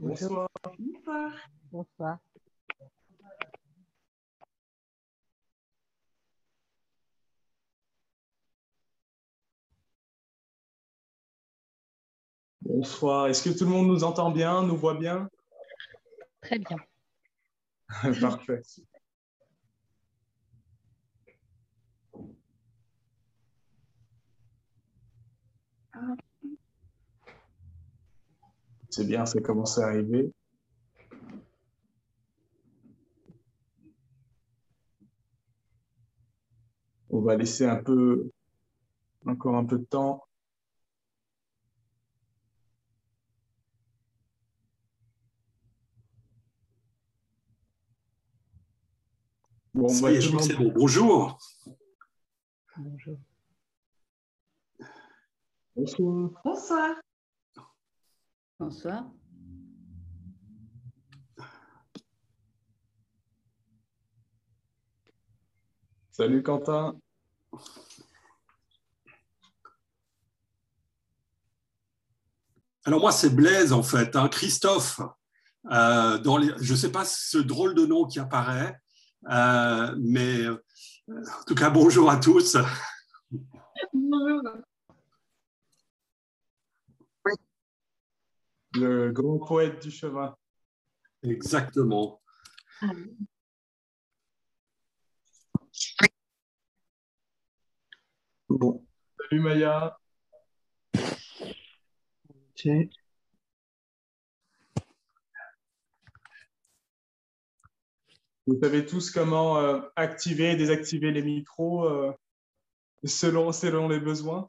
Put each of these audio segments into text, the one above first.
Bonjour. Bonsoir. Bonsoir. Bonsoir. Bonsoir. Est-ce que tout le monde nous entend bien, nous voit bien? Très bien. Parfait. C'est bien, ça commence à arriver. On va laisser encore un peu de temps. Bon, Ça y est, je crois que c'est bon. Bonjour. Bonjour. Bonsoir. Bonsoir. Bonsoir. Salut Quentin. Alors moi, c'est Blaise en fait, hein, Christophe. Je ne sais pas ce drôle de nom qui apparaît, mais en tout cas, bonjour à tous. Bonjour. Le grand poète du chemin. Exactement. Bon. Salut Maya. Ok. Vous savez tous comment activer et désactiver les micros selon les besoins?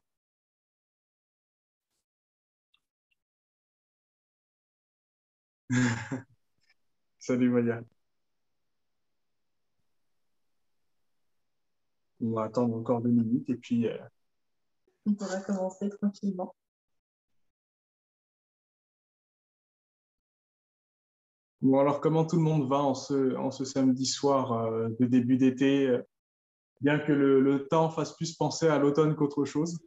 Salut Maya. On va attendre encore 2 minutes et puis... On pourra commencer tranquillement. Bon, alors comment tout le monde va en ce samedi soir de début d'été, bien que le temps fasse plus penser à l'automne qu'autre chose?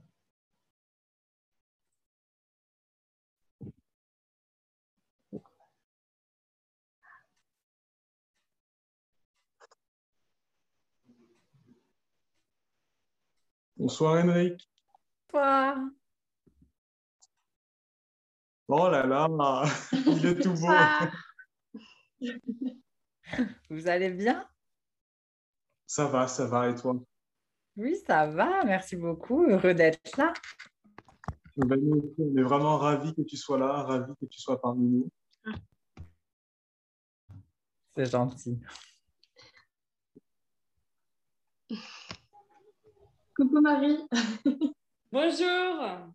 Bonsoir Henrik. Bonsoir. Oh là là, il est tout beau. Bonsoir. Vous allez bien? Ça va, et toi? Oui, ça va, merci beaucoup. Heureux d'être là. Ben, nous aussi, on est vraiment ravis que tu sois là, ravis que tu sois parmi nous. C'est gentil. Coucou Marie. Bonjour.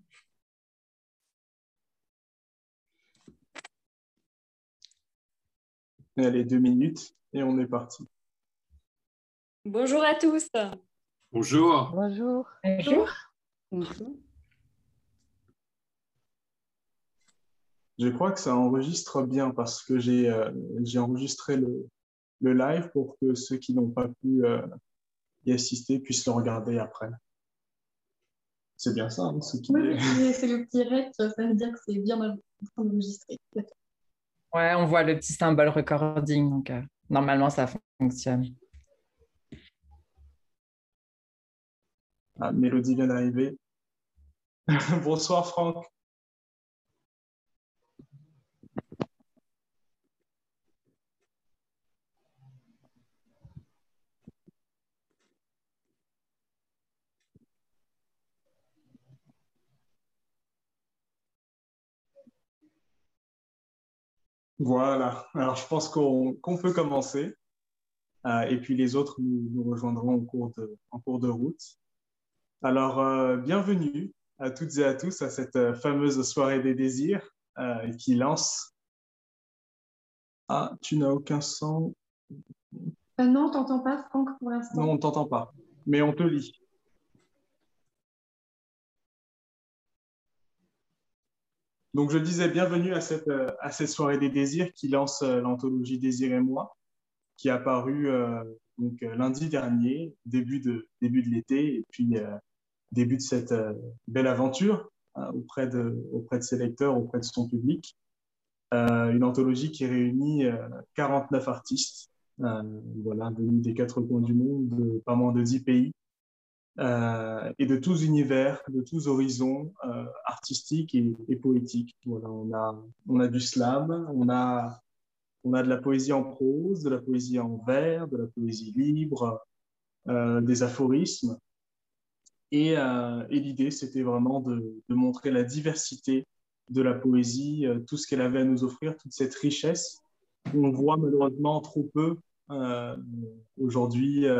Et allez, 2 minutes et on est parti. Bonjour à tous. Bonjour. Bonjour. Bonjour. Bonjour. Je crois que ça enregistre bien parce que j'ai enregistré le live pour que ceux qui n'ont pas pu y assister puissent le regarder après. C'est bien ça, hein, ce qui Oui, est... c'est le petit rec, ça veut dire que c'est bien enregistré. Ouais, on voit le petit symbole recording, donc normalement ça fonctionne. Ah, Mélodie vient d'arriver. Bonsoir Franck. Voilà, alors je pense qu'on peut commencer et puis les autres nous rejoindront en cours de route. Alors, bienvenue à toutes et à tous à cette fameuse soirée des désirs qui lance... Ah, tu n'as aucun son. Non, t'entends pas Franck pour l'instant. Non, on ne t'entend pas, mais on te lit. Donc, je disais bienvenue à cette soirée des désirs qui lance l'anthologie Désir et moi, qui est apparue lundi dernier, début de l'été, et puis début de cette belle aventure auprès de ses lecteurs, auprès de son public. une anthologie qui réunit 49 artistes, voilà, venus des 4 coins du monde, de pas moins de 10 pays, et de tous univers, de tous horizons artistiques et poétiques. Voilà, on a du slam, on a de la poésie en prose, de la poésie en vers, de la poésie libre, des aphorismes. Et l'idée, c'était vraiment de montrer la diversité de la poésie, tout ce qu'elle avait à nous offrir, toute cette richesse qu'on voit malheureusement trop peu aujourd'hui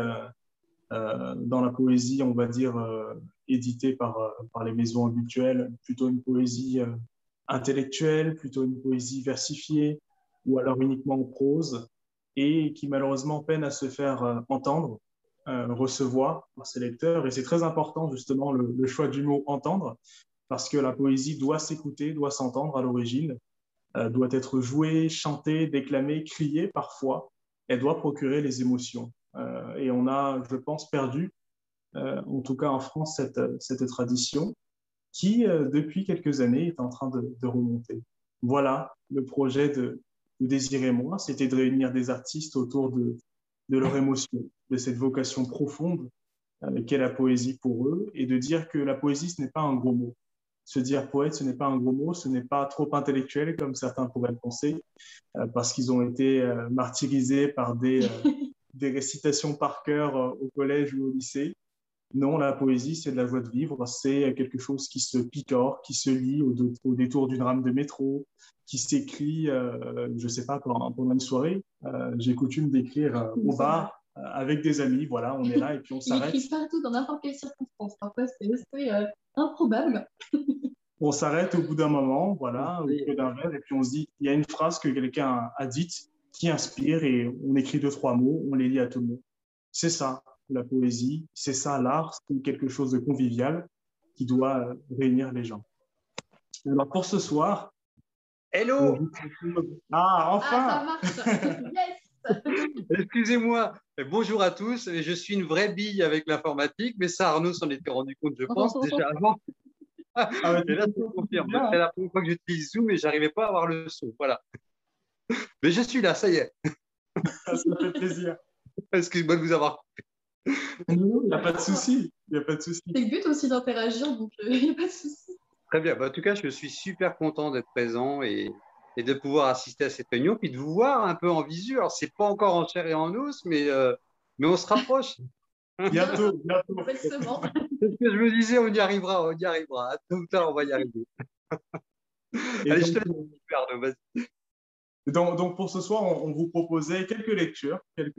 dans la poésie, on va dire, éditée par les maisons habituelles, plutôt une poésie intellectuelle, plutôt une poésie versifiée, ou alors uniquement en prose, et qui malheureusement peine à se faire entendre, recevoir par ses lecteurs. Et c'est très important justement le choix du mot entendre, parce que la poésie doit s'écouter, doit s'entendre à l'origine, doit être jouée, chantée, déclamée, criée parfois. Elle doit procurer les émotions. Et on a, je pense, perdu, en tout cas en France, cette tradition qui, depuis quelques années, est en train de remonter. Voilà, le projet de Désir et moi, c'était de réunir des artistes autour de leur émotion, de cette vocation profonde qu'est la poésie pour eux, et de dire que la poésie, ce n'est pas un gros mot. Se dire poète, ce n'est pas un gros mot, ce n'est pas trop intellectuel, comme certains pourraient le penser, parce qu'ils ont été martyrisés par des récitations par cœur au collège ou au lycée. Non, la poésie, c'est de la joie de vivre, c'est quelque chose qui se picore, qui se lit au détour d'une rame de métro, qui s'écrit, je ne sais pas, pendant une soirée. J'ai coutume d'écrire au bar avec des amis, voilà, on est là et puis on s'arrête. Il écrit partout, dans n'importe quelle circonstance. Parfois, c'est improbable. On s'arrête au bout d'un moment, voilà, au bout d'un verre, et puis on se dit, il y a une phrase que quelqu'un a dite qui inspire, et on écrit 2-3 mots, on les lit à tout le monde. C'est ça, la poésie, c'est ça, l'art, c'est quelque chose de convivial qui doit réunir les gens. Alors pour ce soir... Hello. Ah, enfin. Ah, ça marche. Yes. Excusez-moi. Bonjour à tous. Je suis une vraie bille avec l'informatique, mais ça, Arnaud s'en était rendu compte, je pense, déjà avant. Et là, je confirme. C'est la première fois que j'utilise Zoom et j'arrivais pas à avoir le son. Voilà. Mais je suis là, ça y est. Ça me fait plaisir. Excuse-moi de vous avoir coupé. Non, il n'y a pas de souci. Il n'y a pas de souci. C'est le but aussi d'interagir, donc il n'y a pas de souci. Très bien. En tout cas, je suis super content d'être présent et de pouvoir assister à cette réunion, puis de vous voir un peu en visu. Alors, c'est pas encore en chair et en os, mais on se rapproche. Bientôt. C'est ce que je me disais, on y arrivera. Tout le temps, on va y arriver. Allez, je te laisse, Arnaud, vas-y. Donc, pour ce soir, on vous proposait quelques lectures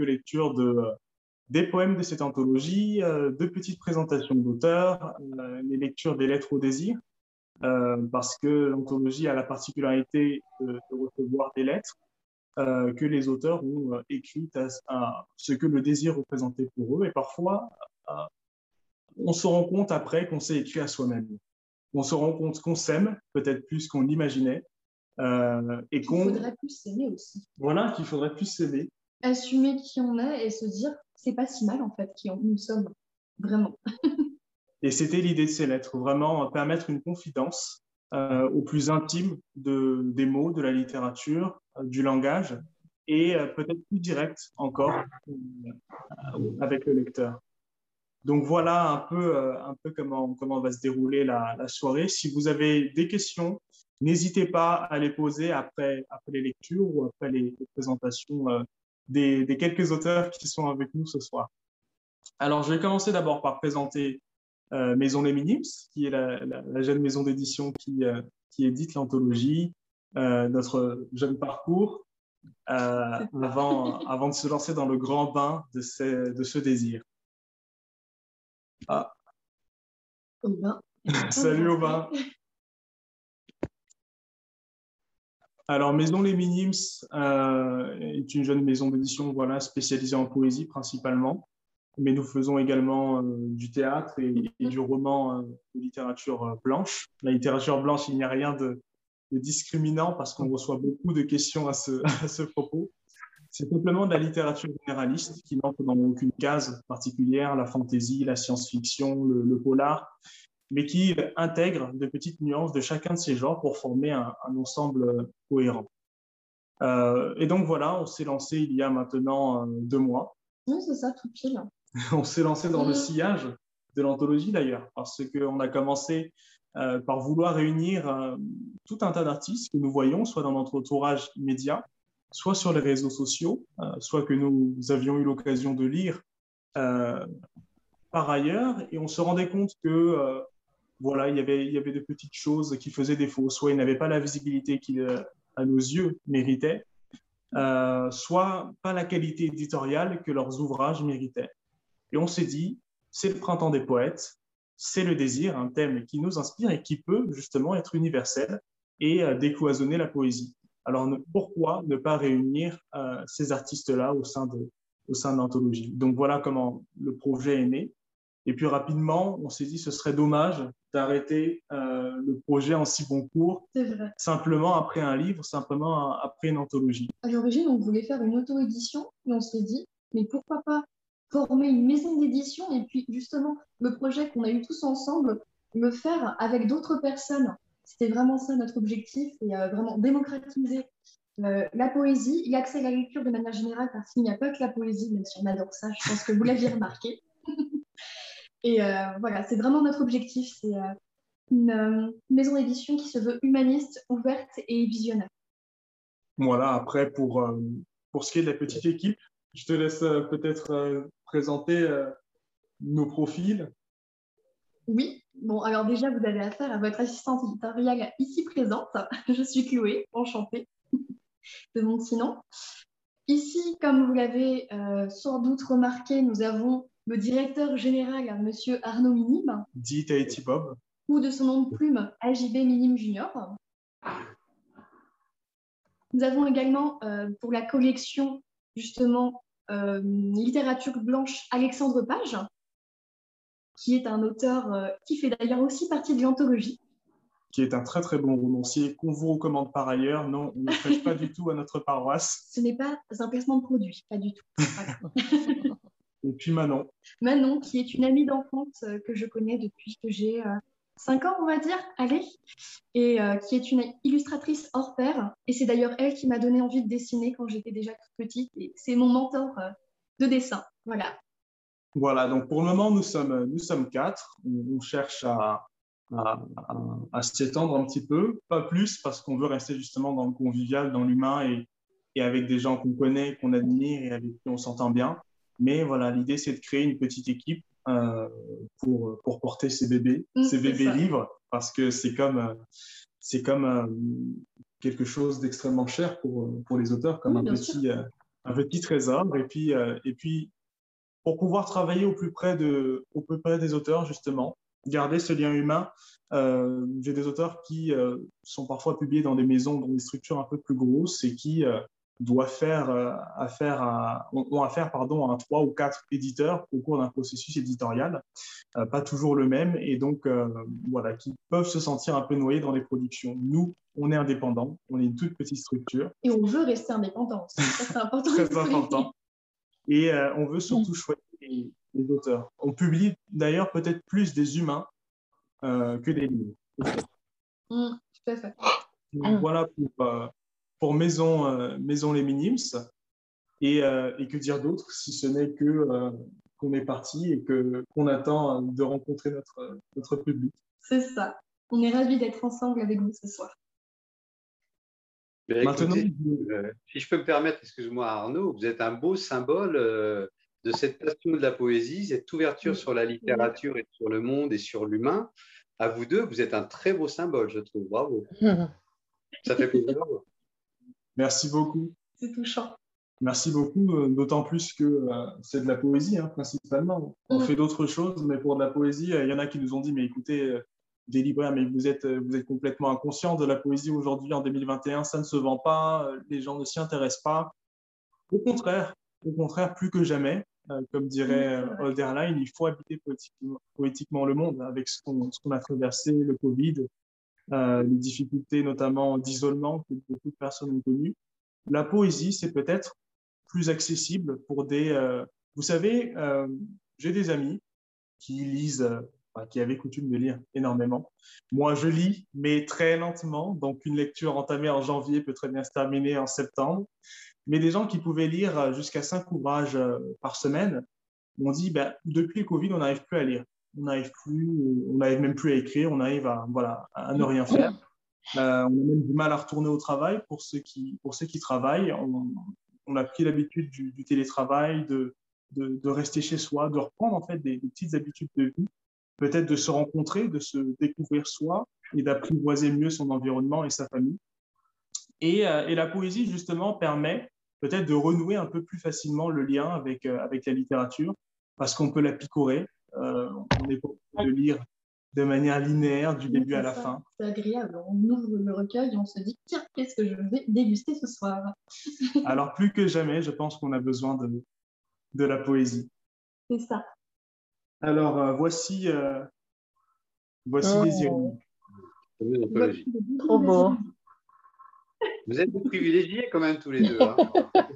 des poèmes de cette anthologie, de petites présentations d'auteurs, les lectures des lettres au désir, parce que l'anthologie a la particularité de recevoir des lettres que les auteurs ont écrites à ce que le désir représentait pour eux. Et parfois, on se rend compte après qu'on s'est écrit à soi-même. On se rend compte qu'on s'aime, peut-être plus qu'on l'imaginait. Et qu'il faudrait plus s'aimer aussi. Voilà, qu'il faudrait plus s'aimer. Assumer qui on est et se dire, c'est pas si mal en fait, qui nous sommes. Vraiment. Et c'était l'idée de ces lettres, vraiment permettre une confidence au plus intime des mots, de la littérature, du langage, et peut-être plus direct encore avec le lecteur. Donc voilà un peu comment va se dérouler la soirée. Si vous avez des questions, n'hésitez pas à les poser après les lectures ou après les présentations des quelques auteurs qui sont avec nous ce soir. Alors, je vais commencer d'abord par présenter Maison Les Minimes, qui est la jeune maison d'édition qui édite l'anthologie, notre jeune parcours, avant de se lancer dans le grand bain de ce désir. Ah. Aubin. Salut Aubin. Alors, Maison Les Minimes est une jeune maison d'édition spécialisée en poésie principalement, mais nous faisons également du théâtre et du roman de littérature blanche. La littérature blanche, il n'y a rien de discriminant parce qu'on reçoit beaucoup de questions à ce propos. C'est simplement de la littérature généraliste qui n'entre dans aucune case particulière, la fantaisie, la science-fiction, le polar, mais qui intègre de petites nuances de chacun de ces genres pour former un ensemble cohérent. Et donc voilà, on s'est lancé il y a maintenant 2 mois. Oui, c'est ça, tout pile. On s'est lancé dans le sillage de l'anthologie d'ailleurs, parce qu'on a commencé par vouloir réunir tout un tas d'artistes que nous voyons, soit dans notre entourage immédiat, soit sur les réseaux sociaux, soit que nous avions eu l'occasion de lire par ailleurs, et on se rendait compte que voilà, il y avait de petites choses qui faisaient défaut. Soit ils n'avaient pas la visibilité qu'ils, à nos yeux, méritaient, soit pas la qualité éditoriale que leurs ouvrages méritaient. Et on s'est dit, c'est le printemps des poètes, c'est le désir, un thème qui nous inspire et qui peut justement être universel et décloisonner la poésie. Alors pourquoi ne pas réunir ces artistes-là au sein de l'anthologie? Donc voilà comment le projet est né. Et puis rapidement, on s'est dit ce serait dommage d'arrêter le projet en si bon cours, simplement après un livre, simplement après une anthologie. À l'origine, on voulait faire une auto-édition, et on s'est dit, mais pourquoi pas former une maison d'édition et puis justement le projet qu'on a eu tous ensemble, le faire avec d'autres personnes. C'était vraiment ça notre objectif, et vraiment démocratiser la poésie, l'accès à la lecture de manière générale, parce qu'il n'y a pas que la poésie, même si on adore ça, je pense que vous l'aviez remarqué. Et voilà, c'est vraiment notre objectif, c'est une maison d'édition qui se veut humaniste, ouverte et visionnaire. Voilà, après pour ce qui est de la petite équipe, je te laisse peut-être présenter nos profils. Oui, bon, alors déjà, vous avez affaire à votre assistante éditoriale ici présente. Je suis Chloé, enchantée de mon petit nom. Ici, comme vous l'avez sans doute remarqué, nous avons le directeur général, Monsieur Arnaud Minim. Dit Tahiti Bob. Ou de son nom de plume, AJB Minim Junior. Nous avons également, pour la collection, justement, littérature blanche, Alexandre Page, qui est un auteur qui fait d'ailleurs aussi partie de l'anthologie. Qui est un très très bon romancier qu'on vous recommande par ailleurs. Non, on ne prêche pas du tout à notre paroisse. Ce n'est pas un placement de produit, pas du tout. Voilà. Et puis Manon. Manon, qui est une amie d'enfance que je connais depuis que j'ai 5 ans, on va dire, allez, et qui est une illustratrice hors pair. Et c'est d'ailleurs elle qui m'a donné envie de dessiner quand j'étais déjà toute petite. Et c'est mon mentor de dessin. Voilà. Voilà, donc pour le moment, nous sommes 4. On cherche à s'étendre un petit peu, pas plus, parce qu'on veut rester justement dans le convivial, dans l'humain et avec des gens qu'on connaît, qu'on admire et avec qui on s'entend bien. Mais voilà, l'idée, c'est de créer une petite équipe pour porter ces bébés livres, parce que c'est comme quelque chose d'extrêmement cher pour les auteurs, comme un petit trésor. Et puis, pour pouvoir travailler au plus près des auteurs, justement, garder ce lien humain. J'ai des auteurs qui sont parfois publiés dans des maisons, dans des structures un peu plus grosses et qui ont affaire à 3 ou 4 éditeurs au cours d'un processus éditorial, pas toujours le même, et donc voilà, qui peuvent se sentir un peu noyés dans les productions. Nous, on est indépendants, on est une toute petite structure. Et on veut rester indépendant, c'est important. Très important. Et on veut surtout choisir les auteurs. On publie d'ailleurs peut-être plus des humains que des livres. Tout à fait. Donc, voilà pour Maison Les Minimes. Et que dire d'autre, si ce n'est qu'on est parti et qu'on attend de rencontrer notre public. C'est ça. On est ravis d'être ensemble avec vous ce soir. Maintenant, si je peux me permettre, excuse-moi Arnaud, vous êtes un beau symbole de cette passion de la poésie, cette ouverture sur la littérature et sur le monde et sur l'humain. À vous deux, vous êtes un très beau symbole, je trouve. Bravo. Ça fait plaisir. Merci beaucoup. C'est touchant. Merci beaucoup, d'autant plus que c'est de la poésie, hein, principalement. On fait d'autres choses, mais pour de la poésie, il y en a qui nous ont dit, mais écoutez, des libraires, mais vous êtes complètement inconscients de la poésie aujourd'hui, en 2021, ça ne se vend pas, les gens ne s'y intéressent pas. Au contraire, plus que jamais, comme dirait Hölderlin, il faut habiter poétiquement le monde avec ce qu'on a traversé, le Covid, les difficultés notamment d'isolement que beaucoup de personnes ont connues. La poésie, c'est peut-être plus accessible pour des... vous savez, j'ai des amis qui lisent qui avait coutume de lire énormément. Moi, je lis, mais très lentement. Donc, une lecture entamée en janvier peut très bien se terminer en septembre. Mais des gens qui pouvaient lire jusqu'à 5 ouvrages par semaine m'ont dit, ben, depuis le Covid, on n'arrive plus à lire. On n'arrive même plus à écrire, on arrive à ne rien faire. On a même du mal à retourner au travail pour ceux qui travaillent. On a pris l'habitude du télétravail, de rester chez soi, de reprendre en fait des petites habitudes de vie, peut-être de se rencontrer, de se découvrir soi et d'apprivoiser mieux son environnement et sa famille. Et la poésie, justement, permet peut-être de renouer un peu plus facilement le lien avec la littérature, parce qu'on peut la picorer. On n'est pas obligé de lire de manière linéaire du début à la fin. C'est agréable. On ouvre le recueil et on se dit, tiens, qu'est-ce que je vais déguster ce soir? Alors, plus que jamais, je pense qu'on a besoin de la poésie. C'est ça. Alors, voici Désiré. Trop beau. Vous êtes des privilégiés quand même tous les deux. Hein.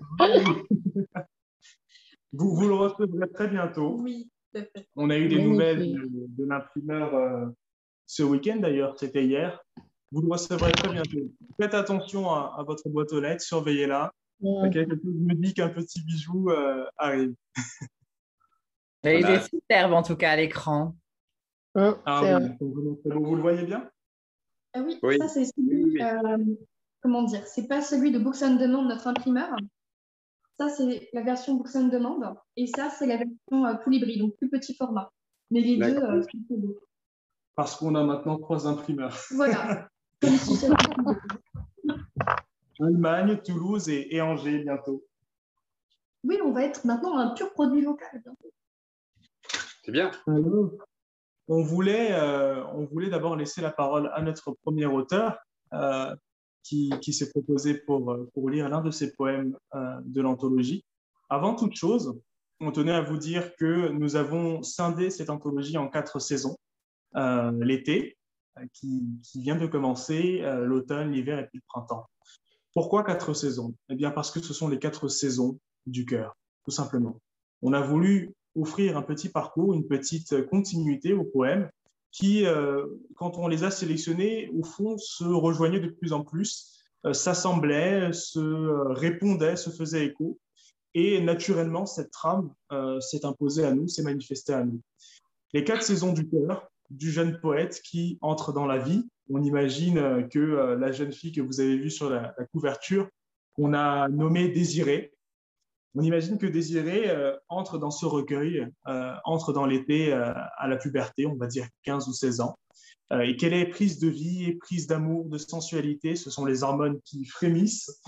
Vous le recevrez très bientôt. Oui, tout à fait. On a eu des nouvelles de l'imprimeur ce week-end d'ailleurs, c'était hier. Vous le recevrez très bientôt. Faites attention à votre boîte aux lettres, surveillez-la. Quelque chose me dit qu'un petit bijou arrive. Il est superbe en tout cas à l'écran. Ah oui, vous le voyez bien? Ah oui, ça c'est celui, comment dire, c'est pas celui de Books on Demand, notre imprimeur. Ça c'est la version Books on Demand et ça c'est la version Colibri, donc plus petit format. Mais les deux sont très beaux. Parce qu'on a maintenant 3 imprimeurs. Voilà. Comme si c'était Allemagne, Toulouse et Angers bientôt. Oui, on va être maintenant un pur produit local bientôt. C'est bien. On voulait d'abord laisser la parole à notre premier auteur qui s'est proposé pour lire l'un de ses poèmes de l'anthologie. Avant toute chose, on tenait à vous dire que nous avons scindé cette anthologie en 4 saisons. L'été, qui vient de commencer, l'automne, l'hiver et puis le printemps. Pourquoi 4 saisons? Eh bien parce que ce sont les 4 saisons du cœur, tout simplement. On a voulu offrir un petit parcours, une petite continuité aux poèmes qui, quand on les a sélectionnés, au fond, se rejoignaient de plus en plus, s'assemblaient, se répondaient, se faisaient écho. Et naturellement, cette trame s'est imposée à nous, s'est manifestée à nous. Les 4 saisons du cœur, du jeune poète qui entre dans la vie. On imagine que la jeune fille que vous avez vue sur la couverture, qu'on a nommée Désirée, on imagine que Désirée entre dans ce recueil, entre dans l'été à la puberté, on va dire 15 ou 16 ans, et qu'elle est prise de vie et prise d'amour, de sensualité. Ce sont les hormones qui frémissent.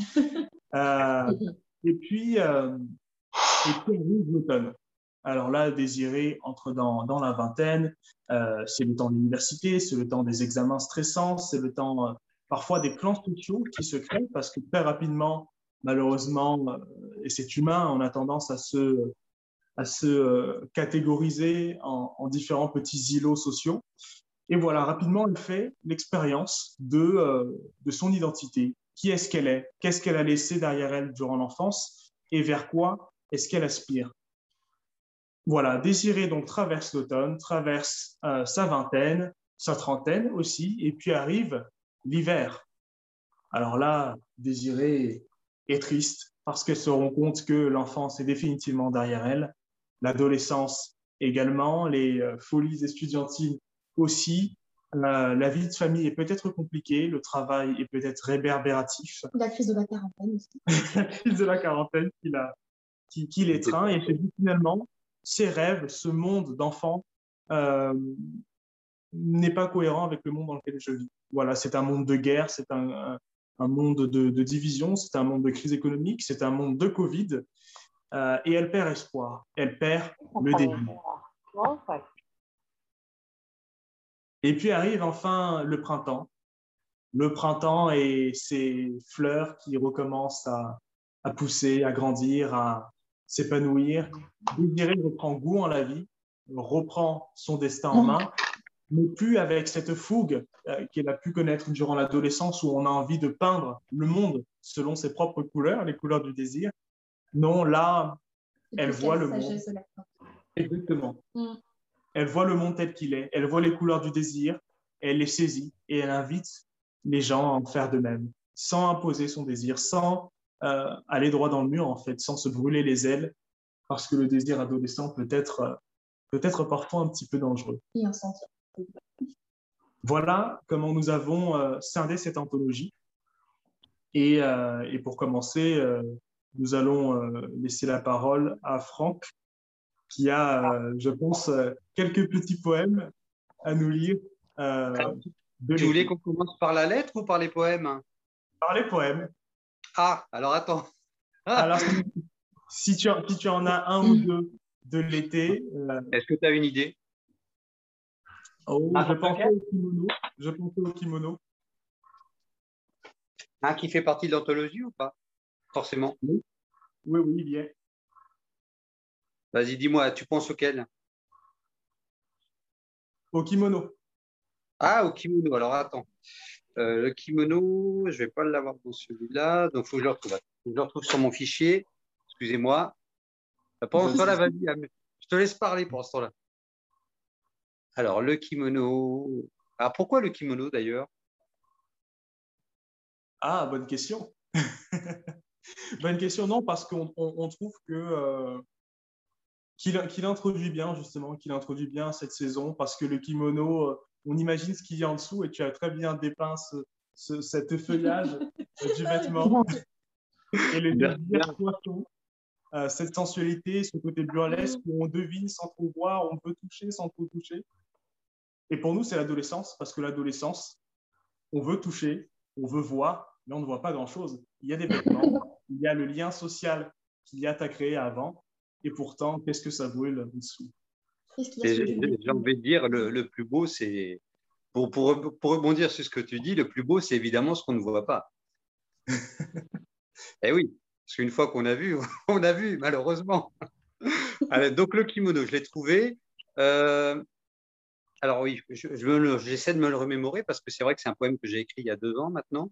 Et puis arrive l'automne. Alors là, Désirée entre dans la vingtaine, c'est le temps de l'université, c'est le temps des examens stressants, c'est le temps parfois des plans sociaux qui se créent parce que très rapidement, malheureusement, et c'est humain, on a tendance à se catégoriser en différents petits îlots sociaux. Et voilà, rapidement, elle fait l'expérience de son identité. Qui est-ce qu'elle est? Qu'est-ce qu'elle a laissé derrière elle durant l'enfance? Et vers quoi est-ce qu'elle aspire? Voilà, Désirée donc traverse l'automne, traverse sa vingtaine, sa trentaine aussi, et puis arrive l'hiver. Alors là, Désirée est triste parce qu'elle se rend compte que l'enfance est définitivement derrière elle, l'adolescence également, les folies estudiantines aussi, la vie de famille est peut-être compliquée, le travail est peut-être réverbératif. La crise de la quarantaine aussi. La crise de la quarantaine qui l'étreint et se dit finalement, ses rêves, ce monde d'enfant n'est pas cohérent avec le monde dans lequel je vis. Voilà, c'est un monde de guerre, c'est un monde de division, c'est un monde de crise économique, c'est un monde de Covid, et elle perd espoir, elle perd le début. Et puis arrive enfin le printemps et ces fleurs qui recommencent à pousser, à grandir, à s'épanouir. Désirée reprend goût en la vie, reprend son destin en main, mais plus avec cette fougue qu'elle a pu connaître durant l'adolescence où on a envie de peindre le monde selon ses propres couleurs, les couleurs du désir. Non, là, elle voit le monde. Exactement. Elle voit le monde tel qu'il est, elle voit les couleurs du désir, elle les saisit et elle invite les gens à en faire de même, sans imposer son désir, sans aller droit dans le mur, en fait, sans se brûler les ailes, parce que le désir adolescent peut être parfois un petit peu dangereux. Et un sentiment. Voilà comment nous avons scindé cette anthologie. Et pour commencer, nous allons laisser la parole à Franck, qui a, je pense, quelques petits poèmes à nous lire. Tu voulais qu'on commence par la lettre ou par les poèmes? Par les poèmes. Ah, alors attends. Alors, si tu en as un ou deux de l'été. Est-ce que tu as une idée? Je pensais au kimono. Un qui fait partie de l'anthologie ou pas? Forcément. Oui, il y est. Vas-y, dis-moi, tu penses auquel? Au kimono. Ah, au kimono. Alors, attends. Le kimono, je ne vais pas l'avoir dans celui-là. Donc, il faut que je le retrouve. Faut que je le retrouve sur mon fichier. Excusez-moi. Pendant ce temps-là, vas-y. Je te laisse parler pour ce temps-là. Alors, le kimono. Alors, pourquoi le kimono, d'ailleurs? Ah, bonne question. Bonne question, non, parce qu'on trouve qu'il introduit bien, justement, qu'il introduit bien cette saison, parce que le kimono, on imagine ce qu'il y a en dessous, et tu as très bien dépeint cet feuillage du vêtement, et le désir poisson, cette sensualité, ce côté burlesque, où on devine sans trop voir, on peut toucher sans trop toucher. Et pour nous, c'est l'adolescence, parce que l'adolescence, on veut toucher, on veut voir, mais on ne voit pas grand-chose. Il y a des vêtements, il y a le lien social qu'il y a à créer avant, et pourtant, qu'est-ce que ça brûle dessous? J'ai envie de dire, le plus beau, c'est, pour rebondir sur ce que tu dis, le plus beau, c'est évidemment ce qu'on ne voit pas. Eh oui, parce qu'une fois qu'on a vu, on a vu, malheureusement. Alors, donc, le kimono, je l'ai trouvé. Alors oui, j'essaie de me le remémorer parce que c'est vrai que c'est un poème que j'ai écrit il y a 2 ans maintenant.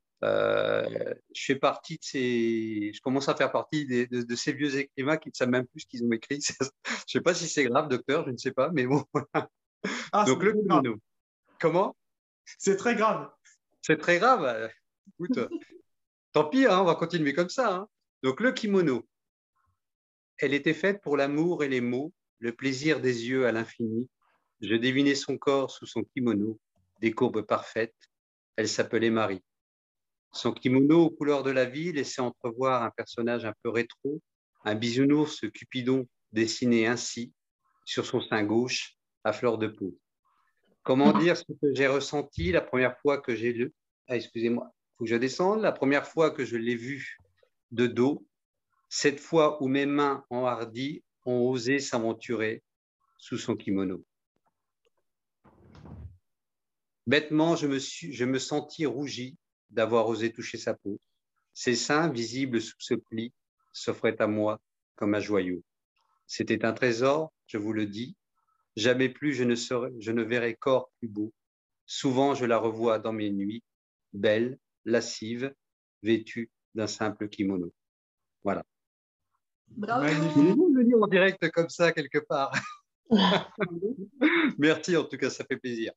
Je commence à faire partie de ces vieux écrivains qui ne savent même plus ce qu'ils ont écrit. Je ne sais pas si c'est grave, docteur, je ne sais pas, mais bon. Donc le kimono. Comment? C'est très grave. C'est très grave. Écoute, tant pis, hein, on va continuer comme ça. Hein. Donc le kimono. Elle était faite pour l'amour et les mots, le plaisir des yeux à l'infini. Je devinais son corps sous son kimono, des courbes parfaites. Elle s'appelait Marie. Son kimono aux couleurs de la vie laissait entrevoir un personnage un peu rétro, un bisounours Cupidon dessiné ainsi sur son sein gauche à fleur de peau. Comment dire ce que j'ai ressenti la première fois que j'ai lu? Ah, excusez-moi, il faut que je descende. La première fois que je l'ai vu de dos, cette fois où mes mains enhardies ont osé s'aventurer sous son kimono. Bêtement, je me sentis rougi d'avoir osé toucher sa peau. Ses seins, visibles sous ce pli, s'offraient à moi comme un joyau. C'était un trésor, je vous le dis. Jamais plus je ne verrai corps plus beau. Souvent, je la revois dans mes nuits, belle, lascive, vêtue d'un simple kimono. Voilà. Bravo. Voulez-vous le lire en direct comme ça, quelque part? Merci, en tout cas, ça fait plaisir.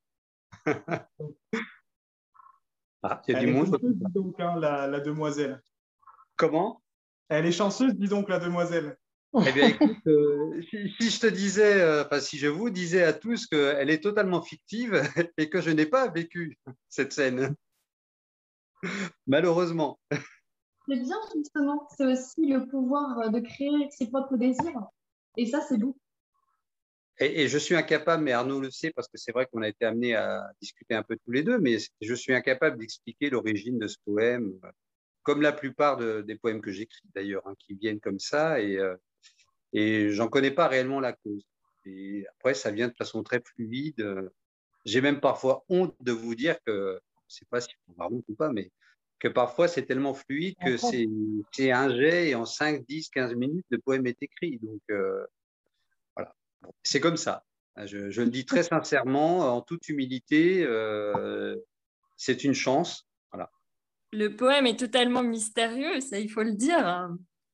Ah, il y a du monde. Elle est chanceuse, dis donc, hein, la demoiselle. Comment? Elle est chanceuse, dis donc, la demoiselle. Eh bien, écoute, si je te disais, si je vous disais à tous qu'elle est totalement fictive et que je n'ai pas vécu cette scène, malheureusement. C'est bien, justement. C'est aussi le pouvoir de créer ses propres désirs. Et ça, c'est doux. Et je suis incapable, mais Arnaud le sait, parce que c'est vrai qu'on a été amenés à discuter un peu tous les deux, mais je suis incapable d'expliquer l'origine de ce poème, comme la plupart des poèmes que j'écris d'ailleurs, hein, qui viennent comme ça, et j'en connais pas réellement la cause. Et après, ça vient de façon très fluide. J'ai même parfois honte de vous dire que, je ne sais pas si on va honte ou pas, mais que parfois c'est tellement fluide que c'est un jet et en 5, 10, 15 minutes, le poème est écrit. Donc, voilà. C'est comme ça. Je le dis très sincèrement, en toute humilité, c'est une chance. Voilà. Le poème est totalement mystérieux, ça il faut le dire.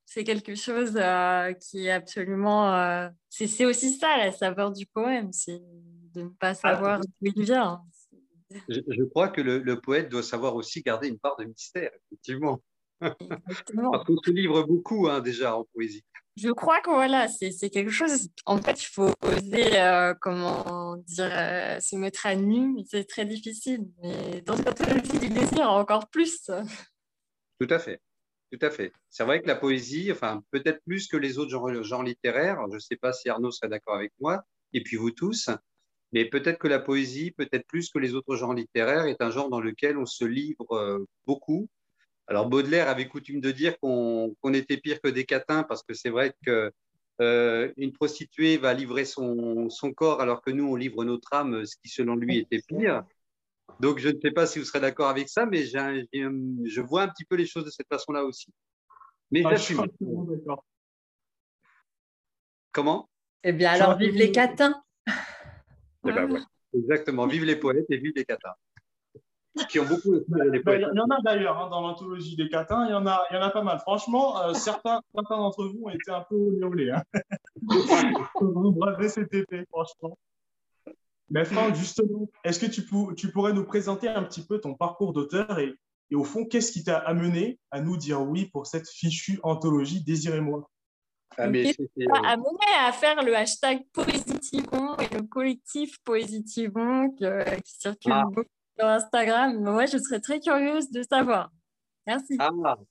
C'est quelque chose qui est absolument... c'est aussi ça, la saveur du poème, c'est de ne pas savoir d'où il vient. Je crois que le poète doit savoir aussi garder une part de mystère, effectivement. Exactement. Parce qu'on se livre beaucoup déjà en poésie. Je crois que voilà, c'est quelque chose. En fait, il faut oser, comment dire, se mettre à nu. C'est très difficile. Mais dans l'anthologie du désir, encore plus. Tout à fait. Tout à fait. C'est vrai que la poésie, enfin, peut-être plus que les autres genres littéraires, je ne sais pas si Arnaud serait d'accord avec moi, et puis vous tous, mais peut-être que la poésie, peut-être plus que les autres genres littéraires, est un genre dans lequel on se livre beaucoup. Alors Baudelaire avait coutume de dire qu'on était pire que des catins, parce que c'est vrai que une prostituée va livrer son corps alors que nous, on livre notre âme, ce qui selon lui était pire. Donc je ne sais pas si vous serez d'accord avec ça, mais je vois un petit peu les choses de cette façon-là aussi. Mais j'assume. Comment? Eh bien, alors, vive les catins. Eh ben, ouais. Exactement, vive les poètes et vive les catins. Qui ont beaucoup inspiré les poètes. Il y en a d'ailleurs dans l'anthologie des catins, il y en a pas mal. Franchement, certains d'entre vous ont été un peu olé olé. Vous bravez cet été, franchement. Mais Franck, justement, est-ce que tu pourrais nous présenter un petit peu ton parcours d'auteur et au fond, qu'est-ce qui t'a amené à nous dire oui pour cette fichue anthologie Désirez-moi? Qu'est-ce qui t'a amené à faire le hashtag Poésitivon et le collectif Poésitivon qui circule beaucoup sur Instagram? Moi, je serais très curieuse de savoir. Merci.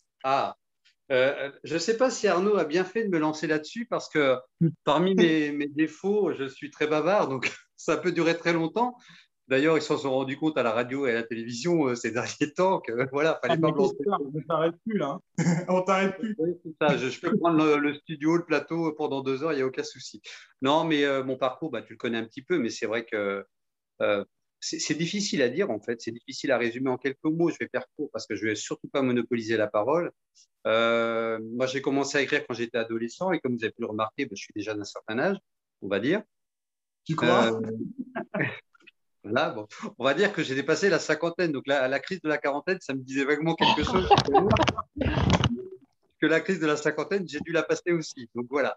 Je ne sais pas si Arnaud a bien fait de me lancer là-dessus parce que parmi mes défauts, je suis très bavard, donc ça peut durer très longtemps. D'ailleurs, ils s'en sont rendus compte à la radio et à la télévision ces derniers temps que voilà, fallait pas me lancer. On ne t'arrête plus là. On t'arrête plus. Oui, c'est ça. Je peux prendre le studio, le plateau pendant 2 heures, il n'y a aucun souci. Non, mais mon parcours, tu le connais un petit peu, mais c'est vrai que c'est difficile à dire en fait. C'est difficile à résumer en quelques mots. Je vais faire court parce que je ne vais surtout pas monopoliser la parole. Moi, j'ai commencé à écrire quand j'étais adolescent et comme vous avez pu le remarquer, je suis déjà d'un certain âge, on va dire. Tu crois? Là, bon, on va dire que j'ai dépassé la cinquantaine. Donc, la crise de la quarantaine, ça me disait vaguement quelque chose. Que la crise de la cinquantaine, j'ai dû la passer aussi. Donc, voilà.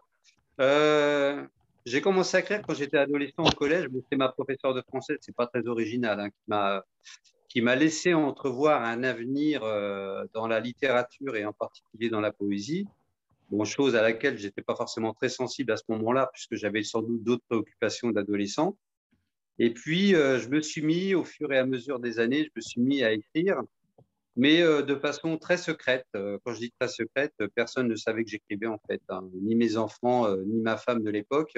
J'ai commencé à écrire quand j'étais adolescent au collège. C'est ma professeure de français, c'est pas très original, hein, qui m'a laissé entrevoir un avenir dans la littérature et en particulier dans la poésie. Bon, chose à laquelle je n'étais pas forcément très sensible à ce moment-là, puisque j'avais sans doute d'autres préoccupations d'adolescent. Et puis, je me suis mis, au fur et à mesure des années, je me suis mis à écrire, mais de façon très secrète. Quand je dis très secrète, personne ne savait que j'écrivais en fait, hein, ni mes enfants, ni ma femme de l'époque.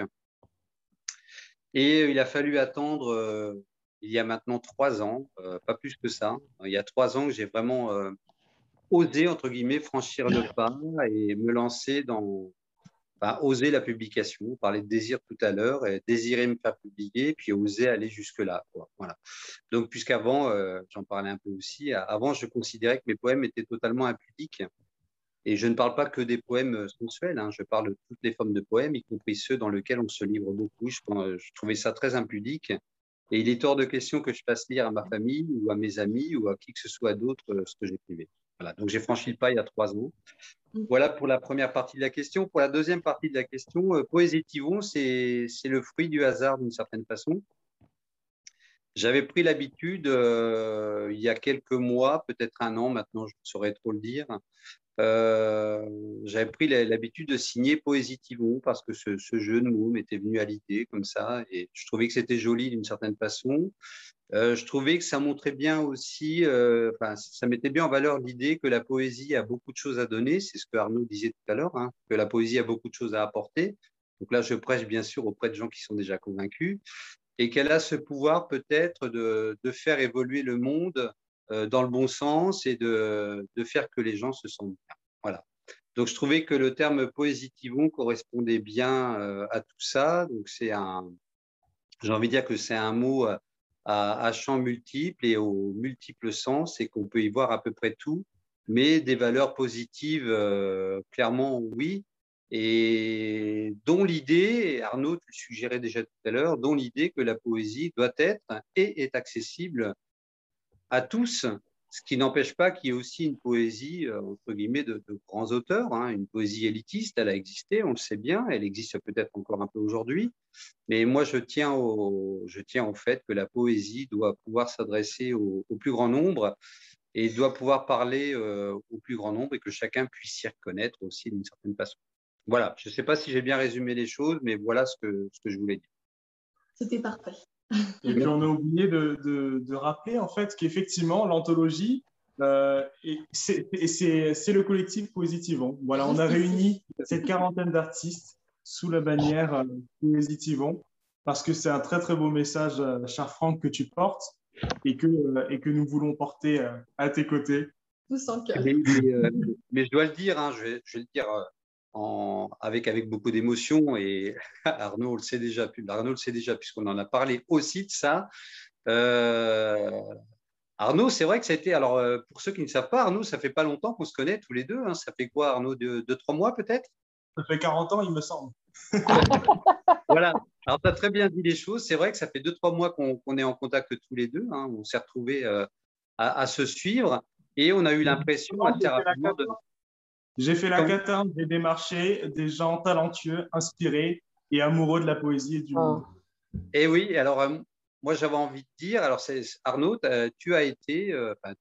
Et il a fallu attendre, il y a maintenant 3 ans, pas plus que ça, il y a 3 ans que j'ai vraiment osé, entre guillemets, franchir le pas et me lancer dans... oser la publication. On parlait de désir tout à l'heure, et désirer me faire publier, puis oser aller jusque-là. Voilà. Donc, puisqu'avant, j'en parlais un peu aussi, avant, je considérais que mes poèmes étaient totalement impudiques. Et je ne parle pas que des poèmes sensuels, hein, je parle de toutes les formes de poèmes, y compris ceux dans lesquels on se livre beaucoup. Je trouvais ça très impudique. Et il est hors de question que je fasse lire à ma famille ou à mes amis ou à qui que ce soit d'autre ce que j'écrivais. Voilà. Donc, j'ai franchi le pas il y a 3 ans. Voilà pour la première partie de la question. Pour la deuxième partie de la question, Poésitivon, c'est le fruit du hasard d'une certaine façon. J'avais pris l'habitude, il y a quelques mois, peut-être 1 an maintenant, je ne saurais trop le dire, j'avais pris l'habitude de signer Poésitivon parce que ce jeu de mots m'était venu à l'idée comme ça et je trouvais que c'était joli d'une certaine façon. Je trouvais que ça montrait bien aussi, ça mettait bien en valeur l'idée que la poésie a beaucoup de choses à donner. C'est ce que Arnaud disait tout à l'heure, hein, que la poésie a beaucoup de choses à apporter. Donc là, je prêche bien sûr auprès de gens qui sont déjà convaincus et qu'elle a ce pouvoir peut-être de faire évoluer le monde dans le bon sens et de faire que les gens se sentent bien. Voilà. Donc je trouvais que le terme Poésitivon correspondait bien à tout ça. Donc j'ai envie de dire que c'est un mot à champs multiples et aux multiples sens et qu'on peut y voir à peu près tout, mais des valeurs positives, clairement oui, et dont l'idée, Arnaud, tu le suggérais déjà tout à l'heure, dont l'idée que la poésie doit être et est accessible à tous Ce qui n'empêche pas qu'il y ait aussi une poésie, entre guillemets, de grands auteurs, hein. Une poésie élitiste, elle a existé, on le sait bien, elle existe peut-être encore un peu aujourd'hui. Mais moi, je tiens au fait que la poésie doit pouvoir s'adresser au plus grand nombre et doit pouvoir parler au plus grand nombre et que chacun puisse s'y reconnaître aussi d'une certaine façon. Voilà, je ne sais pas si j'ai bien résumé les choses, mais voilà ce que je voulais dire. C'était parfait. Et puis, on a oublié de rappeler, en fait, qu'effectivement, l'anthologie, c'est le collectif Poésitivon. Voilà, on a réuni cette quarantaine d'artistes sous la bannière Poésitivon parce que c'est un très, très beau message, cher Franck, que tu portes et que nous voulons porter à tes côtés. Tous en cœur. Mais je dois le dire, hein, je vais le dire avec beaucoup d'émotion, et Arnaud le sait déjà, puisqu'on en a parlé aussi de ça. Arnaud, c'est vrai que ça a été, alors pour ceux qui ne savent pas, Arnaud, ça fait pas longtemps qu'on se connaît tous les deux, hein. Ça fait quoi, Arnaud, 2-3 mois peut-être? Ça fait 40 ans, il me semble. Voilà, alors tu as très bien dit les choses, c'est vrai que ça fait 2-3 mois qu'on est en contact tous les deux, hein. On s'est retrouvés à se suivre, et on a eu l'impression assez rapidement de… J'ai fait la cata, j'ai démarché des gens talentueux, inspirés et amoureux de la poésie et du monde. Et oui, alors moi j'avais envie de dire, alors Arnaud, tu as été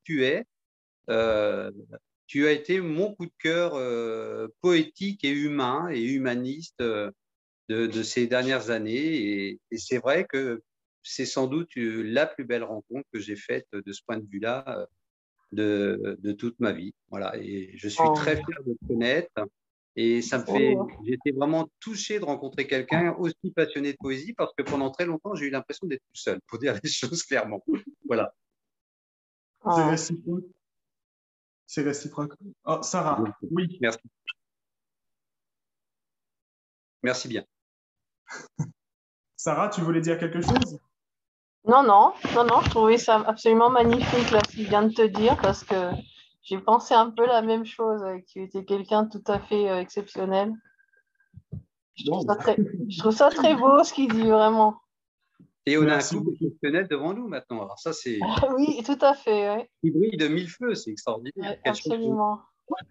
mon coup de cœur poétique et humain et humaniste de ces dernières années, et c'est vrai que c'est sans doute la plus belle rencontre que j'ai faite de ce point de vue-là de toute ma vie. Voilà, et je suis très fier de te connaître, et ça me fait… J'ai été vraiment touché de rencontrer quelqu'un aussi passionné de poésie, parce que pendant très longtemps, j'ai eu l'impression d'être tout seul, pour dire les choses clairement. Voilà. C'est réciproque. C'est réciproque. Oh, Sarah, oui. Merci. Merci bien. Sarah, tu voulais dire quelque chose? Non, je trouvais ça absolument magnifique, là, ce qu'il vient de te dire, parce que j'ai pensé un peu la même chose, que tu étais quelqu'un de tout à fait exceptionnel. Je trouve ça très beau, ce qu'il dit, vraiment. Et on a un couple exceptionnel devant nous maintenant. Alors ça, c'est… Oui, tout à fait. Ouais. Il brille de mille feux, c'est extraordinaire. Ouais, absolument.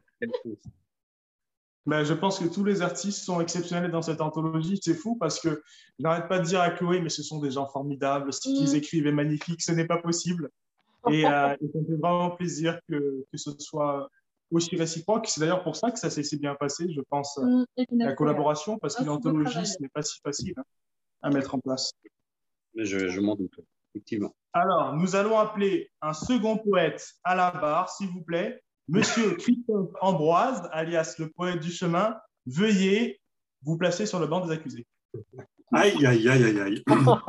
Ben, je pense que tous les artistes sont exceptionnels dans cette anthologie. C'est fou parce que je n'arrête pas de dire à Chloé, mais ce sont des gens formidables. Ce qu'ils écrivent est magnifique, ce n'est pas possible. Et ça me fait vraiment plaisir que ce soit aussi réciproque. C'est d'ailleurs pour ça que ça s'est bien passé, je pense, la collaboration, parce qu'une anthologie, ce n'est pas si facile à mettre en place. Je m'en doute, effectivement. Alors, nous allons appeler un second poète à la barre, s'il vous plaît. Monsieur Christophe Ambroise, alias le poète du chemin, veuillez vous placer sur le banc des accusés. Aïe, aïe, aïe, aïe, aïe.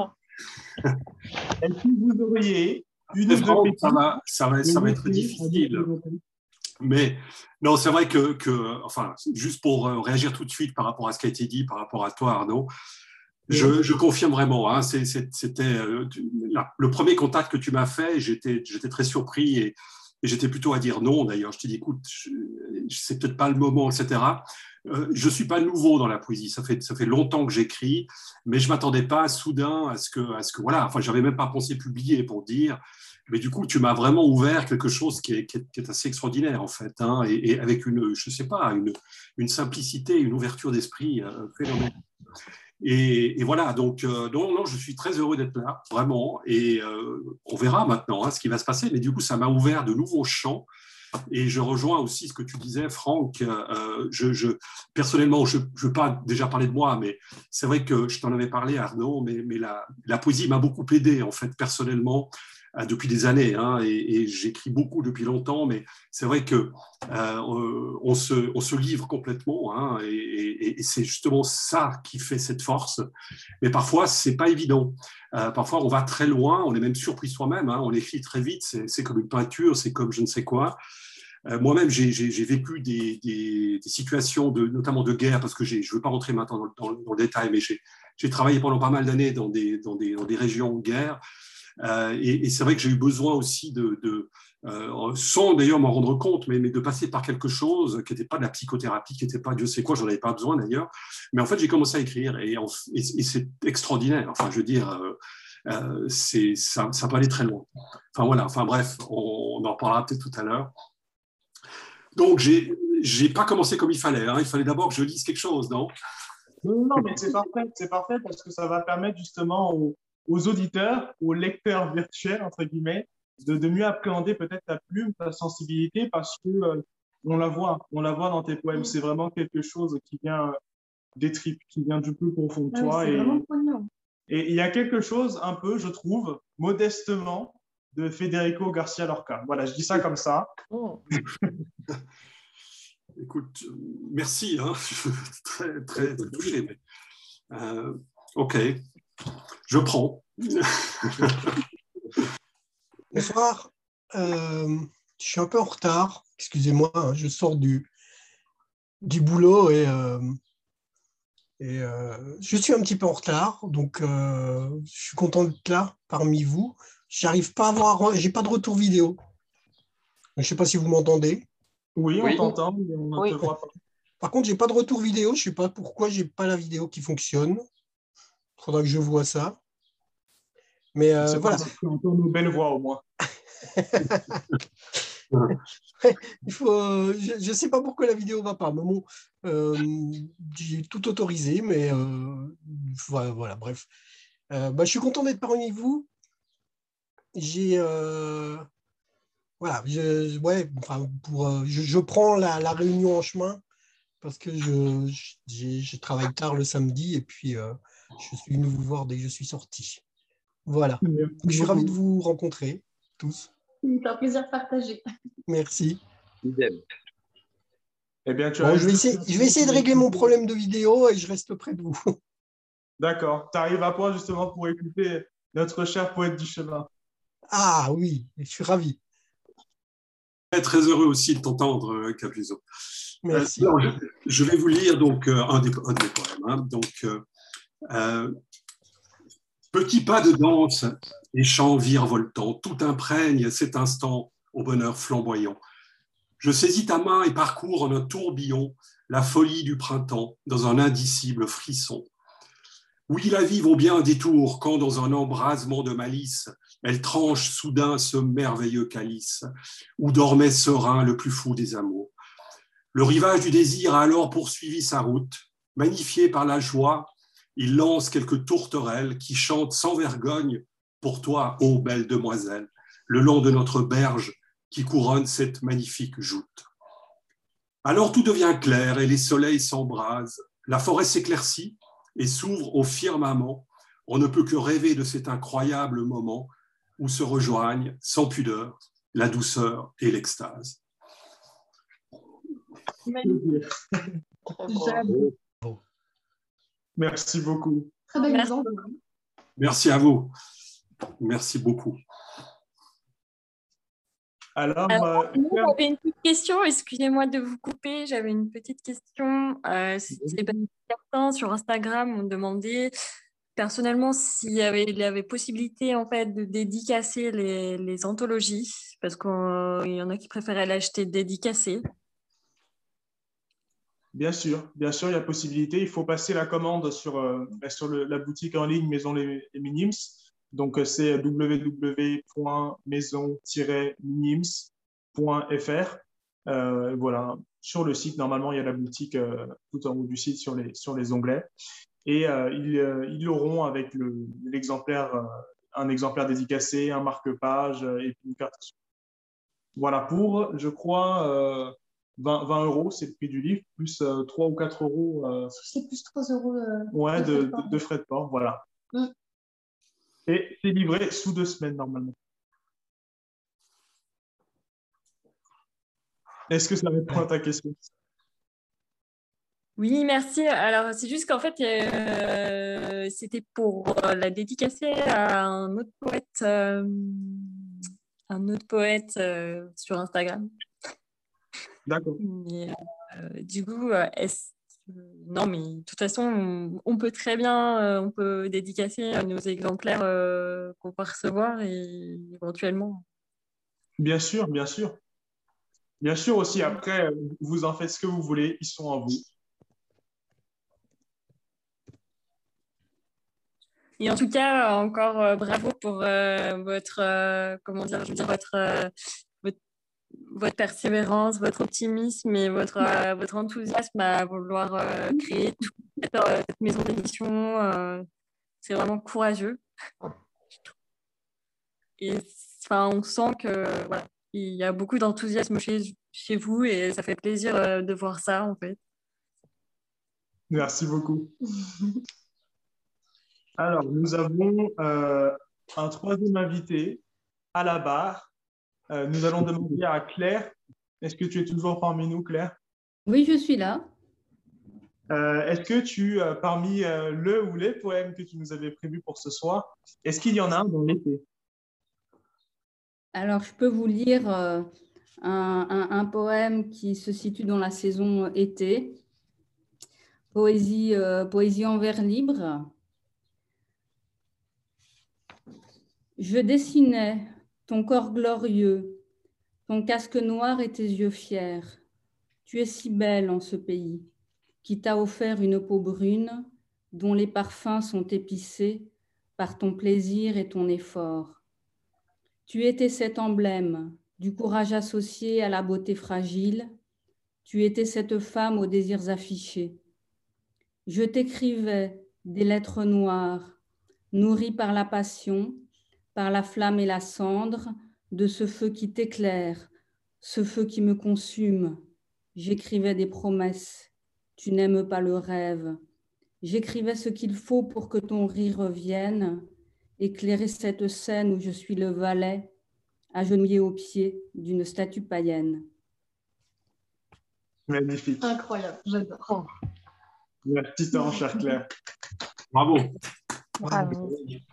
Et puis vous auriez une ça va être difficile. Mais non, c'est vrai que, enfin, juste pour réagir tout de suite par rapport à ce qui a été dit, par rapport à toi, Arnaud, je confirme vraiment. Hein, c'était le premier contact que tu m'as fait. J'étais très surpris et j'étais plutôt à dire non, d'ailleurs. Je t'ai dit, écoute, c'est peut-être pas le moment, etc. Je ne suis pas nouveau dans la poésie. Ça fait longtemps que j'écris, mais je ne m'attendais pas soudain à ce que voilà. Enfin, je n'avais même pas pensé publier pour dire. Mais du coup, tu m'as vraiment ouvert quelque chose qui est assez extraordinaire, en fait. Hein, et avec je sais pas, une simplicité, une ouverture d'esprit phénoménale. Et voilà, donc non, je suis très heureux d'être là, vraiment, et on verra maintenant ce qui va se passer, mais du coup, ça m'a ouvert de nouveaux champs, et je rejoins aussi ce que tu disais, Franck. Personnellement, je ne veux pas déjà parler de moi, mais c'est vrai que je t'en avais parlé, Arnaud, mais la poésie m'a beaucoup aidé, en fait, personnellement, depuis des années, hein, et j'écris beaucoup depuis longtemps, mais c'est vrai que on se livre complètement, hein, et c'est justement ça qui fait cette force. Mais parfois, c'est pas évident. Parfois, on va très loin, on est même surpris soi-même, hein, on écrit très vite, c'est comme une peinture, c'est comme je ne sais quoi. Moi-même, j'ai vécu des situations, notamment de guerre, parce que je ne veux pas rentrer maintenant dans le détail, mais j'ai travaillé pendant pas mal d'années dans des régions de guerre. Et c'est vrai que j'ai eu besoin aussi sans d'ailleurs m'en rendre compte, mais de passer par quelque chose qui n'était pas de la psychothérapie, qui n'était pas Dieu sait quoi, j'en avais pas besoin d'ailleurs. Mais en fait, j'ai commencé à écrire et c'est extraordinaire. Enfin, je veux dire, ça peut aller très loin. Enfin voilà, enfin bref, on en reparlera peut-être tout à l'heure. Donc, j'ai pas commencé comme il fallait. Hein. Il fallait d'abord que je lise quelque chose, non? Non, mais c'est parfait parce que ça va permettre justement aux auditeurs, aux lecteurs virtuels, entre guillemets, de mieux appréhender peut-être ta plume, ta sensibilité, parce que on la voit dans tes poèmes. C'est vraiment quelque chose qui vient des tripes, qui vient du plus profond de toi. C'est vraiment poignant. Et il y a quelque chose un peu, je trouve, modestement, de Federico Garcia Lorca. Voilà, je dis ça comme ça. Oh. Écoute, merci, hein. très, très, très touché. Mais, ok, je prends. Bonsoir, je suis un peu en retard, excusez-moi, hein, je sors du boulot et je suis un petit peu en retard, donc je suis content d'être là parmi vous. J'arrive pas à voir, j'ai pas de retour vidéo. Je ne sais pas si vous m'entendez. Oui, on t'entend, mais on ne te voit pas. Par contre, j'ai pas de retour vidéo. Je ne sais pas pourquoi j'ai pas la vidéo qui fonctionne. Il faudra que je vois ça. Mais voilà. On entend nos belles voix au moins. Je ne sais pas pourquoi la vidéo ne va pas. Mais bon, j'ai tout autorisé, mais voilà, bref. Je suis content d'être parmi vous. Voilà, je prends la réunion en chemin parce que je travaille tard le samedi et puis je suis venu vous voir dès que je suis sorti. Voilà. Je suis ravi de vous rencontrer tous. C'est un plaisir partagé. Merci. Eh bien, je vais essayer de régler mon problème de vidéo et je reste près de vous. D'accord. Tu arrives à point justement pour écouter notre cher poète du chemin. Ah oui, je suis ravi. Très heureux aussi de t'entendre, Capuzzo. Merci. Je vais vous lire donc un des poèmes. Hein. Donc, petit pas de danse, les chants virevoltants, tout imprègne cet instant au bonheur flamboyant. Je saisis ta main et parcours en un tourbillon la folie du printemps dans un indicible frisson. Oui, la vie vaut bien un détour quand, dans un embrasement de malice, elle tranche soudain ce merveilleux calice où dormait serein le plus fou des amours. Le rivage du désir a alors poursuivi sa route. Magnifié par la joie, il lance quelques tourterelles qui chantent sans vergogne pour toi, ô belle demoiselle, le long de notre berge qui couronne cette magnifique joute. Alors tout devient clair et les soleils s'embrasent, la forêt s'éclaircit et s'ouvre au firmament. On ne peut que rêver de cet incroyable moment où se rejoignent sans pudeur la douceur et l'extase. Merci beaucoup. Très bel exemple. Merci à vous. Merci beaucoup. Alors, j'avais une petite question, excusez-moi de vous couper, j'avais une petite question. Certains sur Instagram m'ont demandé personnellement s'il y avait possibilité en fait, de dédicacer les anthologies, parce qu'il y en a qui préféraient l'acheter dédicacé. Bien sûr, il y a possibilité. Il faut passer la commande sur la boutique en ligne Maison Les Minims. Donc, c'est www.maison-minims.fr. Voilà, sur le site, normalement, il y a la boutique tout en haut du site sur les onglets. Et ils l'auront avec un exemplaire dédicacé, un marque-page et puis une carte. Voilà, pour, je crois, 20 €, c'est le prix du livre, plus 3 ou 4 €. C'est plus 3 € de frais de port, voilà. Et c'est livré sous 2 semaines, normalement. Est-ce que ça répond à ta question? Oui, merci. Alors, c'est juste qu'en fait, c'était pour la dédicacer à un autre poète sur Instagram. D'accord. Du coup, non, mais de toute façon, on peut très bien on peut dédicacer nos exemplaires qu'on peut recevoir et éventuellement. Bien sûr, bien sûr. Bien sûr aussi, après, vous en faites ce que vous voulez, ils sont en vous. Et en tout cas, encore bravo pour comment dire, je veux dire, votre persévérance, votre optimisme et votre enthousiasme à vouloir créer cette maison d'édition. C'est vraiment courageux. Et enfin, on sent que voilà, il y a beaucoup d'enthousiasme chez vous et ça fait plaisir de voir ça en fait. Merci beaucoup. Alors, nous avons un troisième invité à la barre. Nous allons demander à Claire. Est-ce que tu es toujours parmi nous, Claire? Oui, je suis là. Est-ce que parmi le ou les poèmes que tu nous avais prévus pour ce soir, est-ce qu'il y en a un dans l'été? Alors, je peux vous lire un poème qui se situe dans la saison été. Poésie en vers libre. Je dessinais ton corps glorieux, ton casque noir et tes yeux fiers. Tu es si belle en ce pays qui t'a offert une peau brune dont les parfums sont épicés par ton plaisir et ton effort. Tu étais cet emblème du courage associé à la beauté fragile. Tu étais cette femme aux désirs affichés. Je t'écrivais des lettres noires, nourries par la passion, par la flamme et la cendre de ce feu qui t'éclaire, ce feu qui me consume. J'écrivais des promesses. Tu n'aimes pas le rêve. J'écrivais ce qu'il faut pour que ton rire revienne, éclairer cette scène où je suis le valet, agenouillé aux pieds d'une statue païenne. Magnifique. Incroyable, j'adore. Merci tant, chère Claire. Bravo. Bravo.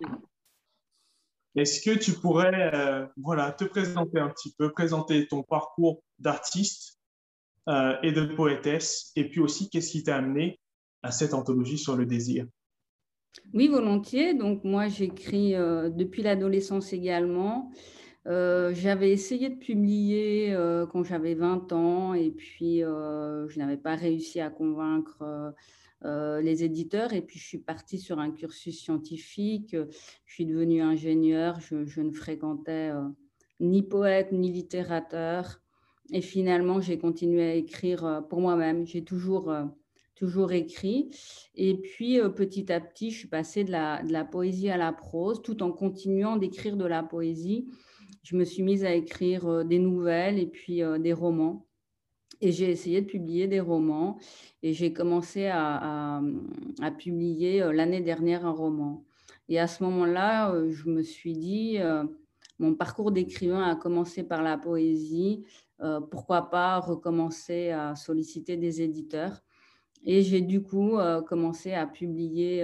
Est-ce que tu pourrais te présenter un petit peu, présenter ton parcours d'artiste et de poétesse, et puis aussi qu'est-ce qui t'a amené à cette anthologie sur le désir? Oui, volontiers. Donc moi, j'écris depuis l'adolescence également. J'avais essayé de publier quand j'avais 20 ans et puis je n'avais pas réussi à convaincre les éditeurs et puis je suis partie sur un cursus scientifique. Je suis devenue ingénieure, je ne fréquentais ni poète ni littérateur et finalement j'ai continué à écrire pour moi-même. J'ai toujours écrit. Et puis, petit à petit, je suis passée de la poésie à la prose, tout en continuant d'écrire de la poésie. Je me suis mise à écrire des nouvelles et puis des romans. Et j'ai essayé de publier des romans. Et j'ai commencé à publier l'année dernière un roman. Et à ce moment-là, je me suis dit, mon parcours d'écrivain a commencé par la poésie. Pourquoi pas recommencer à solliciter des éditeurs? Et j'ai du coup commencé à publier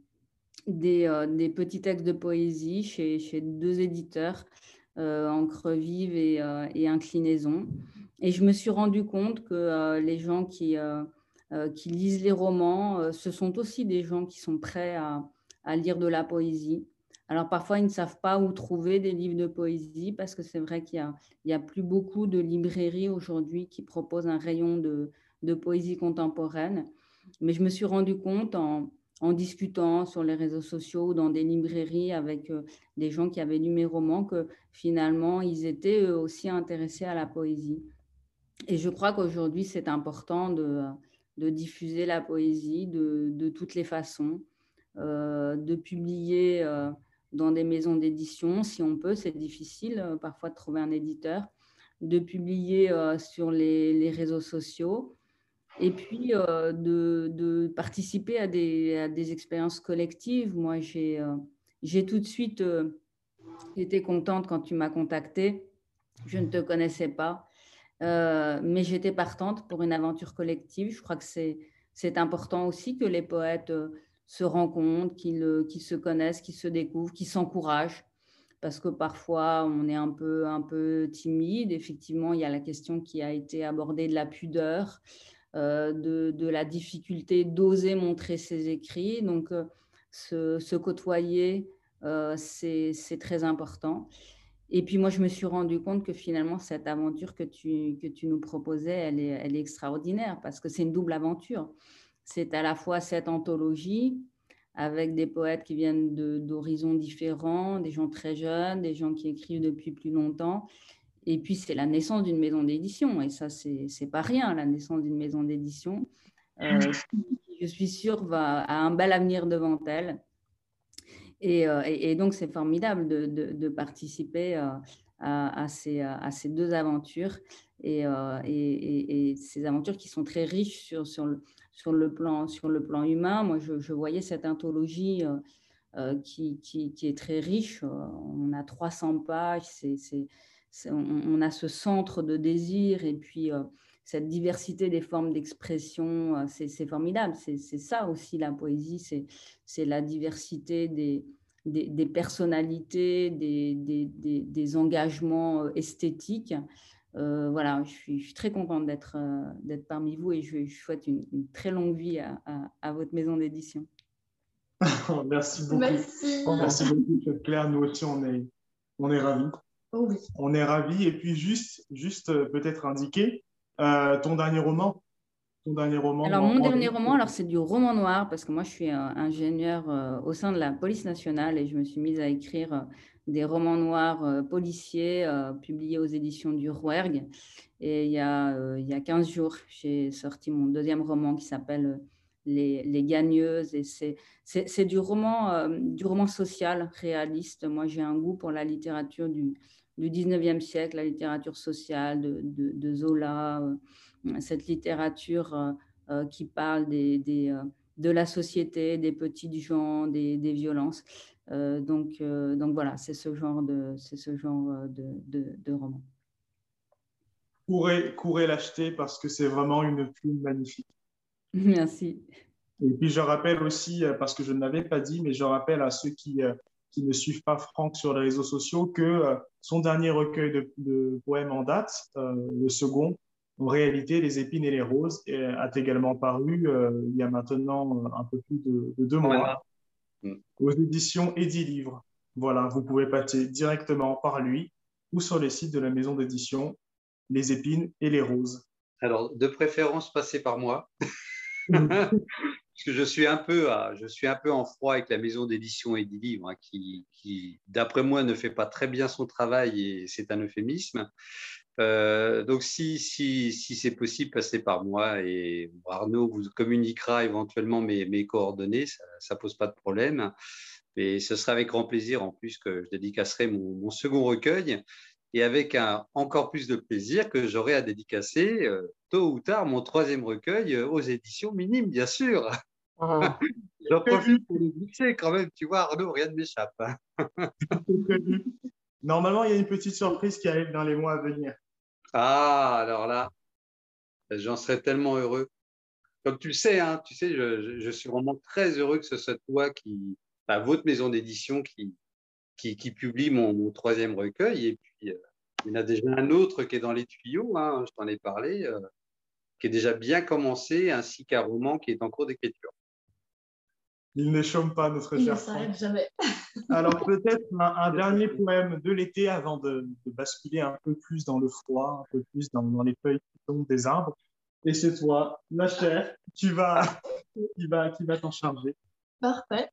des petits textes de poésie chez deux éditeurs, Encre Vive et Inclinaison. Et je me suis rendu compte que les gens qui lisent les romans, ce sont aussi des gens qui sont prêts à lire de la poésie. Alors parfois, ils ne savent pas où trouver des livres de poésie parce que c'est vrai qu'il y a plus beaucoup de librairies aujourd'hui qui proposent un rayon de poésie contemporaine. Mais je me suis rendu compte en discutant sur les réseaux sociaux ou dans des librairies avec des gens qui avaient lu mes romans que finalement, ils étaient eux aussi intéressés à la poésie. Et je crois qu'aujourd'hui, c'est important de diffuser la poésie de toutes les façons, de publier dans des maisons d'édition, si on peut, c'est difficile parfois de trouver un éditeur, de publier sur les réseaux sociaux, et puis de participer à des expériences collectives. Moi, j'ai tout de suite été contente quand tu m'as contactée. Je ne te connaissais pas, mais j'étais partante pour une aventure collective. Je crois que c'est important aussi que les poètes se rencontrent, qu'ils se connaissent, qu'ils se découvrent, qu'ils s'encouragent. Parce que parfois, on est un peu timide. Effectivement, il y a la question qui a été abordée de la pudeur, de la difficulté d'oser montrer ses écrits. Donc, se côtoyer, c'est très important. Et puis, moi, je me suis rendu compte que finalement, cette aventure que tu nous proposais, elle est extraordinaire parce que c'est une double aventure. C'est à la fois cette anthologie, avec des poètes qui viennent d'horizons différents, des gens très jeunes, des gens qui écrivent depuis plus longtemps. Et puis, c'est la naissance d'une maison d'édition. Et ça, c'est pas rien, la naissance d'une maison d'édition. Je suis sûre, a un bel avenir devant elle. Et donc, c'est formidable de participer à ces deux aventures et ces aventures qui sont très riches sur le plan humain. Moi, je voyais cette anthologie qui est très riche. On a 300 pages, on a ce centre de désir et puis cette diversité des formes d'expression, c'est formidable. C'est ça aussi la poésie, c'est la diversité des personnalités, des engagements esthétiques. Voilà, je suis très contente d'être parmi vous et je souhaite une très longue vie à votre maison d'édition. Merci beaucoup. Merci beaucoup, Claire. Nous aussi, on est ravis. Oh oui. On est ravis. Et puis, juste peut-être indiquer ton dernier roman. Alors, mon dernier roman, c'est du roman noir, parce que moi, je suis ingénieure au sein de la police nationale et je me suis mise à écrire des romans noirs policiers publiés aux éditions du Rouergue. Et il y a 15 jours, j'ai sorti mon deuxième roman qui s'appelle Les Gagneuses. Et c'est du roman social, réaliste. Moi, j'ai un goût pour la littérature du 19e siècle, la littérature sociale de Zola, cette littérature qui parle de la société, des petites gens, des violences. Donc voilà, c'est ce genre de roman. Courez l'acheter parce que c'est vraiment une plume magnifique. Merci. Et puis je rappelle aussi, parce que je ne l'avais pas dit, mais je rappelle à ceux qui ne suivent pas Franck sur les réseaux sociaux que son dernier recueil de poèmes en date, le second, en réalité, Les épines et les roses, a également paru il y a maintenant un peu plus de 2 mois aux éditions Edilivre. Voilà, vous pouvez passer directement par lui ou sur les sites de la maison d'édition Les épines et les roses. Alors, de préférence, passez par moi. Parce que je suis un peu en froid avec la maison d'édition Edilivre, hein, qui, d'après moi, ne fait pas très bien son travail et c'est un euphémisme. Donc, si c'est possible, passez par moi et Arnaud vous communiquera éventuellement mes coordonnées, ça pose pas de problème. Et ce sera avec grand plaisir en plus que je dédicacerai mon second recueil et avec encore plus de plaisir que j'aurai à dédicacer tôt ou tard mon troisième recueil aux éditions Minimes, bien sûr. J'en profite pour le glisser quand même, tu vois Arnaud, rien ne m'échappe. Normalement, il y a une petite surprise qui arrive dans les mois à venir. Ah, alors là, j'en serais tellement heureux. Comme tu le sais, hein, je suis vraiment très heureux que ce soit toi votre maison d'édition qui publie mon troisième recueil. Et puis, il y en a déjà un autre qui est dans les tuyaux, hein, je t'en ai parlé, qui est déjà bien commencé, ainsi qu'un roman qui est en cours d'écriture. Il ne chôme pas, notre cher Franck. Il ne s'arrête jamais. Alors, peut-être un dernier poème de l'été avant de basculer un peu plus dans le froid, un peu plus dans les feuilles qui tombent des arbres. Et c'est toi, la chère, qui va t'en charger. Parfait.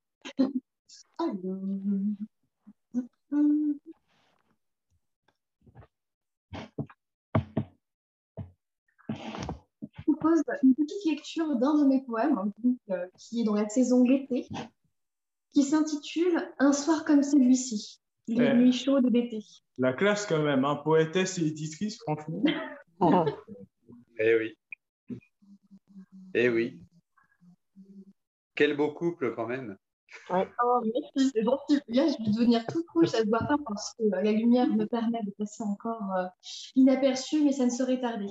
Je vous propose une petite lecture d'un de mes poèmes, qui est dans la saison d'été, qui s'intitule « Un soir comme celui-ci, les nuits chaudes d'été ». La classe quand même, hein, poétesse et éditrice, franchement. Eh oui. Eh oui. Quel beau couple quand même. Ouais. Oh, merci, c'est gentil. Là, je vais devenir toute rouge, ça ne se voit pas parce que la lumière me permet de passer encore inaperçu, mais ça ne saurait tarder.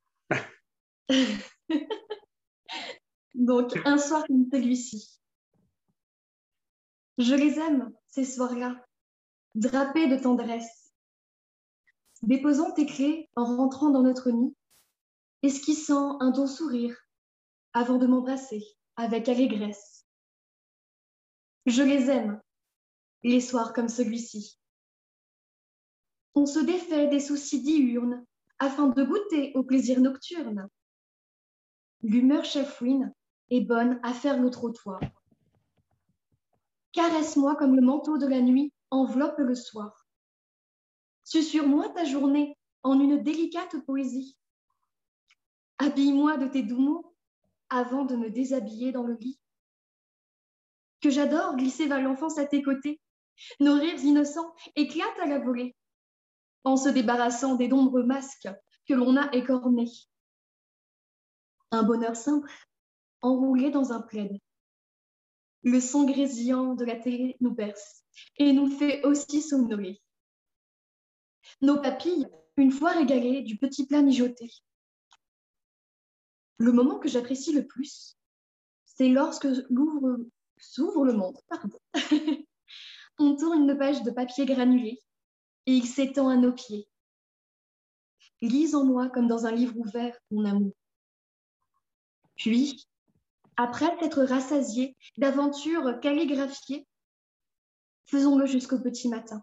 Donc, un soir comme celui-ci. Je les aime, ces soirs-là, drapés de tendresse. Déposant tes clés en rentrant dans notre nid, esquissant un doux sourire avant de m'embrasser avec allégresse. Je les aime, les soirs comme celui-ci. On se défait des soucis diurnes afin de goûter au plaisir nocturne. L'humeur chafouine est bonne à faire le trottoir. Caresse-moi comme le manteau de la nuit enveloppe le soir. Susurre-moi ta journée en une délicate poésie. Habille-moi de tes doux mots avant de me déshabiller dans le lit. Que j'adore glisser vers l'enfance à tes côtés. Nos rires innocents éclatent à la volée, en se débarrassant des nombreux masques que l'on a écornés. Un bonheur simple, enroulé dans un plaid. Le son grésillant de la télé nous berce et nous fait aussi somnoler. Nos papilles, une fois régalées du petit plat mijoté. Le moment que j'apprécie le plus, c'est lorsque s'ouvre le monde. Pardon. On tourne une page de papier granulé et il s'étend à nos pieds. Lise en moi comme dans un livre ouvert, mon amour. Puis, après s'être rassasié d'aventures calligraphiées, faisons-le jusqu'au petit matin.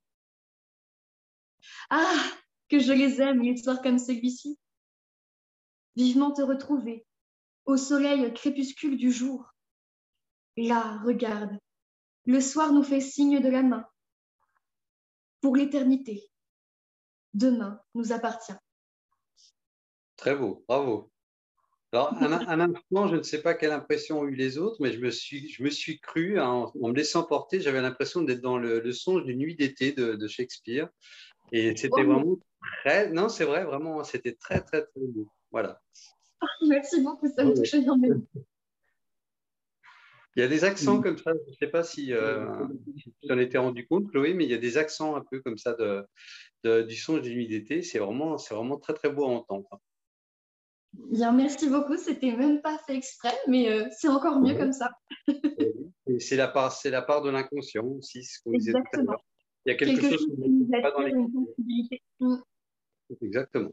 Ah, que je les aime, les soirs comme celui-ci. Vivement te retrouver, au soleil crépuscule du jour. Là, regarde, le soir nous fait signe de la main. Pour l'éternité, demain nous appartient. Très beau, bravo. Alors, un instant, je ne sais pas quelle impression ont eu les autres, mais je me suis cru, en me laissant porter, j'avais l'impression d'être dans le songe d'une nuit d'été de Shakespeare. Et c'était vraiment très... Non, c'est vrai, vraiment, c'était très, très, très beau. Voilà. Merci beaucoup, ça me touche énormément. Il y a des accents comme ça, je ne sais pas si tu en étais rendu compte, Chloé, mais il y a des accents un peu comme ça du songe d'une nuit d'été. C'est vraiment très, très beau à entendre. Bien, merci beaucoup. C'était même pas fait exprès, mais c'est encore mieux comme ça. Et c'est la part de l'inconscient aussi, ce qu'on disait tout à l'heure. Il y a quelque chose qui nous attire, une sensibilité. Exactement.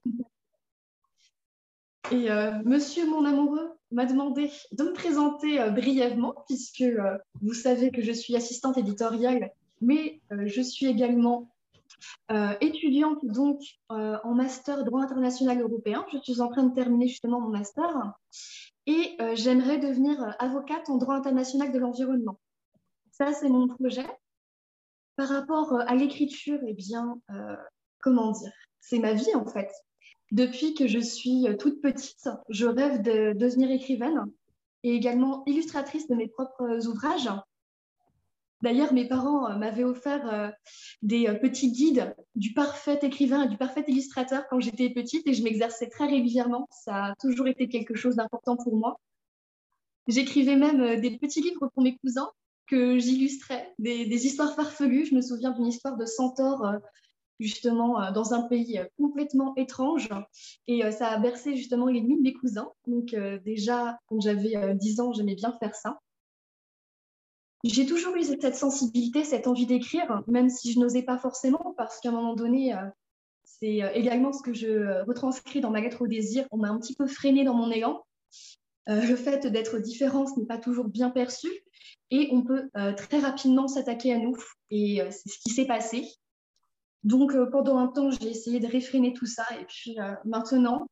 Et monsieur mon amoureux m'a demandé de me présenter brièvement, puisque vous savez que je suis assistante éditoriale, mais je suis également étudiante donc en master droit international européen. Je suis en train de terminer justement mon master et j'aimerais devenir avocate en droit international de l'environnement. Ça, c'est mon projet. Par rapport à l'écriture, eh bien, comment dire, c'est ma vie en fait. Depuis que je suis toute petite, je rêve de devenir écrivaine et également illustratrice de mes propres ouvrages. D'ailleurs, mes parents m'avaient offert des petits guides du parfait écrivain et du parfait illustrateur quand j'étais petite et je m'exerçais très régulièrement. Ça a toujours été quelque chose d'important pour moi. J'écrivais même des petits livres pour mes cousins que j'illustrais, des histoires farfelues. Je me souviens d'une histoire de centaure justement dans un pays complètement étrange et ça a bercé justement les nuits de mes cousins. Donc déjà, quand j'avais 10 ans, j'aimais bien faire ça. J'ai toujours eu cette sensibilité, cette envie d'écrire, même si je n'osais pas forcément, parce qu'à un moment donné, c'est également ce que je retranscris dans ma lettre au désir. On m'a un petit peu freinée dans mon élan. Le fait d'être différent, ce n'est pas toujours bien perçu et on peut très rapidement s'attaquer à nous. Et c'est ce qui s'est passé. Donc, pendant un temps, j'ai essayé de réfréner tout ça. Et puis maintenant,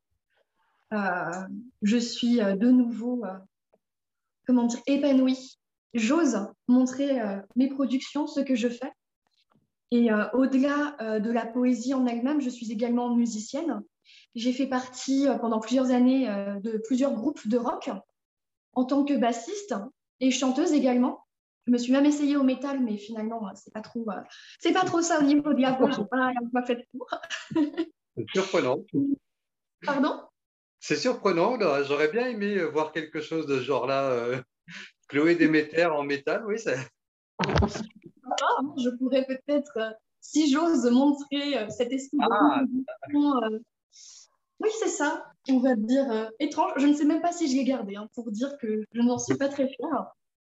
je suis de nouveau, comment dire, épanouie. J'ose montrer mes productions, ce que je fais. Et au-delà de la poésie en elle-même, je suis également musicienne. J'ai fait partie pendant plusieurs années de plusieurs groupes de rock en tant que bassiste et chanteuse également. Je me suis même essayée au métal, mais finalement, c'est pas trop ça au niveau de la voix. J'ai pas fait de cours. C'est surprenant. Pardon? C'est surprenant. J'aurais bien aimé voir quelque chose de ce genre-là. Chloé Demeter en métal, oui, ça. Je pourrais peut-être, si j'ose, montrer cette espèce de oui, c'est ça, on va dire étrange. Je ne sais même pas si je l'ai gardé, pour dire que je n'en suis pas très fière.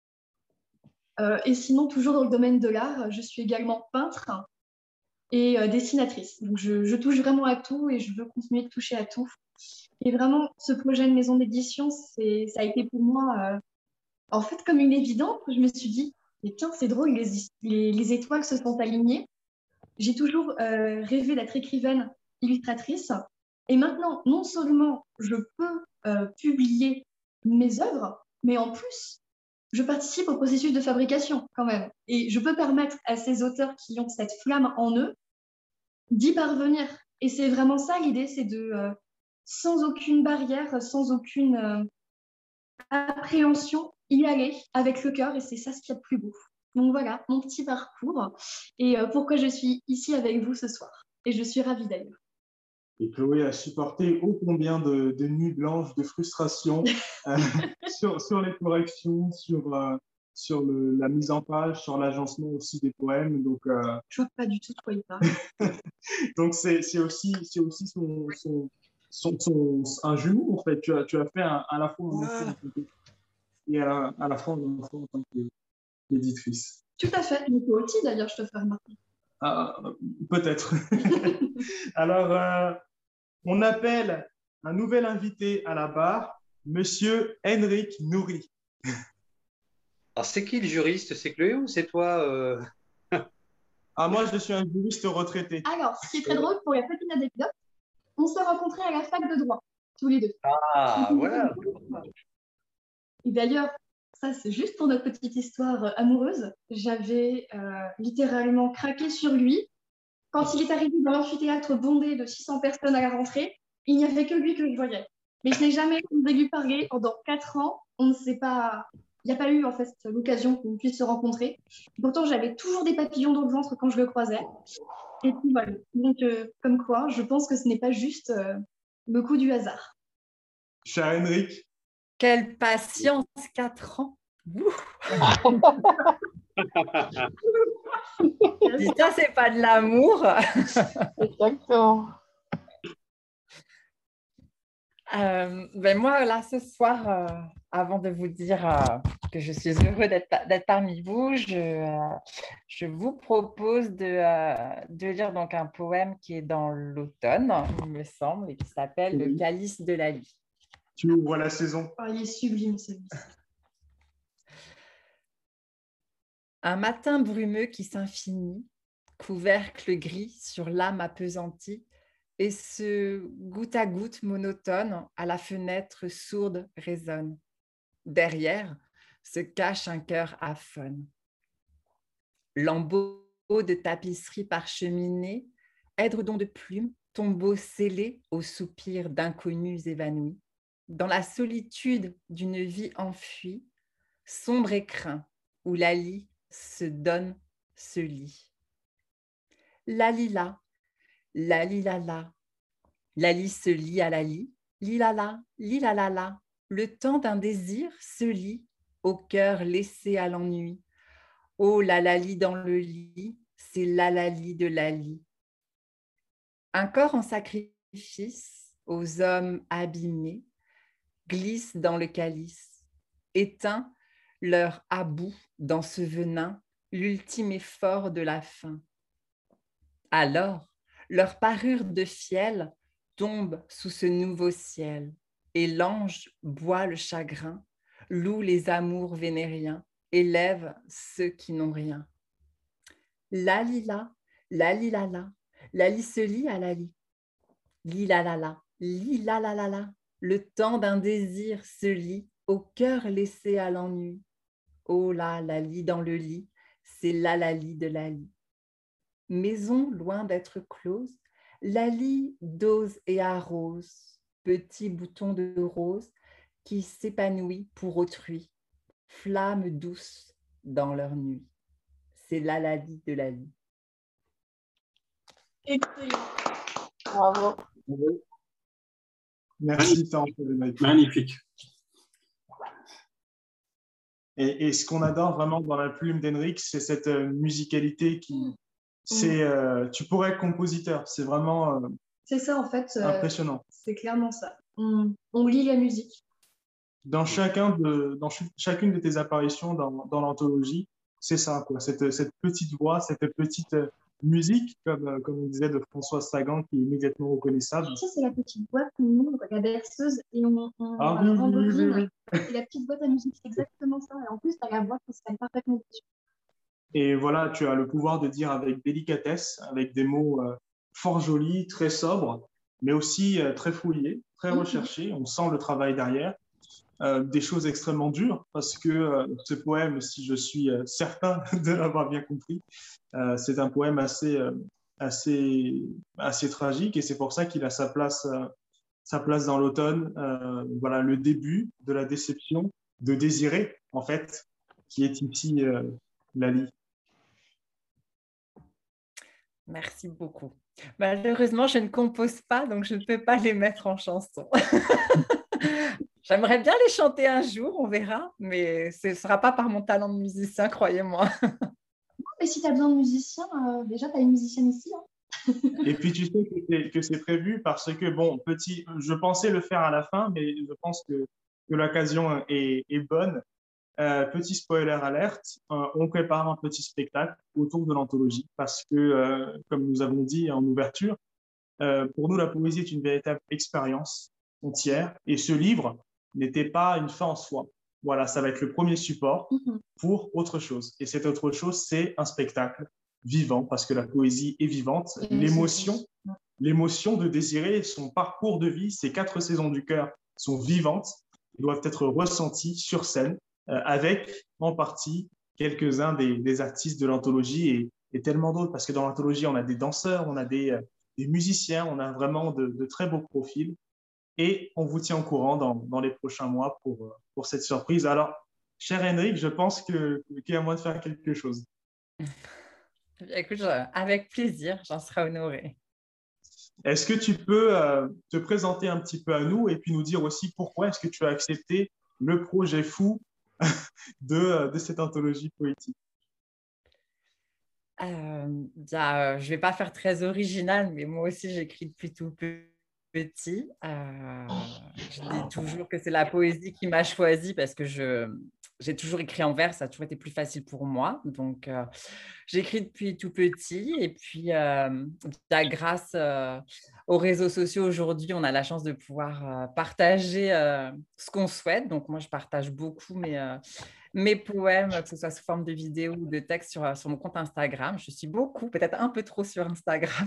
Et sinon, toujours dans le domaine de l'art, je suis également peintre et dessinatrice. Donc, je touche vraiment à tout et je veux continuer de toucher à tout. Et vraiment, ce projet de maison d'édition, ça a été pour moi, en fait, comme une évidence. Je me suis dit, mais tiens, c'est drôle, les étoiles se sont alignées. J'ai toujours rêvé d'être écrivaine, illustratrice. Et maintenant, non seulement je peux publier mes œuvres, mais en plus, je participe au processus de fabrication quand même. Et je peux permettre à ces auteurs qui ont cette flamme en eux d'y parvenir. Et c'est vraiment ça l'idée, c'est de, sans aucune barrière, sans aucune appréhension, y aller avec le cœur. Et c'est ça ce qu'il y a de plus beau. Donc voilà, mon petit parcours et pourquoi je suis ici avec vous ce soir. Et je suis ravie d'ailleurs. Et Chloé a supporté ô combien de nuits blanches de frustration sur les corrections, sur la mise en page, sur l'agencement aussi des poèmes. Donc, je vois pas du tout de quoi il parle. Donc, c'est aussi un genou, en fait. Tu as fait à la fois un enfant et à la fois un enfant en tant qu'éditrice. Tout à fait. Mais toi aussi, d'ailleurs, je te fais remarquer. Peut-être. Alors, on appelle un nouvel invité à la barre, Monsieur Henrik Nouri. Alors, c'est qui le juriste? C'est Chloé ou c'est toi Moi, je suis un juriste retraité. Alors, ce qui est très drôle, pour la petite anecdote, on s'est rencontrés à la fac de droit, tous les deux. Ah, voilà. Et d'ailleurs, ça, c'est juste pour notre petite histoire amoureuse. J'avais littéralement craqué sur lui. Quand il est arrivé dans l'amphithéâtre bondé de 600 personnes à la rentrée, il n'y avait que lui que je voyais. Mais je n'ai jamais osé lui parler. Pendant 4 ans, on ne sait pas... Il n'y a pas eu en fait l'occasion qu'on puisse se rencontrer. Pourtant, j'avais toujours des papillons dans le ventre quand je le croisais. Et puis voilà. Donc, comme quoi, je pense que ce n'est pas juste le coup du hasard. Cher Henrik. Quelle patience, 4 ans. Si ça, c'est pas de l'amour. Exactement. Moi, là, ce soir, avant de vous dire que je suis heureux d'être parmi vous, je vous propose de lire donc un poème qui est dans l'automne, il me semble, et qui s'appelle Le Calice de Laly. Tu ouvres la saison. Il est sublime, celui-ci. Un matin brumeux qui s'infinit, couvercle gris sur l'âme appesantie, et ce goutte à goutte monotone à la fenêtre sourde résonne. Derrière se cache un cœur aphone. Lambeaux de tapisserie parcheminée, édredons de plumes, tombeaux scellés aux soupirs d'inconnus évanouis. Dans la solitude d'une vie enfuie, sombre écrin où Laly se donne, se lit. Lalila, lalilala, Laly se lie à Laly, lilala, lilalala, le temps d'un désir se lie au cœur laissé à l'ennui. Oh la Laly dans le lit, c'est la Laly de Laly. Un corps en sacrifice aux hommes abîmés glisse dans le calice, éteint leur about dans ce venin, l'ultime effort de la faim. Alors, leur parure de fiel tombe sous ce nouveau ciel, et l'ange boit le chagrin, loue les amours vénériens, élève ceux qui n'ont rien. Lalila, lalilala, Laly se lie à Laly. Lilalala, lilalalala, le temps d'un désir se lie au cœur laissé à l'ennui. Oh là, Laly dans le lit, c'est la Laly de Laly. Maison loin d'être close, Laly dose et arrose, petit bouton de rose qui s'épanouit pour autrui, flamme douce dans leur nuit. C'est la Laly de Laly. Excellent. Bravo. Merci, magnifique. Et ce qu'on adore vraiment dans la plume d'Henrik, c'est cette musicalité qui... tu pourrais être compositeur, c'est vraiment c'est ça en fait, impressionnant. C'est clairement ça. On lit la musique. Dans chacune de tes apparitions dans l'anthologie, c'est ça, quoi. Cette petite voix, cette petite musique, comme on disait de François Sagan, qui est immédiatement reconnaissable. Ça, c'est la petite boîte qu'on ouvre, la berceuse, et on oui. C'est la petite boîte à musique, c'est exactement ça. Et en plus, tu as la voix qui se calme parfaitement dessus. Et voilà, tu as le pouvoir de dire avec délicatesse, avec des mots fort jolis, très sobres, mais aussi très fouillés, très recherchés. On sent le travail derrière. des choses extrêmement dures, parce que ce poème, si je suis certain de l'avoir bien compris, c'est un poème assez tragique, et c'est pour ça qu'il a sa place dans l'automne. Voilà, le début de la déception de Désiré, en fait, qui est ici Lali. Merci beaucoup. Malheureusement, je ne compose pas, donc je ne peux pas les mettre en chanson. J'aimerais bien les chanter un jour, on verra, mais ce ne sera pas par mon talent de musicien, croyez-moi. Mais si tu as besoin de musiciens, déjà, tu as une musicienne ici. Hein. Et puis, tu sais que c'est prévu parce que, bon, je pensais le faire à la fin, mais je pense que l'occasion est bonne. Petit spoiler alerte, on prépare un petit spectacle autour de l'anthologie parce que, comme nous avons dit en ouverture, pour nous, la poésie est une véritable expérience entière et ce livre n'était pas une fin en soi. Voilà, ça va être le premier support pour autre chose. Et cette autre chose, c'est un spectacle vivant parce que la poésie est vivante. L'émotion de Désiré, son parcours de vie, ses 4 saisons du cœur sont vivantes et doivent être ressenties sur scène avec en partie quelques-uns des artistes de l'anthologie et tellement d'autres parce que dans l'anthologie, on a des danseurs, on a des musiciens, on a vraiment de très beaux profils. Et on vous tient au courant dans les prochains mois pour cette surprise. Alors, cher Henrik, je pense qu'il y a moyen de faire quelque chose. Écoute, avec plaisir, j'en serai honorée. Est-ce que tu peux te présenter un petit peu à nous et puis nous dire aussi pourquoi est-ce que tu as accepté le projet fou de cette anthologie poétique? Je ne vais pas faire très original, mais moi aussi, j'écris depuis tout petit. Je dis toujours que c'est la poésie qui m'a choisie parce que j'ai toujours écrit en vers, ça a toujours été plus facile pour moi. Donc, j'écris depuis tout petit. Et puis, grâce aux réseaux sociaux aujourd'hui, on a la chance de pouvoir partager ce qu'on souhaite. Donc, moi, je partage beaucoup mes poèmes, que ce soit sous forme de vidéo ou de texte sur mon compte Instagram. Je suis beaucoup, peut-être un peu trop sur Instagram.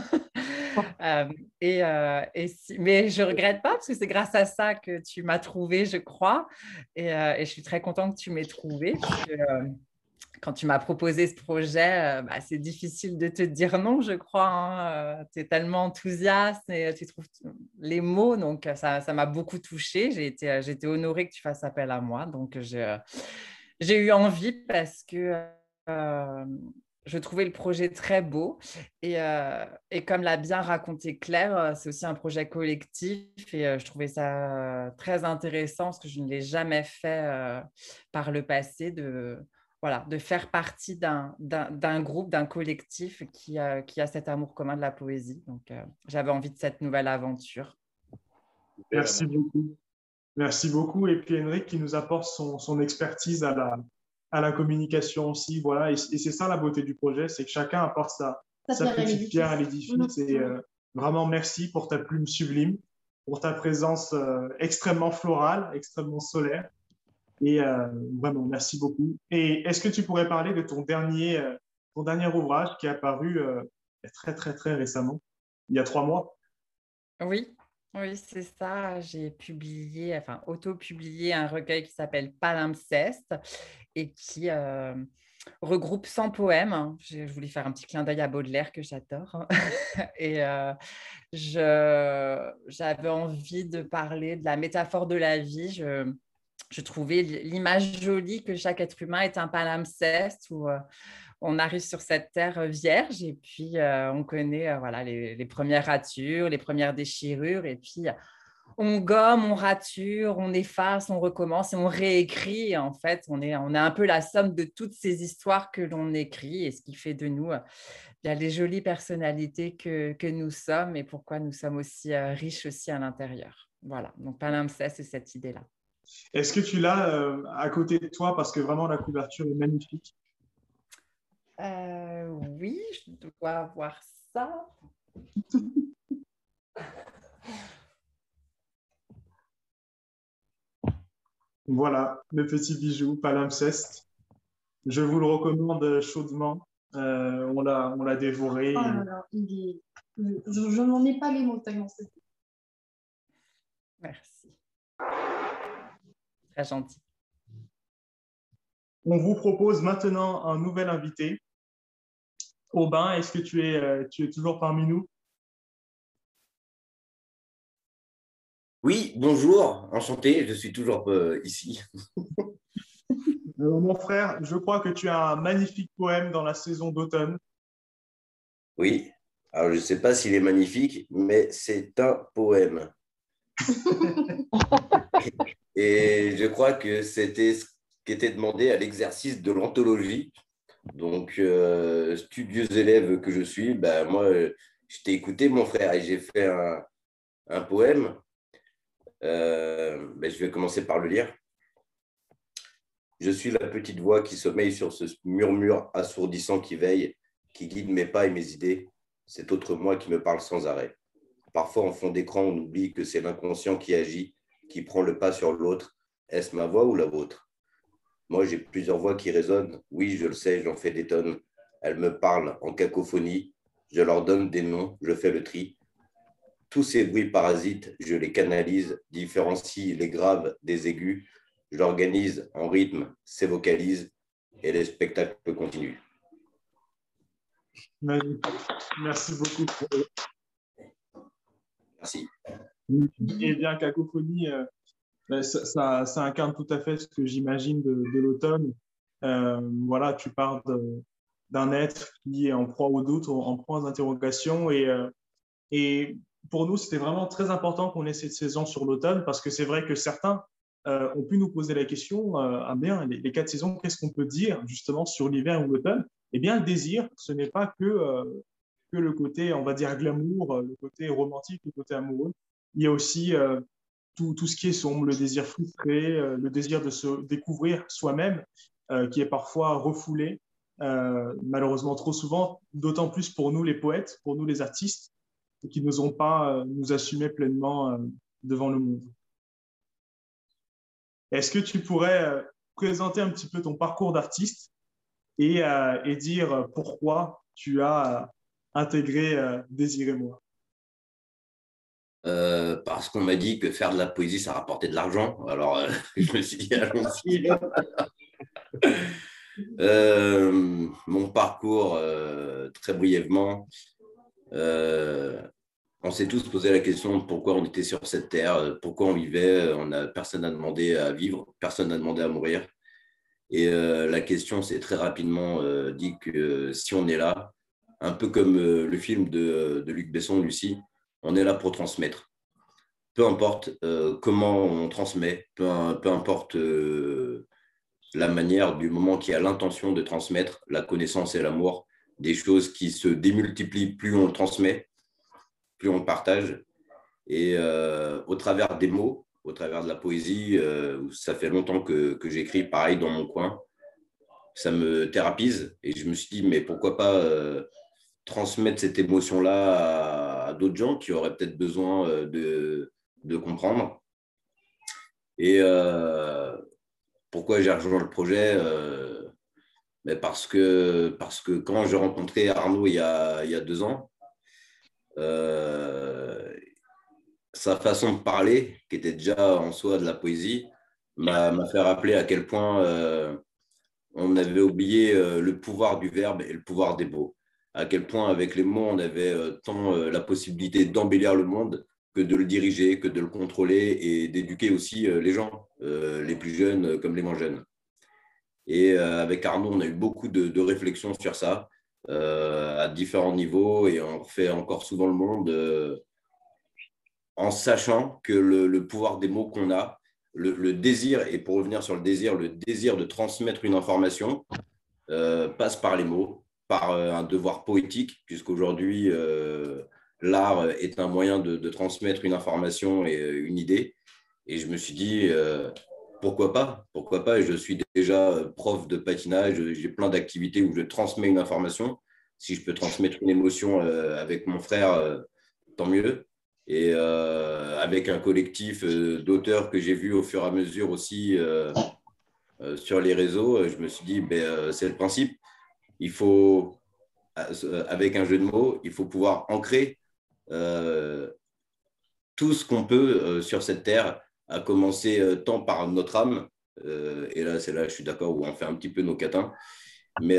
Mais je ne regrette pas parce que c'est grâce à ça que tu m'as trouvée, je crois. Et je suis très contente que tu m'aies trouvée. Parce que, quand tu m'as proposé ce projet, c'est difficile de te dire non, je crois. Hein. Tu es tellement enthousiaste et tu trouves les mots. Donc, ça m'a beaucoup touchée. J'ai été honorée que tu fasses appel à moi. Donc, j'ai eu envie parce que je trouvais le projet très beau. Et comme l'a bien raconté Claire, c'est aussi un projet collectif. Et je trouvais ça très intéressant parce que je ne l'ai jamais fait par le passé de faire partie d'un groupe, d'un collectif qui a cet amour commun de la poésie. Donc, j'avais envie de cette nouvelle aventure. Merci beaucoup. Merci beaucoup. Et puis, Henrik qui nous apporte son expertise à la communication aussi. Voilà. Et c'est ça la beauté du projet, c'est que chacun apporte sa petite pierre à l'édifice. Et vraiment, merci pour ta plume sublime, pour ta présence extrêmement florale, extrêmement solaire. Et vraiment, merci beaucoup. Et est-ce que tu pourrais parler de ton dernier ouvrage qui est apparu très, très, très récemment, il y a 3 mois? Oui, c'est ça. J'ai auto-publié un recueil qui s'appelle Palimpseste et qui regroupe 100 poèmes. Je voulais faire un petit clin d'œil à Baudelaire que j'adore. Et j'avais envie de parler de la métaphore de la vie. Je trouvais l'image jolie que chaque être humain est un palimpseste où on arrive sur cette terre vierge et puis on connaît les premières ratures, les premières déchirures et puis on gomme, on rature, on efface, on recommence et on réécrit. Et en fait, on est un peu la somme de toutes ces histoires que l'on écrit et ce qui fait de nous les jolies personnalités que nous sommes et pourquoi nous sommes aussi riches aussi à l'intérieur. Voilà, donc palimpseste, c'est cette idée-là. Est-ce que tu l'as à côté de toi parce que vraiment la couverture est magnifique? Oui, je dois avoir ça. Voilà, le petit bijou palimpseste. Je vous le recommande chaudement. On l'a dévoré. Oh là là, je n'en ai pas les mots tellement c'est. Merci. Très gentil. On vous propose maintenant un nouvel invité. Aubin, est-ce que tu es toujours parmi nous? Oui, bonjour, enchanté, je suis toujours ici. Mon frère, je crois que tu as un magnifique poème dans la saison d'automne. Oui, alors je ne sais pas s'il est magnifique, mais c'est un poème. Et je crois que c'était ce qui était demandé à l'exercice de l'anthologie. Donc, studieux élève que je suis, ben, moi, je t'ai écouté, mon frère, et j'ai fait un poème. Ben, je vais commencer par le lire. Je suis la petite voix qui sommeille sur ce murmure assourdissant qui veille, qui guide mes pas et mes idées. Cet autre moi qui me parle sans arrêt. Parfois, en fond d'écran, on oublie que c'est l'inconscient qui agit, qui prend le pas sur l'autre. Est-ce ma voix ou la vôtre? Moi, j'ai plusieurs voix qui résonnent. Oui, je le sais, j'en fais des tonnes. Elles me parlent en cacophonie. Je leur donne des noms, je fais le tri. Tous ces bruits parasites, je les canalise, différencie les graves des aigus. Je l'organise en rythme, ces vocalises, et les spectacles continuent. Merci beaucoup. Merci. Eh bien, cacophonie, ça incarne tout à fait ce que j'imagine de l'automne. Voilà, tu parles d'un être qui est en proie au doute, en proie aux interrogations. Et pour nous, c'était vraiment très important qu'on ait cette saison sur l'automne parce que c'est vrai que certains ont pu nous poser la question, ah bien, les 4 saisons, qu'est-ce qu'on peut dire justement sur l'hiver ou l'automne? Eh bien, le désir, ce n'est pas que le côté, on va dire, glamour, le côté romantique, le côté amoureux. Il y a aussi tout ce qui est sombre, le désir frustré, le désir de se découvrir soi-même, qui est parfois refoulé, malheureusement trop souvent, d'autant plus pour nous les poètes, pour nous les artistes, qui n'osons pas nous assumer pleinement devant le monde. Est-ce que tu pourrais présenter un petit peu ton parcours d'artiste et dire pourquoi tu as intégré Désirez-moi? Parce qu'on m'a dit que faire de la poésie, ça rapportait de l'argent. Alors, je me suis dit, allons-y. Mon parcours, très brièvement, on s'est tous posé la question de pourquoi on était sur cette terre, pourquoi on vivait. Personne n'a demandé à vivre, personne n'a demandé à mourir. Et la question s'est très rapidement dit que si on est là, un peu comme le film de Luc Besson, Lucie, on est là pour transmettre. Peu importe comment on transmet, peu importe la manière, du moment qu'il y a l'intention de transmettre la connaissance et l'amour, des choses qui se démultiplient, plus on le transmet, plus on le partage. Et au travers des mots, au travers de la poésie, ça fait longtemps que j'écris pareil dans mon coin, ça me thérapise. Et je me suis dit, mais pourquoi pas transmettre cette émotion-là à d'autres gens qui auraient peut-être besoin de comprendre. Et pourquoi j'ai rejoint le projet mais parce que quand j'ai rencontré Arnaud il y a 2 ans, sa façon de parler, qui était déjà en soi de la poésie, m'a fait rappeler à quel point on avait oublié le pouvoir du verbe et le pouvoir des mots. À quel point, avec les mots, on avait tant la possibilité d'embellir le monde que de le diriger, que de le contrôler et d'éduquer aussi les gens, les plus jeunes comme les moins jeunes. Et avec Arnaud, on a eu beaucoup de réflexions sur ça, à différents niveaux, et on refait encore souvent le monde en sachant que le pouvoir des mots qu'on a, le désir, et pour revenir sur le désir de transmettre une information passe par les mots, par un devoir poétique, puisqu'aujourd'hui, l'art est un moyen de transmettre une information et une idée. Et je me suis dit, pourquoi pas? Et je suis déjà prof de patinage, j'ai plein d'activités où je transmets une information. Si je peux transmettre une émotion avec mon frère, tant mieux. Et avec un collectif d'auteurs que j'ai vu au fur et à mesure aussi sur les réseaux, je me suis dit, c'est le principe. Il faut, avec un jeu de mots, il faut pouvoir ancrer tout ce qu'on peut sur cette terre à commencer tant par notre âme, et là, c'est là que je suis d'accord, où on fait un petit peu nos catins, mais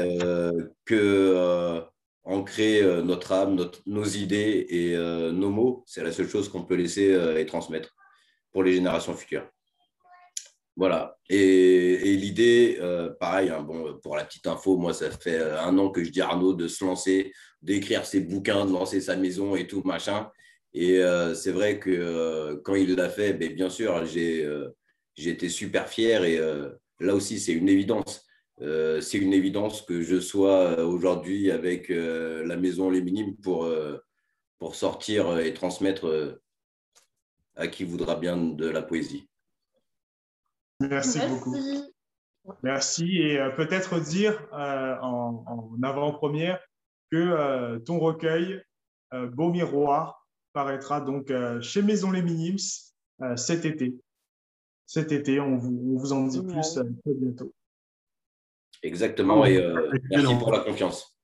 ancrer notre âme, nos idées et nos mots, c'est la seule chose qu'on peut laisser et transmettre pour les générations futures. Voilà. Et l'idée, pareil, hein, bon, pour la petite info, moi, ça fait 1 an que je dis à Arnaud de se lancer, d'écrire ses bouquins, de lancer sa maison et tout, machin. Et c'est vrai que quand il l'a fait, ben, bien sûr, j'ai été super fier. Et là aussi, c'est une évidence. C'est une évidence que je sois aujourd'hui avec la maison Les Minimes pour sortir et transmettre à qui voudra bien de la poésie. Merci beaucoup. Merci. Et peut-être dire en avant-première que ton recueil, Beau Miroir, paraîtra donc chez Maison Les Minimes cet été. Cet été, on vous en dit plus très bientôt. Exactement, et merci pour la confiance.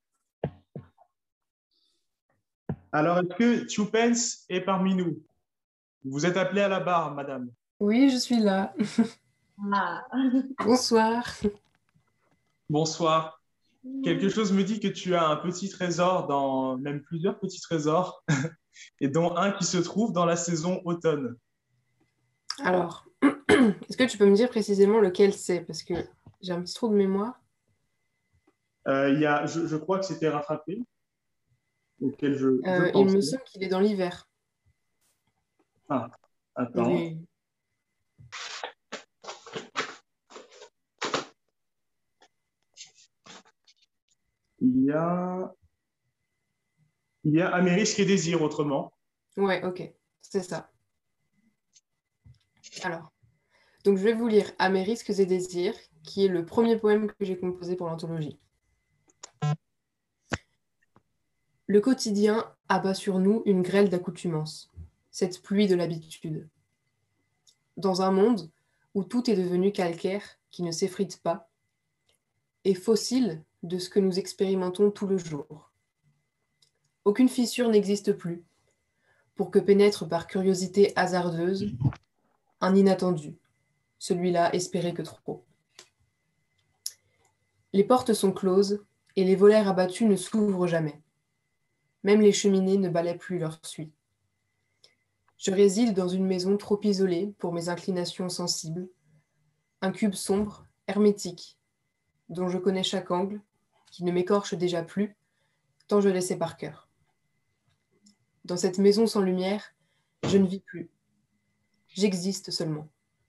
Alors, est-ce que Choupens est parmi nous? Vous êtes appelée à la barre, madame. Oui, je suis là. Ah. Bonsoir. Bonsoir. Quelque chose me dit que tu as un petit trésor, même plusieurs petits trésors, et dont un qui se trouve dans la saison automne. Alors, est-ce que tu peux me dire précisément lequel c'est? Parce que j'ai un petit trou de mémoire. Je crois que c'était Rattrapé, auquel je il me semble qu'il est dans l'hiver. Ah, attends. Oui. Il y a Amérique et Désir, autrement. Ouais, ok, c'est ça. Alors, donc je vais vous lire À mes risques et désirs, qui est le premier poème que j'ai composé pour l'anthologie. Le quotidien abat sur nous une grêle d'accoutumance, cette pluie de l'habitude. Dans un monde où tout est devenu calcaire, qui ne s'effrite pas, et fossile de ce que nous expérimentons tout le jour. Aucune fissure n'existe plus, pour que pénètre par curiosité hasardeuse un inattendu, celui-là espéré que trop. Les portes sont closes et les volets abattus ne s'ouvrent jamais. Même les cheminées ne balaient plus leur suie. Je réside dans une maison trop isolée pour mes inclinations sensibles, un cube sombre, hermétique, dont je connais chaque angle, qui ne m'écorche déjà plus, tant je l'ai sais par cœur. Dans cette maison sans lumière, je ne vis plus. J'existe seulement.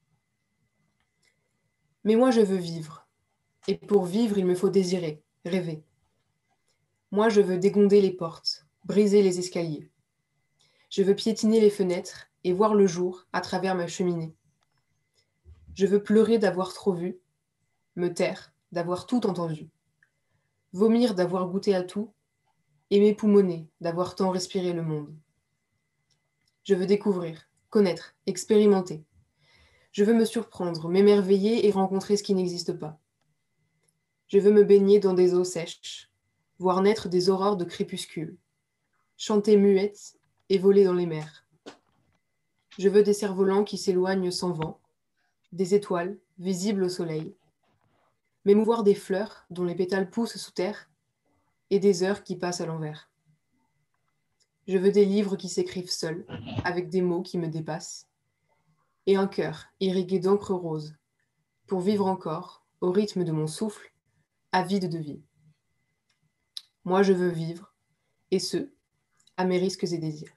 Mais moi, je veux vivre. Et pour vivre, il me faut désirer, rêver. Moi, je veux dégonder les portes, briser les escaliers. Je veux piétiner les fenêtres et voir le jour à travers ma cheminée. Je veux pleurer d'avoir trop vu, me taire d'avoir tout entendu, vomir d'avoir goûté à tout, et m'époumoner d'avoir tant respiré le monde. Je veux découvrir, connaître, expérimenter. Je veux me surprendre, m'émerveiller et rencontrer ce qui n'existe pas. Je veux me baigner dans des eaux sèches, voir naître des aurores de crépuscule, chanter muette et voler dans les mers. Je veux des cerfs-volants qui s'éloignent sans vent, des étoiles visibles au soleil, m'émouvoir des fleurs dont les pétales poussent sous terre et des heures qui passent à l'envers. Je veux des livres qui s'écrivent seuls, avec des mots qui me dépassent, et un cœur irrigué d'encre rose, pour vivre encore, au rythme de mon souffle, avide de vie. Moi, je veux vivre, et ce, à mes risques et désirs.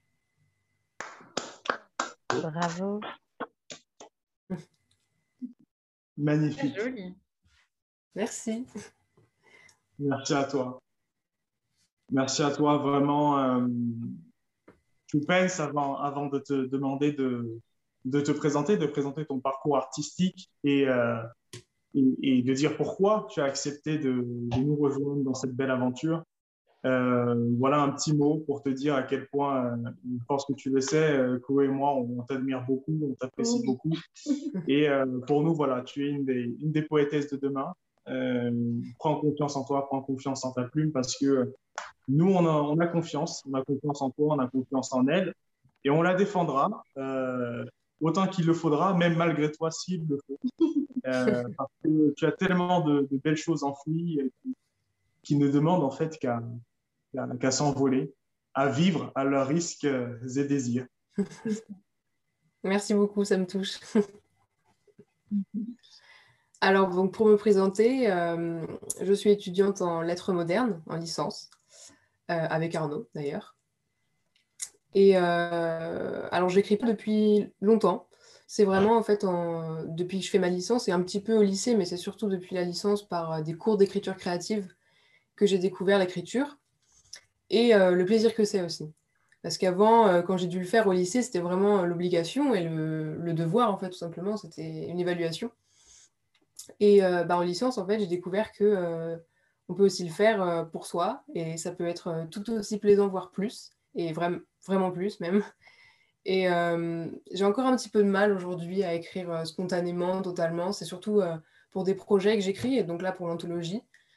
Bravo. Magnifique. C'est joli. Merci. Merci à toi. Merci à toi, vraiment. Choupens, avant de te demander de te présenter, de présenter ton parcours artistique et de dire pourquoi tu as accepté de nous rejoindre dans cette belle aventure. Voilà un petit mot pour te dire à quel point, je pense que tu le sais, Chloé et moi, on t'admire beaucoup, on t'apprécie beaucoup. Et pour nous, voilà, tu es une des poétesses de demain. Prends confiance en toi, prends confiance en ta plume parce que nous, on a confiance en toi, on a confiance en elle et on la défendra autant qu'il le faudra, même malgré toi s'il le faut. Parce que tu as tellement de belles choses enfouies qui ne demandent en fait qu'à s'envoler, à vivre à leurs risques et désirs. Merci beaucoup, ça me touche. Alors, donc, pour me présenter, je suis étudiante en lettres modernes, en licence, avec Arnaud d'ailleurs. Et alors, j'écris pas depuis longtemps. C'est vraiment, en fait, depuis que je fais ma licence et un petit peu au lycée, mais c'est surtout depuis la licence par des cours d'écriture créative que j'ai découvert l'écriture et le plaisir que c'est aussi. Parce qu'avant, quand j'ai dû le faire au lycée, c'était vraiment l'obligation et le devoir, en fait, tout simplement. C'était une évaluation. Et en licence, en fait, j'ai découvert que on peut aussi le faire pour soi et ça peut être tout aussi plaisant, voire plus, et vraiment plus même. Et j'ai encore un petit peu de mal aujourd'hui à écrire spontanément, totalement. C'est surtout pour des projets que j'écris, et donc là pour l'anthologie.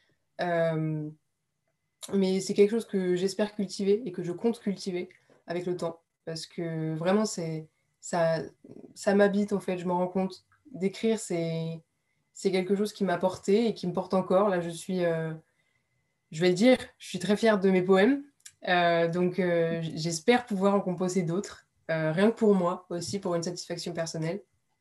Mais c'est quelque chose que j'espère cultiver et que je compte cultiver avec le temps. Parce que vraiment, ça m'habite en fait, je me rends compte. D'écrire, c'est quelque chose qui m'a porté et qui me porte encore. Là, je vais le dire, je suis très fière de mes poèmes. Donc, j'espère pouvoir en composer d'autres, rien que pour moi aussi, pour une satisfaction personnelle.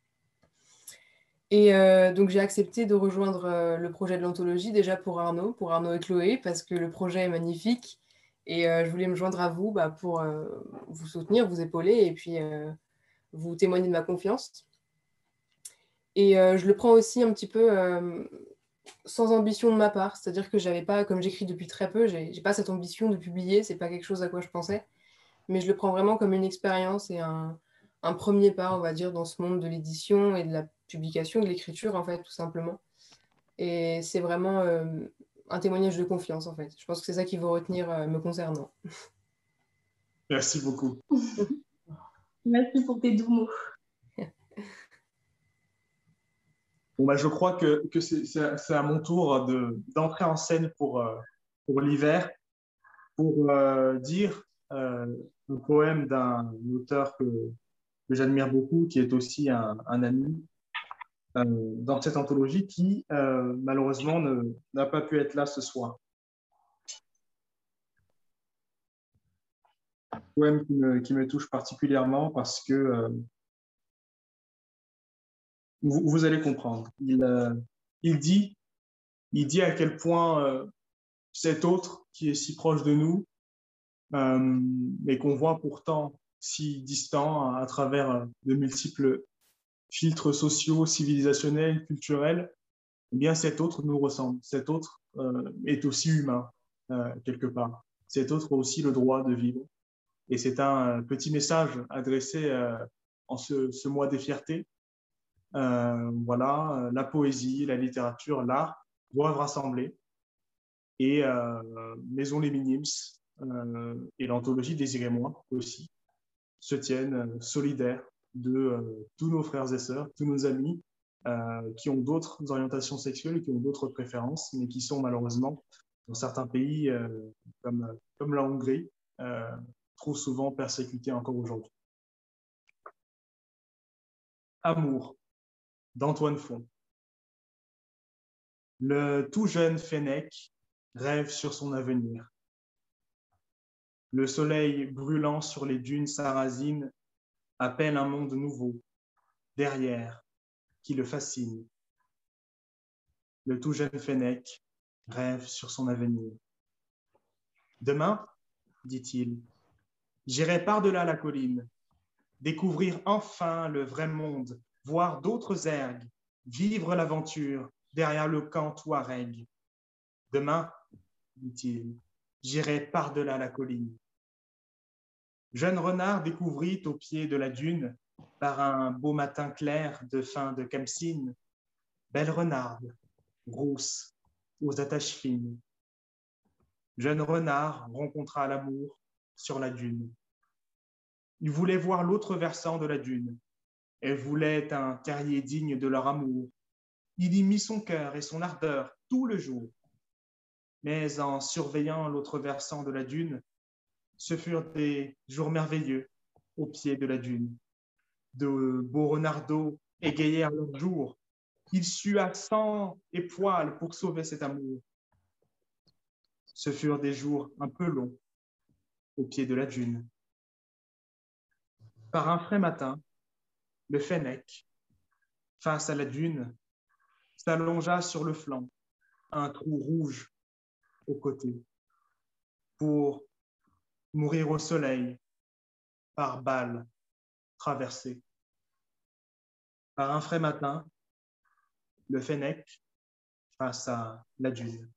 Et donc, j'ai accepté de rejoindre le projet de l'anthologie, déjà pour Arnaud et Chloé, parce que le projet est magnifique. Et je voulais me joindre à vous pour vous soutenir, vous épauler et puis vous témoigner de ma confiance. Et je le prends aussi un petit peu sans ambition de ma part, c'est-à-dire que j'avais pas, comme j'écris depuis très peu, j'ai pas cette ambition de publier, c'est pas quelque chose à quoi je pensais, mais je le prends vraiment comme une expérience et un premier pas, on va dire, dans ce monde de l'édition et de la publication, de l'écriture, en fait, tout simplement. Et c'est vraiment un témoignage de confiance, en fait. Je pense que c'est ça qu'il faut retenir me concernant. Merci beaucoup. Merci pour tes doux mots. Bon, je crois que c'est à mon tour d'entrer en scène pour l'hiver, pour dire un poème d'un auteur que j'admire beaucoup, qui est aussi un ami dans cette anthologie, qui malheureusement n'a pas pu être là ce soir. Un poème qui me touche particulièrement parce que vous allez comprendre. Il dit à quel point cet autre qui est si proche de nous, mais qu'on voit pourtant si distant à travers de multiples filtres sociaux, civilisationnels, culturels, eh bien cet autre nous ressemble. Cet autre est aussi humain, quelque part. Cet autre a aussi le droit de vivre. Et c'est un petit message adressé en ce mois des fiertés. Voilà, la poésie, la littérature, l'art doivent rassembler. Et Maison les Minimes et l'anthologie Désirez-moi aussi se tiennent solidaires de tous nos frères et sœurs, tous nos amis qui ont d'autres orientations sexuelles, qui ont d'autres préférences, mais qui sont malheureusement, dans certains pays comme la Hongrie, trop souvent persécutés encore aujourd'hui. Amour, d'Antoine Font. Le tout jeune Fennec rêve sur son avenir. Le soleil brûlant sur les dunes sarrasines appelle un monde nouveau, derrière, qui le fascine. Le tout jeune Fennec rêve sur son avenir. Demain, dit-il, j'irai par-delà la colline, découvrir enfin le vrai monde, voir d'autres ergues, vivre l'aventure derrière le camp touareg. Demain, dit-il, j'irai par-delà la colline. Jeune renard découvrit au pied de la dune, par un beau matin clair de fin de Khamsine, belle renarde, rousse, aux attaches fines. Jeune renard rencontra l'amour sur la dune. Il voulait voir l'autre versant de la dune. Elle voulait un terrier digne de leur amour. Il y mit son cœur et son ardeur tout le jour. Mais en surveillant l'autre versant de la dune, ce furent des jours merveilleux au pied de la dune. de beaux renardeaux égayèrent leur jour. Il sua sang et poils pour sauver cet amour. Ce furent des jours un peu longs au pied de la dune. Par un frais matin, le fennec, face à la dune, s'allongea sur le flanc, un trou rouge au côté, pour mourir au soleil par balles traversées. Par un frais matin, le fennec face à la dune.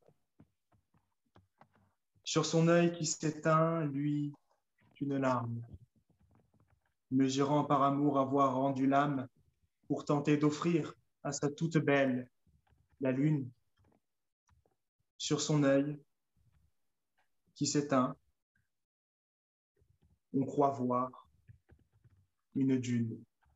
Sur son œil qui s'éteint, lui, une larme, mesurant par amour avoir rendu l'âme pour tenter d'offrir à sa toute belle la lune. Sur son œil qui s'éteint, on croit voir une dune.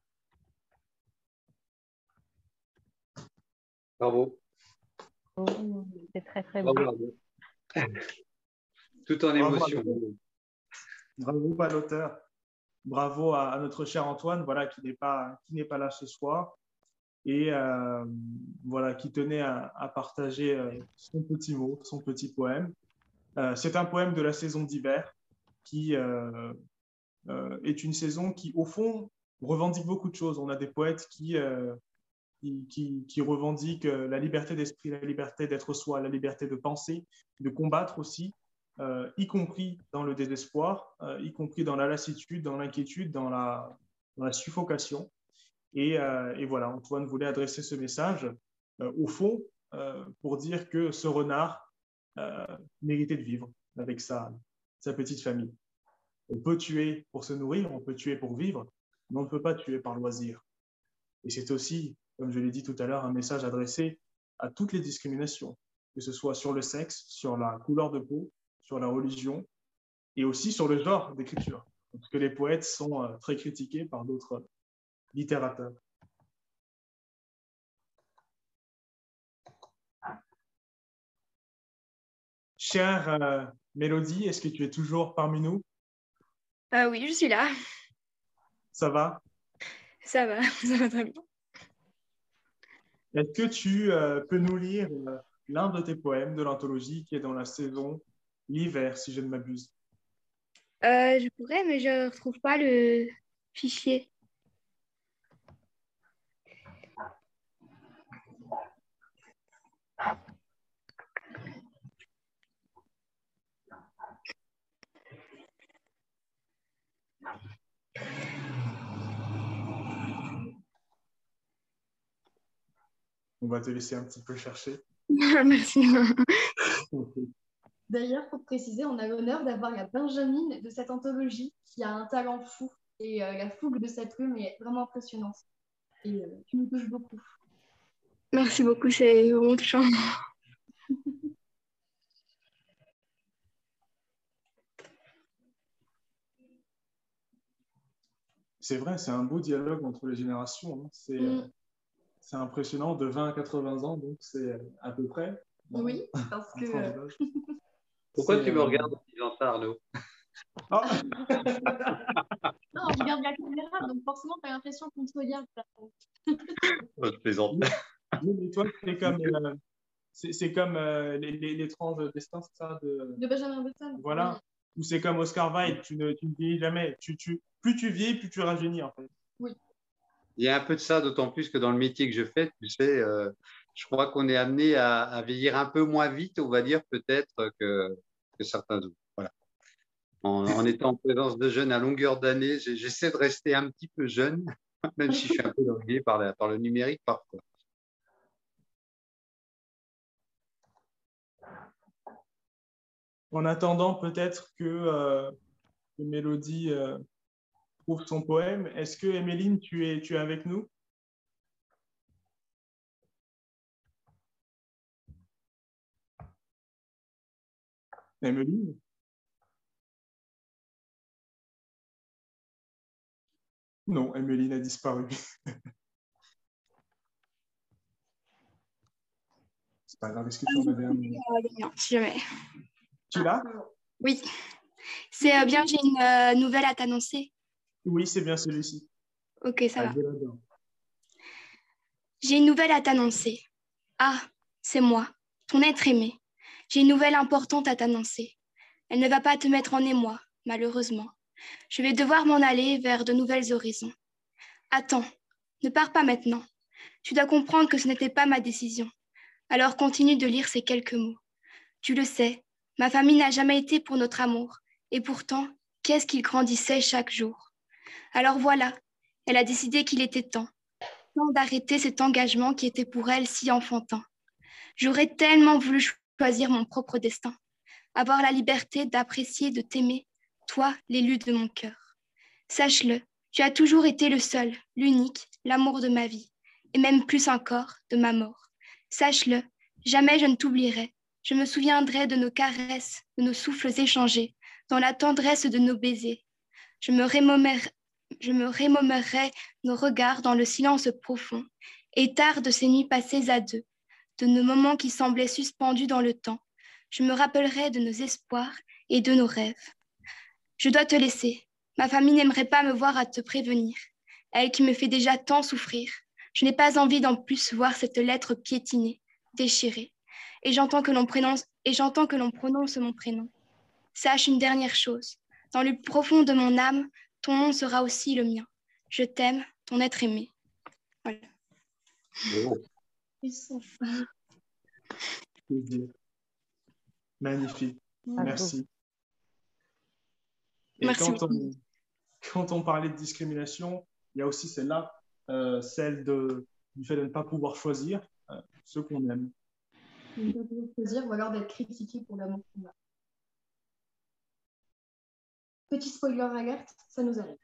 Bravo. Oh, c'est très, très Bravo, beau. bravo. Tout en émotion. Bravo à l'auteur. Bravo à notre cher Antoine, voilà, qui n'est pas là ce soir et voilà, qui tenait à partager son petit mot, son petit poème. C'est un poème de la saison d'hiver qui est une saison qui, au fond, revendique beaucoup de choses. On a des poètes qui revendiquent la liberté d'esprit, la liberté d'être soi, la liberté de penser, de combattre aussi, y compris dans le désespoir, y compris dans la lassitude, dans l'inquiétude, dans la suffocation. Et voilà, Antoine voulait adresser ce message, au fond, pour dire que ce renard méritait de vivre avec sa petite famille. On peut tuer pour se nourrir, on peut tuer pour vivre, mais on ne peut pas tuer par loisir. Et c'est aussi, comme je l'ai dit tout à l'heure, un message adressé à toutes les discriminations, que ce soit sur le sexe, sur la couleur de peau, sur la religion, et aussi sur le genre d'écriture. Parce que les poètes sont très critiqués par d'autres littérateurs. Chère Mélodie, est-ce que tu es toujours parmi nous? Oui, je suis là. Ça va? Ça va très bien. Est-ce que tu peux nous lire l'un de tes poèmes de l'anthologie qui est dans la saison l'hiver, si je ne m'abuse? Je pourrais, mais je ne retrouve pas le fichier. On va te laisser un petit peu chercher. Merci. D'ailleurs, pour préciser, on a l'honneur d'avoir la Benjamine de cette anthologie qui a un talent fou. Et la fougue de cette plume est vraiment impressionnante. Et tu me touches beaucoup. Merci beaucoup, c'est vraiment touchant. C'est vrai, c'est un beau dialogue entre les générations. Hein. C'est impressionnant, de 20 à 80 ans, donc c'est à peu près. Oui, parce que... Pourquoi tu me regardes en disant ça, Arnaud? Non, on regarde la caméra, donc forcément, tu as l'impression qu'on te regarde. Je plaisante. Mais toi, c'est comme l'étrange destin, c'est ça de Benjamin Button. Voilà. Oui. Ou c'est comme Oscar Wilde, tu ne vieillis jamais. Plus tu vieillis, plus tu rajeunis, en fait. Oui. Il y a un peu de ça, d'autant plus que dans le métier que je fais, tu sais, je crois qu'on est amené à vieillir un peu moins vite, on va dire, peut-être que certains autres. Voilà. En étant en présence de jeunes à longueur d'année, j'essaie de rester un petit peu jeune, même si je suis un peu drogué par le numérique parfois. En attendant peut-être que Mélodie trouve son poème, est-ce que, Emeline, tu es avec nous? Emeline? Non, Emeline a disparu. C'est pas grave, est-ce que tu en avais un? Non, si jamais. Tu l'as? Oui. C'est bien, j'ai une nouvelle à t'annoncer. Oui, c'est bien celui-ci. Ok, ça va. Allez, là-dedans. J'ai une nouvelle à t'annoncer. Ah, c'est moi, ton être aimé. J'ai une nouvelle importante à t'annoncer. Elle ne va pas te mettre en émoi, malheureusement. Je vais devoir m'en aller vers de nouvelles horizons. Attends, ne pars pas maintenant. Tu dois comprendre que ce n'était pas ma décision. Alors continue de lire ces quelques mots. Tu le sais, ma famille n'a jamais été pour notre amour. Et pourtant, qu'est-ce qu'il grandissait chaque jour. Alors voilà, elle a décidé qu'il était temps d'arrêter cet engagement qui était pour elle si enfantin. J'aurais tellement voulu choisir mon propre destin, avoir la liberté d'apprécier, de t'aimer, toi, l'élu de mon cœur. Sache-le, tu as toujours été le seul, l'unique, l'amour de ma vie, et même plus encore, de ma mort. Sache-le, jamais je ne t'oublierai. Je me souviendrai de nos caresses, de nos souffles échangés, dans la tendresse de nos baisers. Je me remémorerai nos regards dans le silence profond, et tard de ces nuits passées à deux, de nos moments qui semblaient suspendus dans le temps. Je me rappellerai de nos espoirs et de nos rêves. Je dois te laisser. Ma famille n'aimerait pas me voir à te prévenir. Elle qui me fait déjà tant souffrir. Je n'ai pas envie d'en plus voir cette lettre piétinée, déchirée. Et j'entends que l'on prononce mon prénom. Sache une dernière chose. Dans le plus profond de mon âme, ton nom sera aussi le mien. Je t'aime, ton être aimé. Voilà. Magnifique. Merci. Et Merci. quand on parlait de discrimination, il y a aussi celle-là, celle du fait de ne pas pouvoir choisir ceux qu'on aime. De ne pas pouvoir choisir ou alors d'être critiqué pour l'amour qu'on a. Petit spoiler alert, ça nous arrive.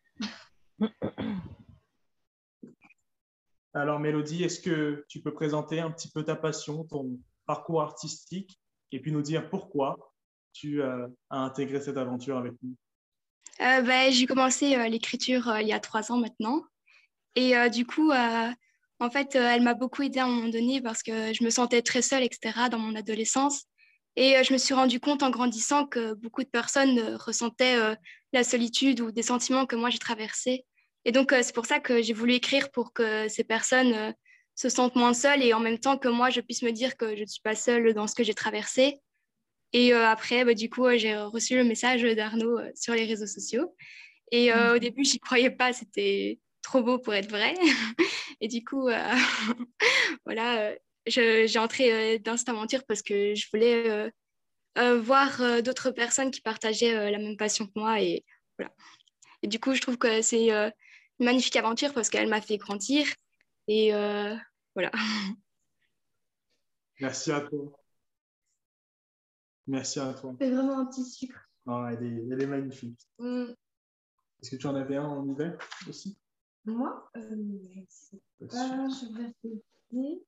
Alors Mélodie, est-ce que tu peux présenter un petit peu ta passion, ton parcours artistique, et puis nous dire pourquoi tu as intégré cette aventure avec nous? J'ai commencé l'écriture il y a 3 ans maintenant. Et du coup, en fait, elle m'a beaucoup aidée à un moment donné parce que je me sentais très seule, etc., dans mon adolescence. Et je me suis rendu compte en grandissant que beaucoup de personnes ressentaient la solitude ou des sentiments que moi j'ai traversés. Et donc, c'est pour ça que j'ai voulu écrire pour que ces personnes se sentent moins seules et en même temps que moi, je puisse me dire que je ne suis pas seule dans ce que j'ai traversé. Et après, du coup, j'ai reçu le message d'Arnaud sur les réseaux sociaux. Et au début, j'y croyais pas, c'était trop beau pour être vrai. Et du coup, voilà, j'ai entré dans cette aventure parce que je voulais voir d'autres personnes qui partageaient la même passion que moi. Et, voilà. Et du coup, je trouve que c'est une magnifique aventure parce qu'elle m'a fait grandir. Et voilà. Merci à toi. Merci à toi. C'est vraiment un petit sucre. Oh, elle est magnifique. Est-ce que tu en avais un en hiver aussi? Moi, je ne sais pas, je vais regarder.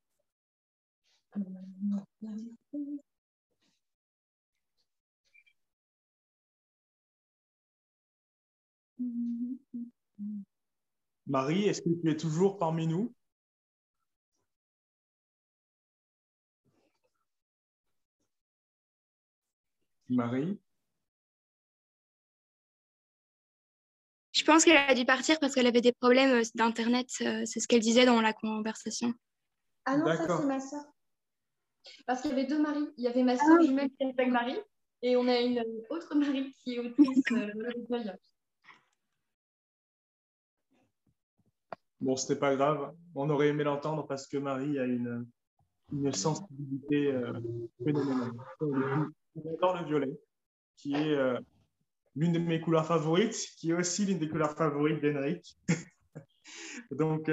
Non. Marie, est-ce que tu es toujours parmi nous? Marie? Je pense qu'elle a dû partir parce qu'elle avait des problèmes d'Internet. C'est ce qu'elle disait dans la conversation. Ah non, ça c'est ma soeur. Parce qu'il y avait deux Marie. Il y avait ma soeur jumelle qui s'appelle Marie et on a une autre Marie qui est autrice de recueil. Bon, c'était pas grave. On aurait aimé l'entendre parce que Marie a une sensibilité phénoménale. On adore le violet, qui est l'une de mes couleurs favorites, qui est aussi l'une des couleurs favorites d'Henrik. Donc,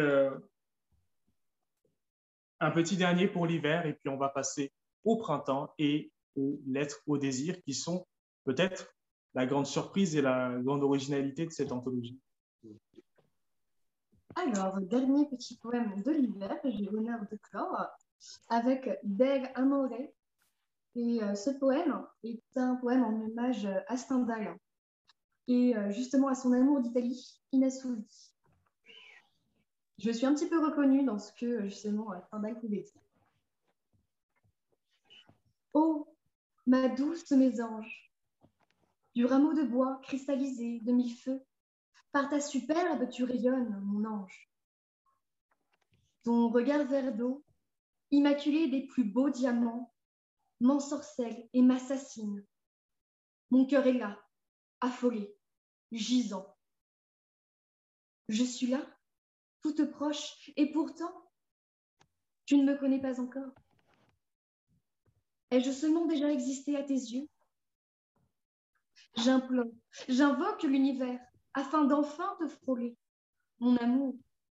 un petit dernier pour l'hiver, et puis on va passer au printemps et aux lettres au désir, qui sont peut-être la grande surprise et la grande originalité de cette anthologie. Alors, dernier petit poème de l'hiver, j'ai l'honneur de clore avec Del Amore. Et ce poème est un poème en hommage à Stendhal et justement à son amour d'Italie inassouvi. Je suis un petit peu reconnue dans ce que justement Stendhal pouvait dire. Oh, ma douce mésange, du rameau de bois cristallisé de mille feux, Par ta superbe, tu rayonnes, mon ange. Ton regard vert d'eau, immaculé des plus beaux diamants, m'ensorcelle et m'assassine. Mon cœur est là, affolé, gisant. Je suis là, toute proche, et pourtant, tu ne me connais pas encore. Ai-je seulement déjà existé à tes yeux? J'implore, j'invoque l'univers, afin d'enfin te frôler. Mon amour,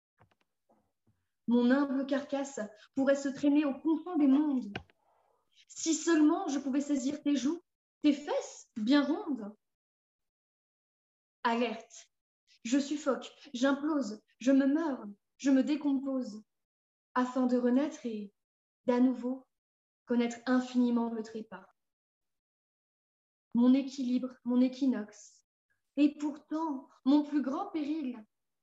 mon humble carcasse pourrait se traîner aux confins des mondes. Si seulement je pouvais saisir tes joues, tes fesses bien rondes. Alerte, je suffoque, j'implose, je me meurs, je me décompose, afin de renaître et, d'à nouveau, connaître infiniment le trépas. Mon équilibre, mon équinoxe, et pourtant mon plus grand péril.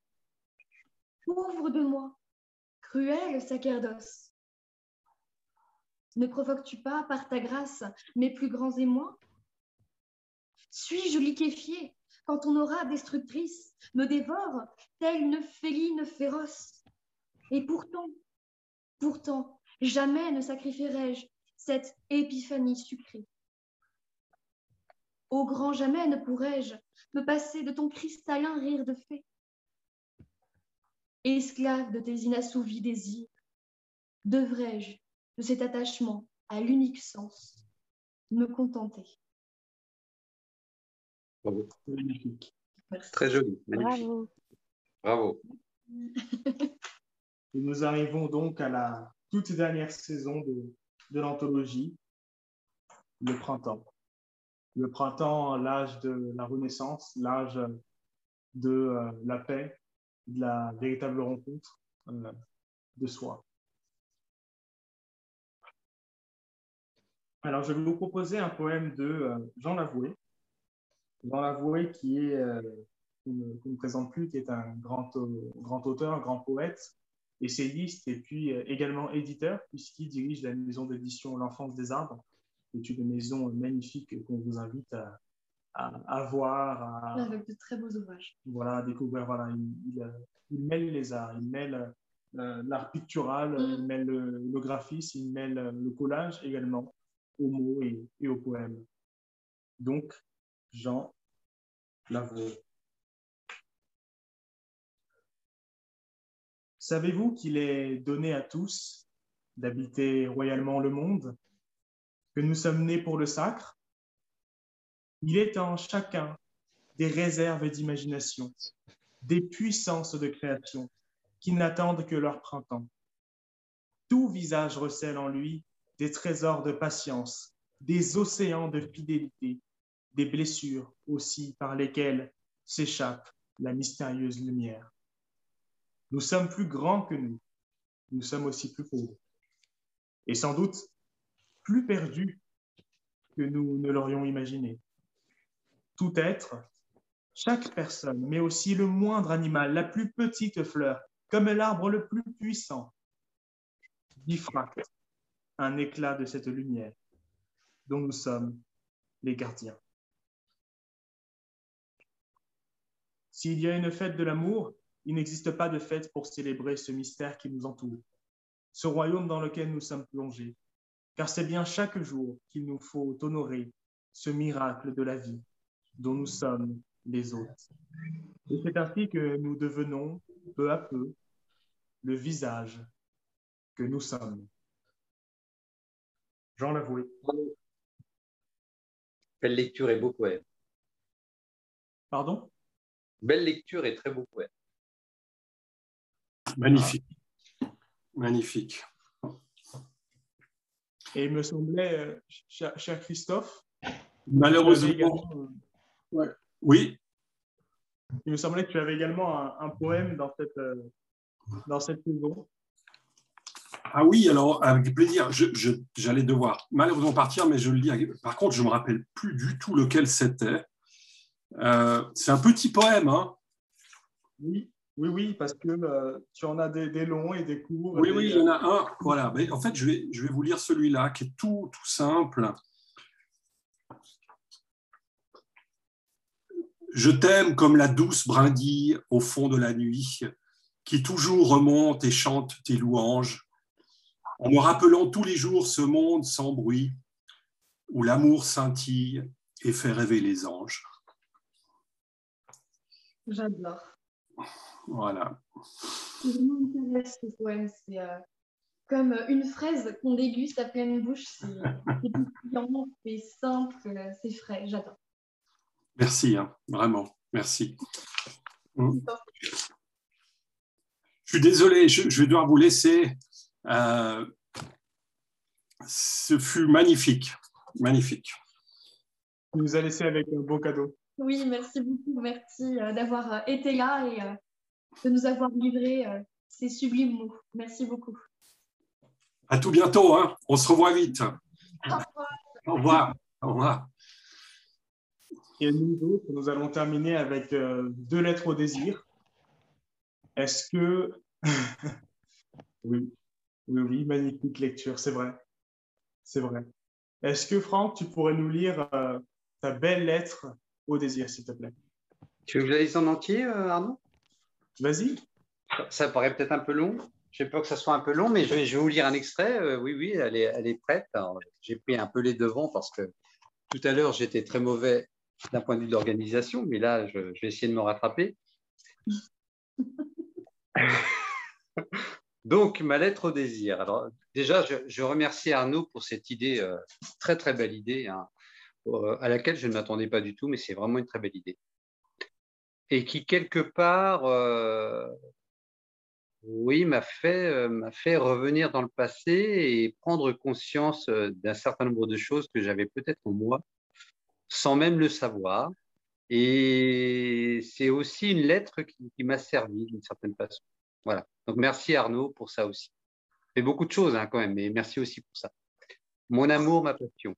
Ouvre de moi, cruel sacerdoce. Ne provoques-tu pas, par ta grâce, mes plus grands émois? Suis-je liquéfiée quand ton aura destructrice me dévore, telle une féline féroce? Et pourtant, jamais ne sacrifierai-je cette épiphanie sucrée. Au grand jamais ne pourrais-je me passer de ton cristallin rire de fée. Esclave de tes inassouvis désirs, devrais-je, de cet attachement à l'unique sens, me contenter? Bravo. Magnifique. Merci. Très joli. Magnifique. Bravo. Bravo. Et nous arrivons donc à la toute dernière saison de l'anthologie, le printemps. Le printemps, l'âge de la renaissance, l'âge de la paix, de la véritable rencontre de soi. Alors, je vais vous proposer un poème de Jean Lavoué. Jean Lavoué qui est, qu'on ne présente plus, qui est un grand auteur, un grand poète, essayiste et puis également éditeur, puisqu'il dirige la maison d'édition L'Enfance des Arbres, qui est une maison magnifique qu'on vous invite à voir. Avec de très beaux ouvrages. Voilà, à découvrir. Voilà, il mêle les arts, il mêle l'art pictural, il mêle le graphisme, il mêle le collage également aux mots et aux poèmes. Donc, Jean Lavoué. Savez-vous qu'il est donné à tous d'habiter royalement le monde, que nous sommes nés pour le sacre? Il est en chacun des réserves d'imagination, des puissances de création qui n'attendent que leur printemps. Tout visage recèle en lui des trésors de patience, des océans de fidélité, des blessures aussi par lesquelles s'échappe la mystérieuse lumière. Nous sommes plus grands que nous sommes aussi plus pauvres, et sans doute plus perdus que nous ne l'aurions imaginé. Tout être, chaque personne, mais aussi le moindre animal, la plus petite fleur, comme l'arbre le plus puissant, diffracte un éclat de cette lumière dont nous sommes les gardiens. S'il y a une fête de l'amour, il n'existe pas de fête pour célébrer ce mystère qui nous entoure, ce royaume dans lequel nous sommes plongés, car c'est bien chaque jour qu'il nous faut honorer ce miracle de la vie dont nous sommes les hôtes. Et c'est ainsi que nous devenons, peu à peu, le visage que nous sommes. Jean Lavoué. Belle lecture et beau poème. Pardon? Belle lecture et très beau poème. Magnifique. Magnifique. Et il me semblait, cher Christophe, malheureusement, oui. Il me semblait que tu avais également un poème dans cette saison. Ah oui, alors avec plaisir. J'allais devoir malheureusement partir, mais je le lis. Par contre, je ne me rappelle plus du tout lequel c'était. C'est un petit poème, hein? Oui, parce que tu en as des longs et des courts. Oui, il y en a un. Voilà. Mais en fait, je vais vous lire celui-là qui est tout simple. Je t'aime comme la douce brindille au fond de la nuit, qui toujours remonte et chante tes louanges, en me rappelant tous les jours ce monde sans bruit, où l'amour scintille et fait rêver les anges. J'adore. Voilà. C'est vraiment intéressant ce poème. C'est comme une fraise qu'on déguste à pleine bouche. C'est pétillant, c'est simple, c'est frais. J'adore. Merci, hein, vraiment, merci. Je suis désolé, je vais devoir vous laisser. Ce fut magnifique, magnifique. Tu nous as laissé avec un beau cadeau. Oui, merci beaucoup. Merci d'avoir été là et de nous avoir livré ces sublimes mots. Merci beaucoup. À tout bientôt, hein. On se revoit vite. Au revoir. Au revoir. Au revoir. Et nous autres, nous allons terminer avec 2 lettres au désir. Est-ce que... Oui, oui, oui, magnifique lecture, c'est vrai. C'est vrai. Est-ce que, Franck, tu pourrais nous lire ta belle lettre au désir, s'il te plaît? Tu veux que je la lise en entier, Arnaud? Vas-y. Ça paraît peut-être un peu long. J'ai peur que ça soit un peu long, mais je vais vous lire un extrait. Oui, oui, elle est prête. J'ai pris un peu les devants parce que tout à l'heure, j'étais très mauvais d'un point de vue de l'organisation, mais là, je vais essayer de me rattraper. Donc, ma lettre au désir. Alors, déjà, je remercie Arnaud pour cette idée, très, très belle idée, hein, à laquelle je ne m'attendais pas du tout, mais c'est vraiment une très belle idée. Et qui, quelque part, oui, m'a fait revenir dans le passé et prendre conscience d'un certain nombre de choses que j'avais peut-être en moi, sans même le savoir. Et c'est aussi une lettre qui m'a servi d'une certaine façon. Voilà. Donc, merci Arnaud pour ça aussi. Il fait beaucoup de choses hein, quand même, mais merci aussi pour ça. Mon amour, ma passion.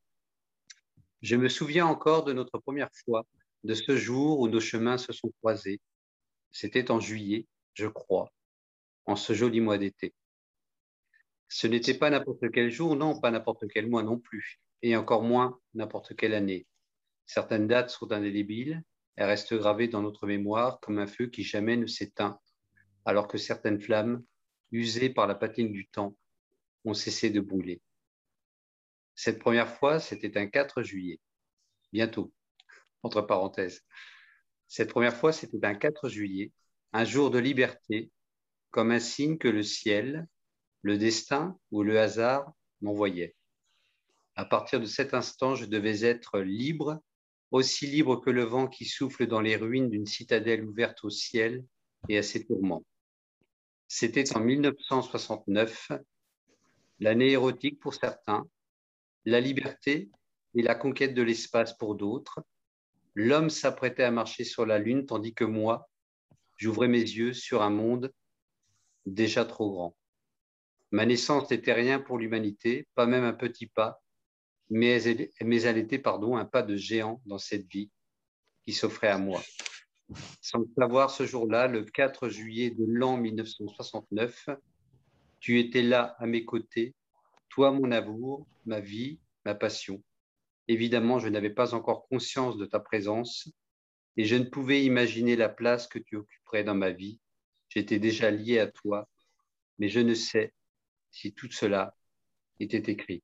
Je me souviens encore de notre première fois, de ce jour où nos chemins se sont croisés. C'était en juillet, je crois, en ce joli mois d'été. Ce n'était pas n'importe quel jour, non, pas n'importe quel mois non plus, et encore moins n'importe quelle année. Certaines dates sont indélébiles, elles restent gravées dans notre mémoire comme un feu qui jamais ne s'éteint, alors que certaines flammes, usées par la patine du temps, ont cessé de brûler. Cette première fois, c'était un 4 juillet, bientôt, entre parenthèses. Cette première fois, c'était un 4 juillet, un jour de liberté, comme un signe que le ciel, le destin ou le hasard m'envoyaient. À partir de cet instant, je devais être libre, aussi libre que le vent qui souffle dans les ruines d'une citadelle ouverte au ciel et à ses tourments. C'était en 1969, l'année érotique pour certains, la liberté et la conquête de l'espace pour d'autres. L'homme s'apprêtait à marcher sur la Lune, tandis que moi, j'ouvrais mes yeux sur un monde déjà trop grand. Ma naissance n'était rien pour l'humanité, pas même un petit pas, mais elle était un pas de géant dans cette vie qui s'offrait à moi. Sans le savoir, ce jour-là, le 4 juillet de l'an 1969, tu étais là à mes côtés, toi mon amour, ma vie, ma passion. Évidemment, je n'avais pas encore conscience de ta présence et je ne pouvais imaginer la place que tu occuperais dans ma vie. J'étais déjà lié à toi, mais je ne sais si tout cela était écrit.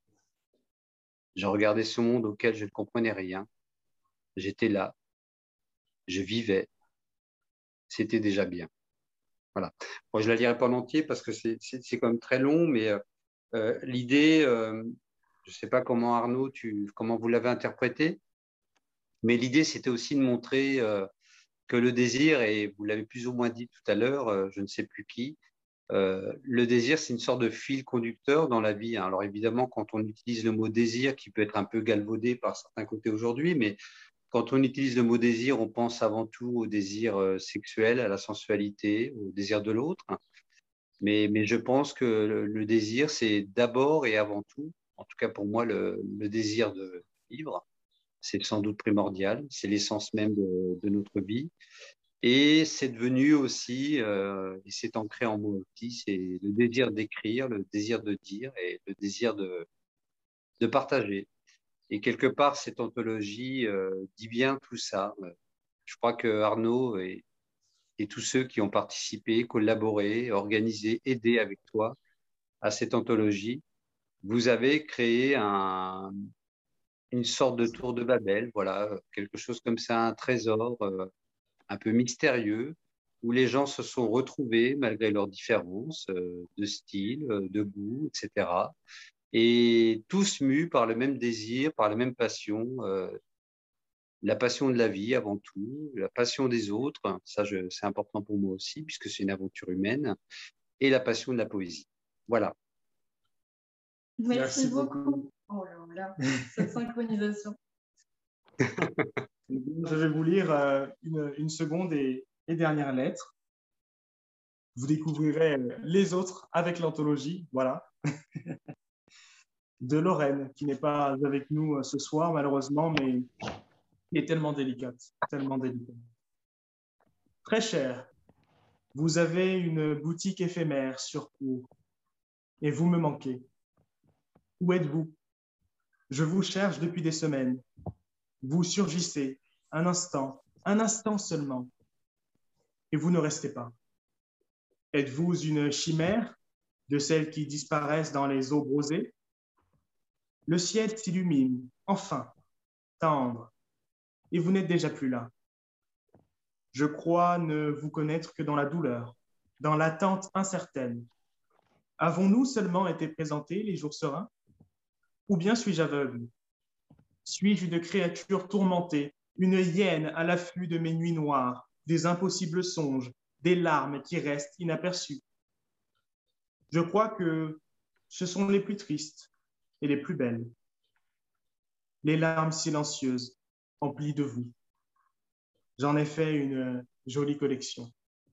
Je regardais ce monde auquel je ne comprenais rien. J'étais là, je vivais, c'était déjà bien. Voilà. Bon, je ne la lirai pas en entier parce que c'est quand même très long, mais l'idée, je ne sais pas comment Arnaud, comment vous l'avez interprété, mais l'idée, c'était aussi de montrer que le désir, et vous l'avez plus ou moins dit tout à l'heure, je ne sais plus qui, le désir, c'est une sorte de fil conducteur dans la vie. Alors évidemment, quand on utilise le mot désir, qui peut être un peu galvaudé par certains côtés aujourd'hui, mais quand on utilise le mot désir, on pense avant tout au désir sexuel, à la sensualité, au désir de l'autre. Mais je pense que le désir, c'est d'abord et avant tout, en tout cas pour moi, le désir de vivre. C'est sans doute primordial, c'est l'essence même de notre vie. Et c'est devenu aussi, et c'est ancré en moi aussi, c'est le désir d'écrire, le désir de dire et le désir de partager. Et quelque part, cette anthologie dit bien tout ça. Je crois que Arnaud et tous ceux qui ont participé, collaboré, organisé, aidé avec toi à cette anthologie, vous avez créé une sorte de tour de Babel, voilà, quelque chose comme ça, un trésor un peu mystérieux, où les gens se sont retrouvés malgré leurs différences de style, de goût, etc. Et tous mus par le même désir, par la même passion, la passion de la vie avant tout, la passion des autres, ça c'est important pour moi aussi, puisque c'est une aventure humaine, et la passion de la poésie. Voilà. Merci beaucoup. Oh là là, cette synchronisation. Je vais vous lire une seconde et dernière lettre. Vous découvrirez les autres avec l'anthologie, voilà. De Lorraine, qui n'est pas avec nous ce soir, malheureusement, mais qui est tellement délicate, tellement délicate. Très cher, vous avez une boutique éphémère sur cours et vous me manquez. Où êtes-vous? Je vous cherche depuis des semaines. Vous surgissez un instant seulement, et vous ne restez pas. Êtes-vous une chimère de celles qui disparaissent dans les eaux brosées? Le ciel s'illumine, enfin, tendre, et vous n'êtes déjà plus là. Je crois ne vous connaître que dans la douleur, dans l'attente incertaine. Avons-nous seulement été présentés les jours sereins? Ou bien suis-je aveugle? Suis-je une créature tourmentée, une hyène à l'affût de mes nuits noires, des impossibles songes, des larmes qui restent inaperçues? Je crois que ce sont les plus tristes et les plus belles. Les larmes silencieuses, emplies de vous. J'en ai fait une jolie collection.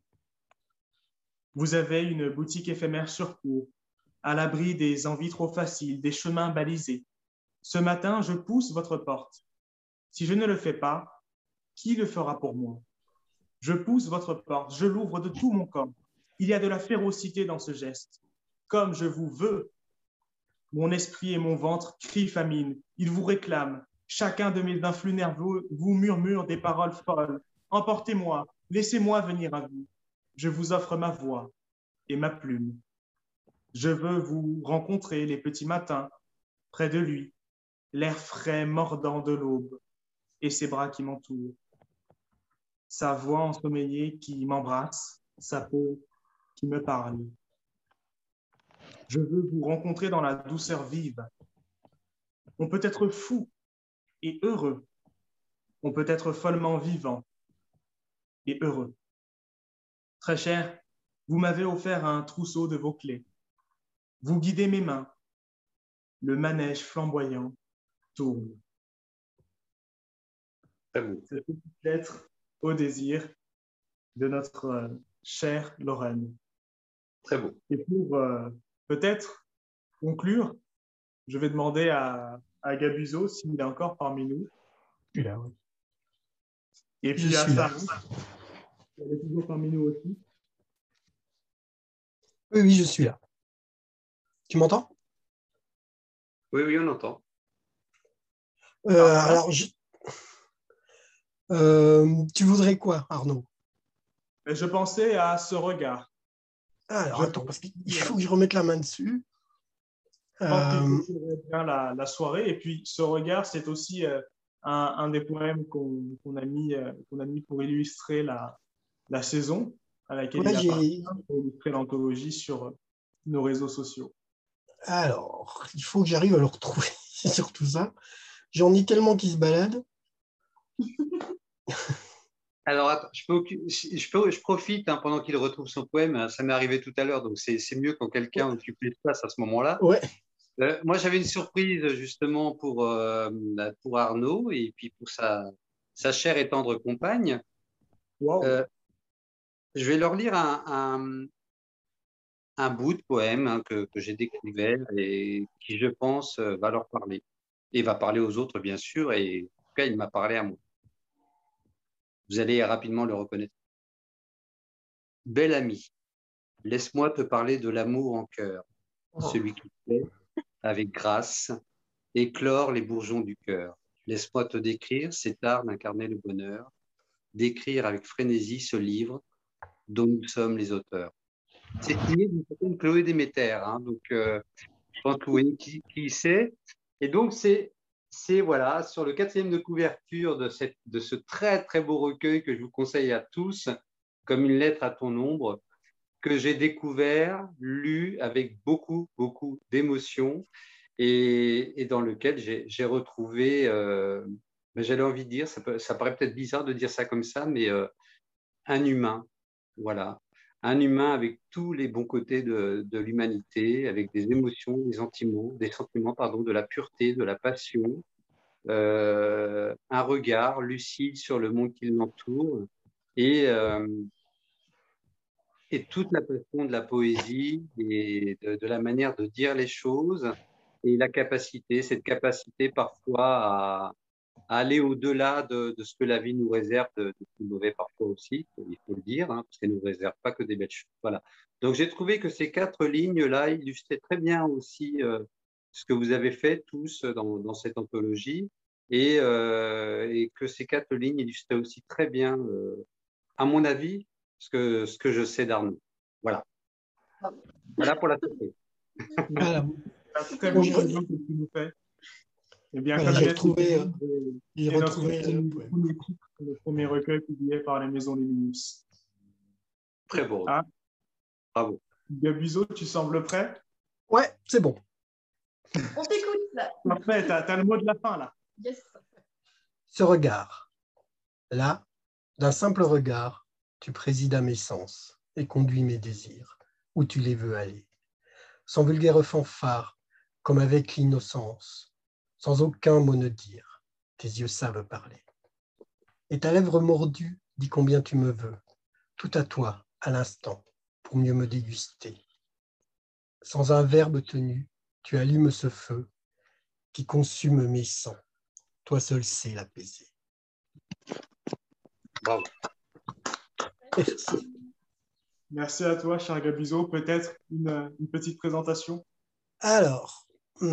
Vous avez une boutique éphémère sur cours, à l'abri des envies trop faciles, des chemins balisés. Ce matin, je pousse votre porte. Si je ne le fais pas, qui le fera pour moi? Je pousse votre porte, je l'ouvre de tout mon corps. Il y a de la férocité dans ce geste. Comme je vous veux. Mon esprit et mon ventre crient famine. Ils vous réclament. Chacun de mes influx nerveux vous murmure des paroles folles. Emportez-moi, laissez-moi venir à vous. Je vous offre ma voix et ma plume. Je veux vous rencontrer les petits matins, près de lui, l'air frais mordant de l'aube et ses bras qui m'entourent. Sa voix ensommeillée qui m'embrasse, sa peau qui me parle. Je veux vous rencontrer dans la douceur vive. On peut être fou et heureux. On peut être follement vivant et heureux. Très cher, vous m'avez offert un trousseau de vos clés. Vous guidez mes mains. Le manège flamboyant tourne. Cette petite lettre au désir de notre chère Lorraine. Très beau. Et pour peut-être conclure, je vais demander à Gabuzo s'il est encore parmi nous. Je suis là, oui. Et puis à Sarah, elle est toujours parmi nous aussi. Oui, oui, je suis là. Tu m'entends? Oui, oui, on entend. Alors, tu voudrais quoi, Arnaud? Je pensais à ce regard. Alors, attends, parce qu'il faut que je remette la main dessus. Je pense qu'il faut bien la soirée. Et puis, ce regard, c'est aussi un des poèmes qu'on a mis pour illustrer la saison à laquelle il appartient, pour illustrer l'anthologie sur nos réseaux sociaux. Alors, il faut que j'arrive à le retrouver sur tout ça. J'en ai tellement qui se baladent. Alors, attends, je profite pendant qu'il retrouve son poème. Ça m'est arrivé tout à l'heure, donc c'est mieux quand quelqu'un occupe l'espace à ce moment-là. Ouais. Moi, j'avais une surprise justement pour Arnaud et puis pour sa chère et tendre compagne. Wow. Je vais leur lire un bout de poème que j'ai découvert et qui, je pense, va leur parler. Et va parler aux autres, bien sûr, et en tout cas, il m'a parlé à moi. Vous allez rapidement le reconnaître. Bel ami, laisse-moi te parler de l'amour en cœur, celui qui plaît, avec grâce, éclore les bourgeons du cœur. Laisse-moi te décrire cet art d'incarner le bonheur, d'écrire avec frénésie ce livre dont nous sommes les auteurs. C'est signé d'une certaine Chloé Déméter, hein, donc je pense que vous voyez qui c'est. Et donc, c'est voilà, sur le 4e de couverture de ce très, très beau recueil que je vous conseille à tous, comme une lettre à ton ombre, que j'ai découvert, lu avec beaucoup, beaucoup d'émotion et dans lequel j'ai retrouvé, j'avais envie de dire, ça paraît peut-être bizarre de dire ça comme ça, mais un humain, voilà. Un humain avec tous les bons côtés de l'humanité, avec des émotions, des sentiments, pardon, de la pureté, de la passion, un regard lucide sur le monde qui l'entoure et toute la passion de la poésie et de la manière de dire les choses et cette capacité parfois à aller au-delà de ce que la vie nous réserve de plus mauvais parfois aussi, il faut le dire, hein, parce qu'elle ne nous réserve pas que des belles choses. Voilà. Donc j'ai trouvé que ces 4 lignes-là illustraient très bien aussi ce que vous avez fait tous dans cette anthologie et que ces 4 lignes illustraient aussi très bien, à mon avis, ce que je sais d'Arnaud. Voilà. Voilà pour la surprise. Voilà. Très bon exemple que tu nous fais. Eh bien, voilà, comme j'ai retrouvé le premier recueil publié par la Maison Luminus. Très beau. Ah. Bravo. Gabuzo, tu sembles prêt? Ouais, c'est bon. On t'écoute là. Parfait, tu as le mot de la fin là. Yes. Ce regard, là, d'un simple regard, tu présides à mes sens et conduis mes désirs où tu les veux aller. Sans vulgaire fanfare, comme avec l'innocence, sans aucun mot ne dire, tes yeux savent parler. Et ta lèvre mordue dit combien tu me veux, tout à toi, à l'instant, pour mieux me déguster. Sans un verbe tenu, tu allumes ce feu qui consume mes sangs. Toi seul sais l'apaiser. Bravo. Merci. Merci à toi, cher Gabuzo. Peut-être une petite présentation? Alors,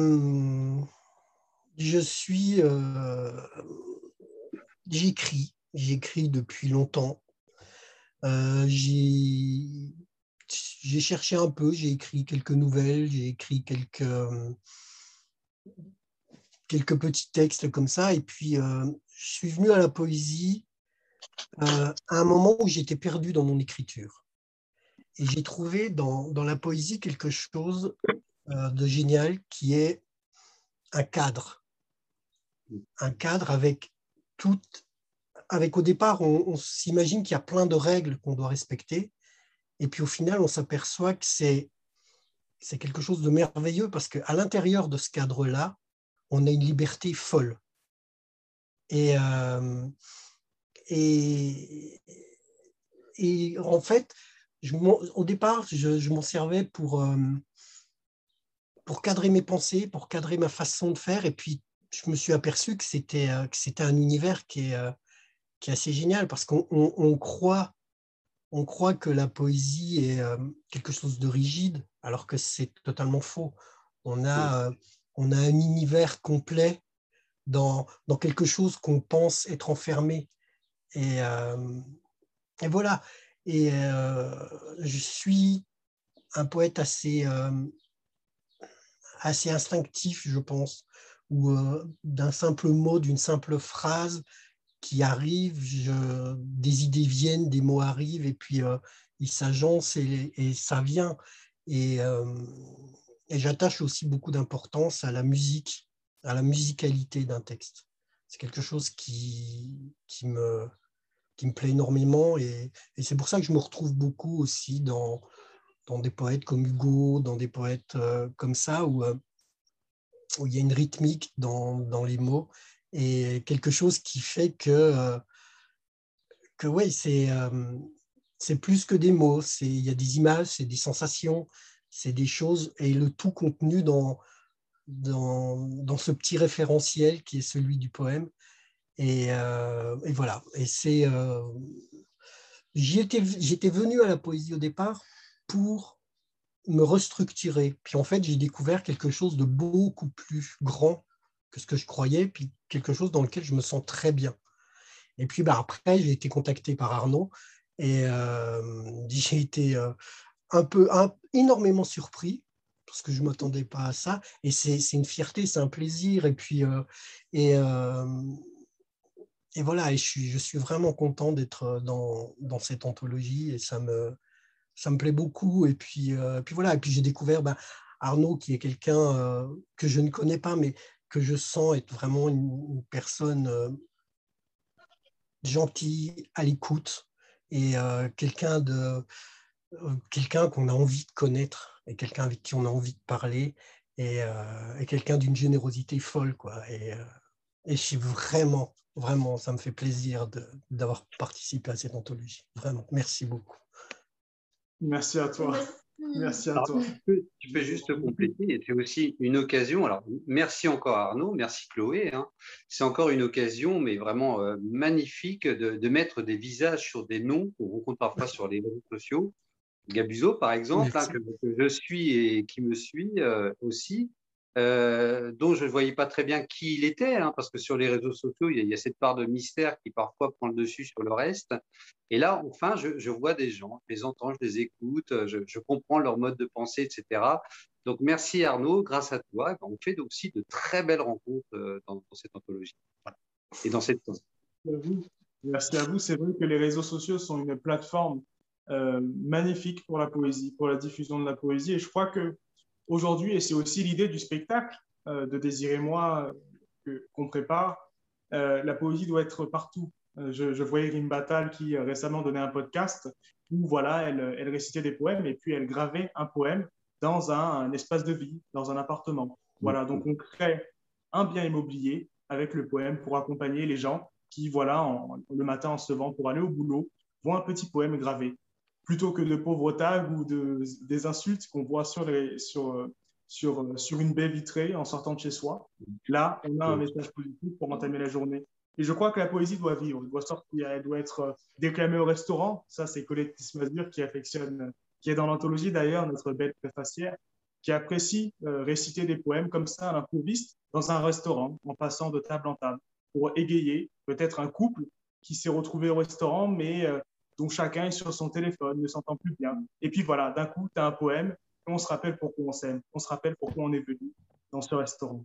j'écris depuis longtemps. J'ai cherché un peu, j'ai écrit quelques nouvelles, j'ai écrit quelques petits textes comme ça, et puis je suis venu à la poésie à un moment où j'étais perdu dans mon écriture. Et j'ai trouvé dans la poésie quelque chose de génial qui est un cadre. Un cadre avec au départ, on s'imagine qu'il y a plein de règles qu'on doit respecter. Et puis au final, on s'aperçoit que c'est quelque chose de merveilleux parce qu'à l'intérieur de ce cadre-là, on a une liberté folle. Et en fait, au départ, je m'en servais pour cadrer mes pensées, pour cadrer ma façon de faire. Et puis, je me suis aperçu que c'était un univers qui est assez génial parce qu'on croit que la poésie est quelque chose de rigide, alors que c'est totalement faux. On a un univers complet dans quelque chose qu'on pense être enfermé. Et voilà. Et je suis un poète assez instinctif, je pense, où d'un simple mot, d'une simple phrase qui arrive, des idées viennent, des mots arrivent, et puis ils s'agencent et ça vient. Et j'attache aussi beaucoup d'importance à la musique, à la musicalité d'un texte. C'est quelque chose qui me plaît énormément, et c'est pour ça que je me retrouve beaucoup aussi dans des poètes comme Hugo, dans des poètes comme ça, où il y a une rythmique dans les mots, et quelque chose qui fait que ouais, c'est plus que des mots, il y a des images, c'est des sensations, c'est des choses, et le tout contenu dans ce petit référentiel qui est celui du poème. Et voilà. Et j'étais venu à la poésie au départ pour me restructurer. Puis en fait, j'ai découvert quelque chose de beaucoup plus grand que ce que je croyais, puis quelque chose dans lequel je me sens très bien. Et puis après, j'ai été contacté par Arnaud et j'ai été énormément surpris parce que je ne m'attendais pas à ça. Et c'est une fierté, c'est un plaisir. Et puis, et voilà, et je suis vraiment content d'être dans cette anthologie et ça me plaît beaucoup. Et puis voilà, et puis j'ai découvert Arnaud, qui est quelqu'un que je ne connais pas, mais que je sens être vraiment une personne gentille, à l'écoute, et quelqu'un qu'on a envie de connaître, et quelqu'un avec qui on a envie de parler, et quelqu'un d'une générosité folle, quoi. Et je suis vraiment, ça me fait plaisir d'avoir participé à cette anthologie. Vraiment, merci beaucoup. Merci à toi. Merci à toi. Tu peux juste compléter, et c'est aussi une occasion. Alors, merci encore Arnaud, merci Chloé. C'est encore une occasion, mais vraiment magnifique, de mettre des visages sur des noms qu'on rencontre parfois sur les réseaux sociaux. Gabuzo, par exemple, que je suis et qui me suit aussi, dont je ne voyais pas très bien qui il était, parce que sur les réseaux sociaux, il y a cette part de mystère qui parfois prend le dessus sur le reste. Et là, enfin, je vois des gens, je les entends, je les écoute, je comprends leur mode de pensée, etc. Donc, merci Arnaud, grâce à toi, on fait aussi de très belles rencontres dans cette anthologie. Voilà. Et dans cette Merci à vous. C'est vrai que les réseaux sociaux sont une plateforme magnifique pour la poésie, pour la diffusion de la poésie. Et je crois qu'aujourd'hui, et c'est aussi l'idée du spectacle de Désir et moi qu'on prépare, la poésie doit être partout. Je voyais Rim Batal qui récemment donnait un podcast où voilà, elle récitait des poèmes et puis elle gravait un poème dans un espace de vie, dans un appartement. Voilà, donc on crée un bien immobilier avec le poème pour accompagner les gens qui, voilà, le matin en se levant pour aller au boulot, voient un petit poème gravé, plutôt que de pauvres tags ou des insultes qu'on voit sur une baie vitrée en sortant de chez soi. Là, on a un message positif pour entamer la journée. Et je crois que la poésie doit vivre, elle doit sortir, elle doit être déclamée au restaurant. Ça, c'est Colette Tismazur qui affectionne, qui est dans l'anthologie d'ailleurs, notre belle préfacière, qui apprécie réciter des poèmes comme ça à l'improviste dans un restaurant, en passant de table en table, pour égayer peut-être un couple qui s'est retrouvé au restaurant, mais dont chacun est sur son téléphone, ne s'entend plus bien. Et puis voilà, d'un coup, tu as un poème, et on se rappelle pourquoi on s'aime, on se rappelle pourquoi on est venu dans ce restaurant.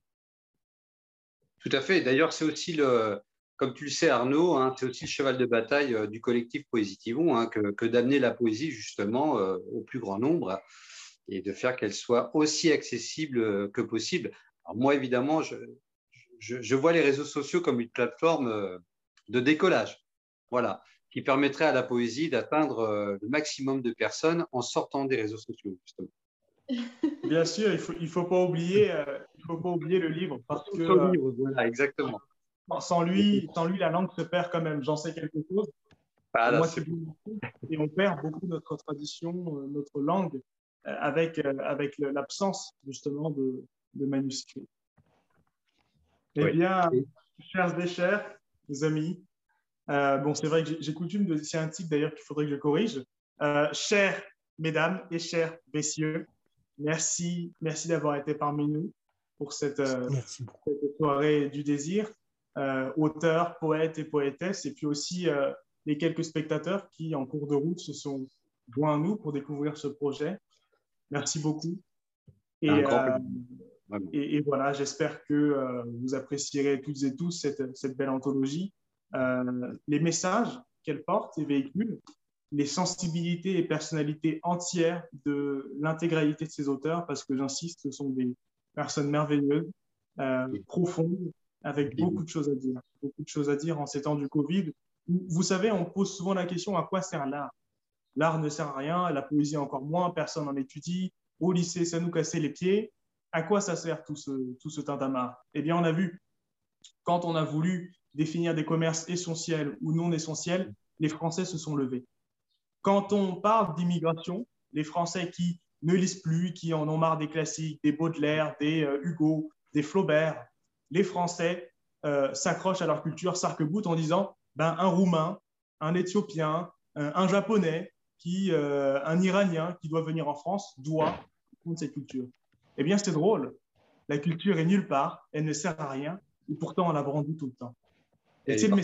Tout à fait. D'ailleurs, c'est aussi comme tu le sais Arnaud, c'est aussi le cheval de bataille du collectif Poésitivons, que d'amener la poésie justement au plus grand nombre et de faire qu'elle soit aussi accessible que possible. Alors moi, évidemment, je vois les réseaux sociaux comme une plateforme de décollage, voilà, qui permettrait à la poésie d'atteindre le maximum de personnes en sortant des réseaux sociaux, justement. Bien sûr, il faut pas oublier le livre, parce que le livre, voilà, exactement. Sans lui, la langue se perd quand même. J'en sais quelque chose. Moi, et on perd beaucoup notre tradition, notre langue, avec l'absence justement de manuscrits. Eh bien, chers et chers, les amis, bon, c'est vrai que j'ai coutume de, c'est un titre d'ailleurs qu'il faudrait que je corrige. Chères mesdames et chers messieurs, merci d'avoir été parmi nous pour cette soirée du désir. Auteurs, poètes et poétesses, et puis aussi les quelques spectateurs qui, en cours de route, se sont joints à nous pour découvrir ce projet. Merci beaucoup. Et voilà, j'espère que vous apprécierez toutes et tous cette belle anthologie. Les messages qu'elle porte et véhicule, les sensibilités et personnalités entières de l'intégralité de ces auteurs, parce que j'insiste, ce sont des personnes merveilleuses, profondes, avec beaucoup de choses à dire en ces temps du Covid. Vous savez, on pose souvent la question, à quoi sert l'art? L'art ne sert à rien, la poésie encore moins, personne n'en étudie. Au lycée, ça nous cassait les pieds. À quoi ça sert tout ce tintamarre? Eh bien, on a vu, quand on a voulu définir des commerces essentiels ou non essentiels, les Français se sont levés. Quand on parle d'immigration, les Français qui ne lisent plus, qui en ont marre des classiques, des Baudelaire, des Hugo, des Flaubert, les Français s'accrochent à leur culture, s'arc-boutent en disant un Roumain, un Éthiopien, un Japonais, un Iranien qui doit venir en France doit prendre cette culture. Eh bien, c'est drôle. La culture est nulle part, elle ne sert à rien, et pourtant on la brandit tout le temps. Et c'est le message.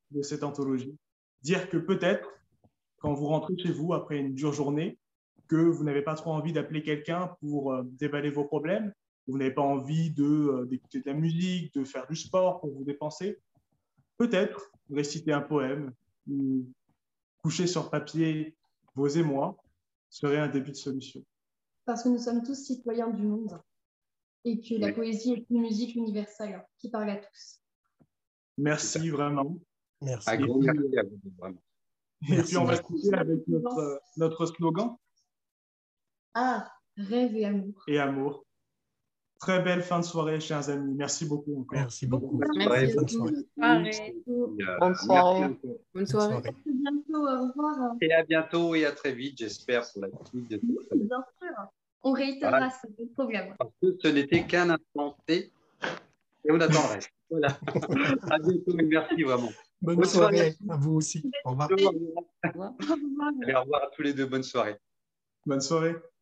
de cette anthologie. Dire que peut-être, quand vous rentrez chez vous après une dure journée, que vous n'avez pas trop envie d'appeler quelqu'un pour déballer vos problèmes, vous n'avez pas envie d'écouter de la musique, de faire du sport pour vous dépenser, peut-être réciter un poème ou coucher sur papier vos émois serait un début de solution. Parce que nous sommes tous citoyens du monde et que la poésie est une musique universelle qui parle à tous. Merci vraiment. Merci. Un gros merci à vous, vraiment. Et puis on va se quitter avec notre slogan. Ah, rêve et amour. Et amour. Très belle fin de soirée, chers amis. Merci beaucoup encore. Merci beaucoup. Merci. Bonne soirée. Bonne soirée. Bonne soirée. À bientôt, au revoir. Et à bientôt et à très vite, j'espère, pour la suite de Oui, bien sûr. On réitérera ce problème. Parce que ce n'était qu'un instant T et on attend le reste. Voilà. À bientôt et merci vraiment. Bonne soirée à vous aussi. Au revoir. Au revoir à tous les deux. Bonne soirée. Bonne soirée.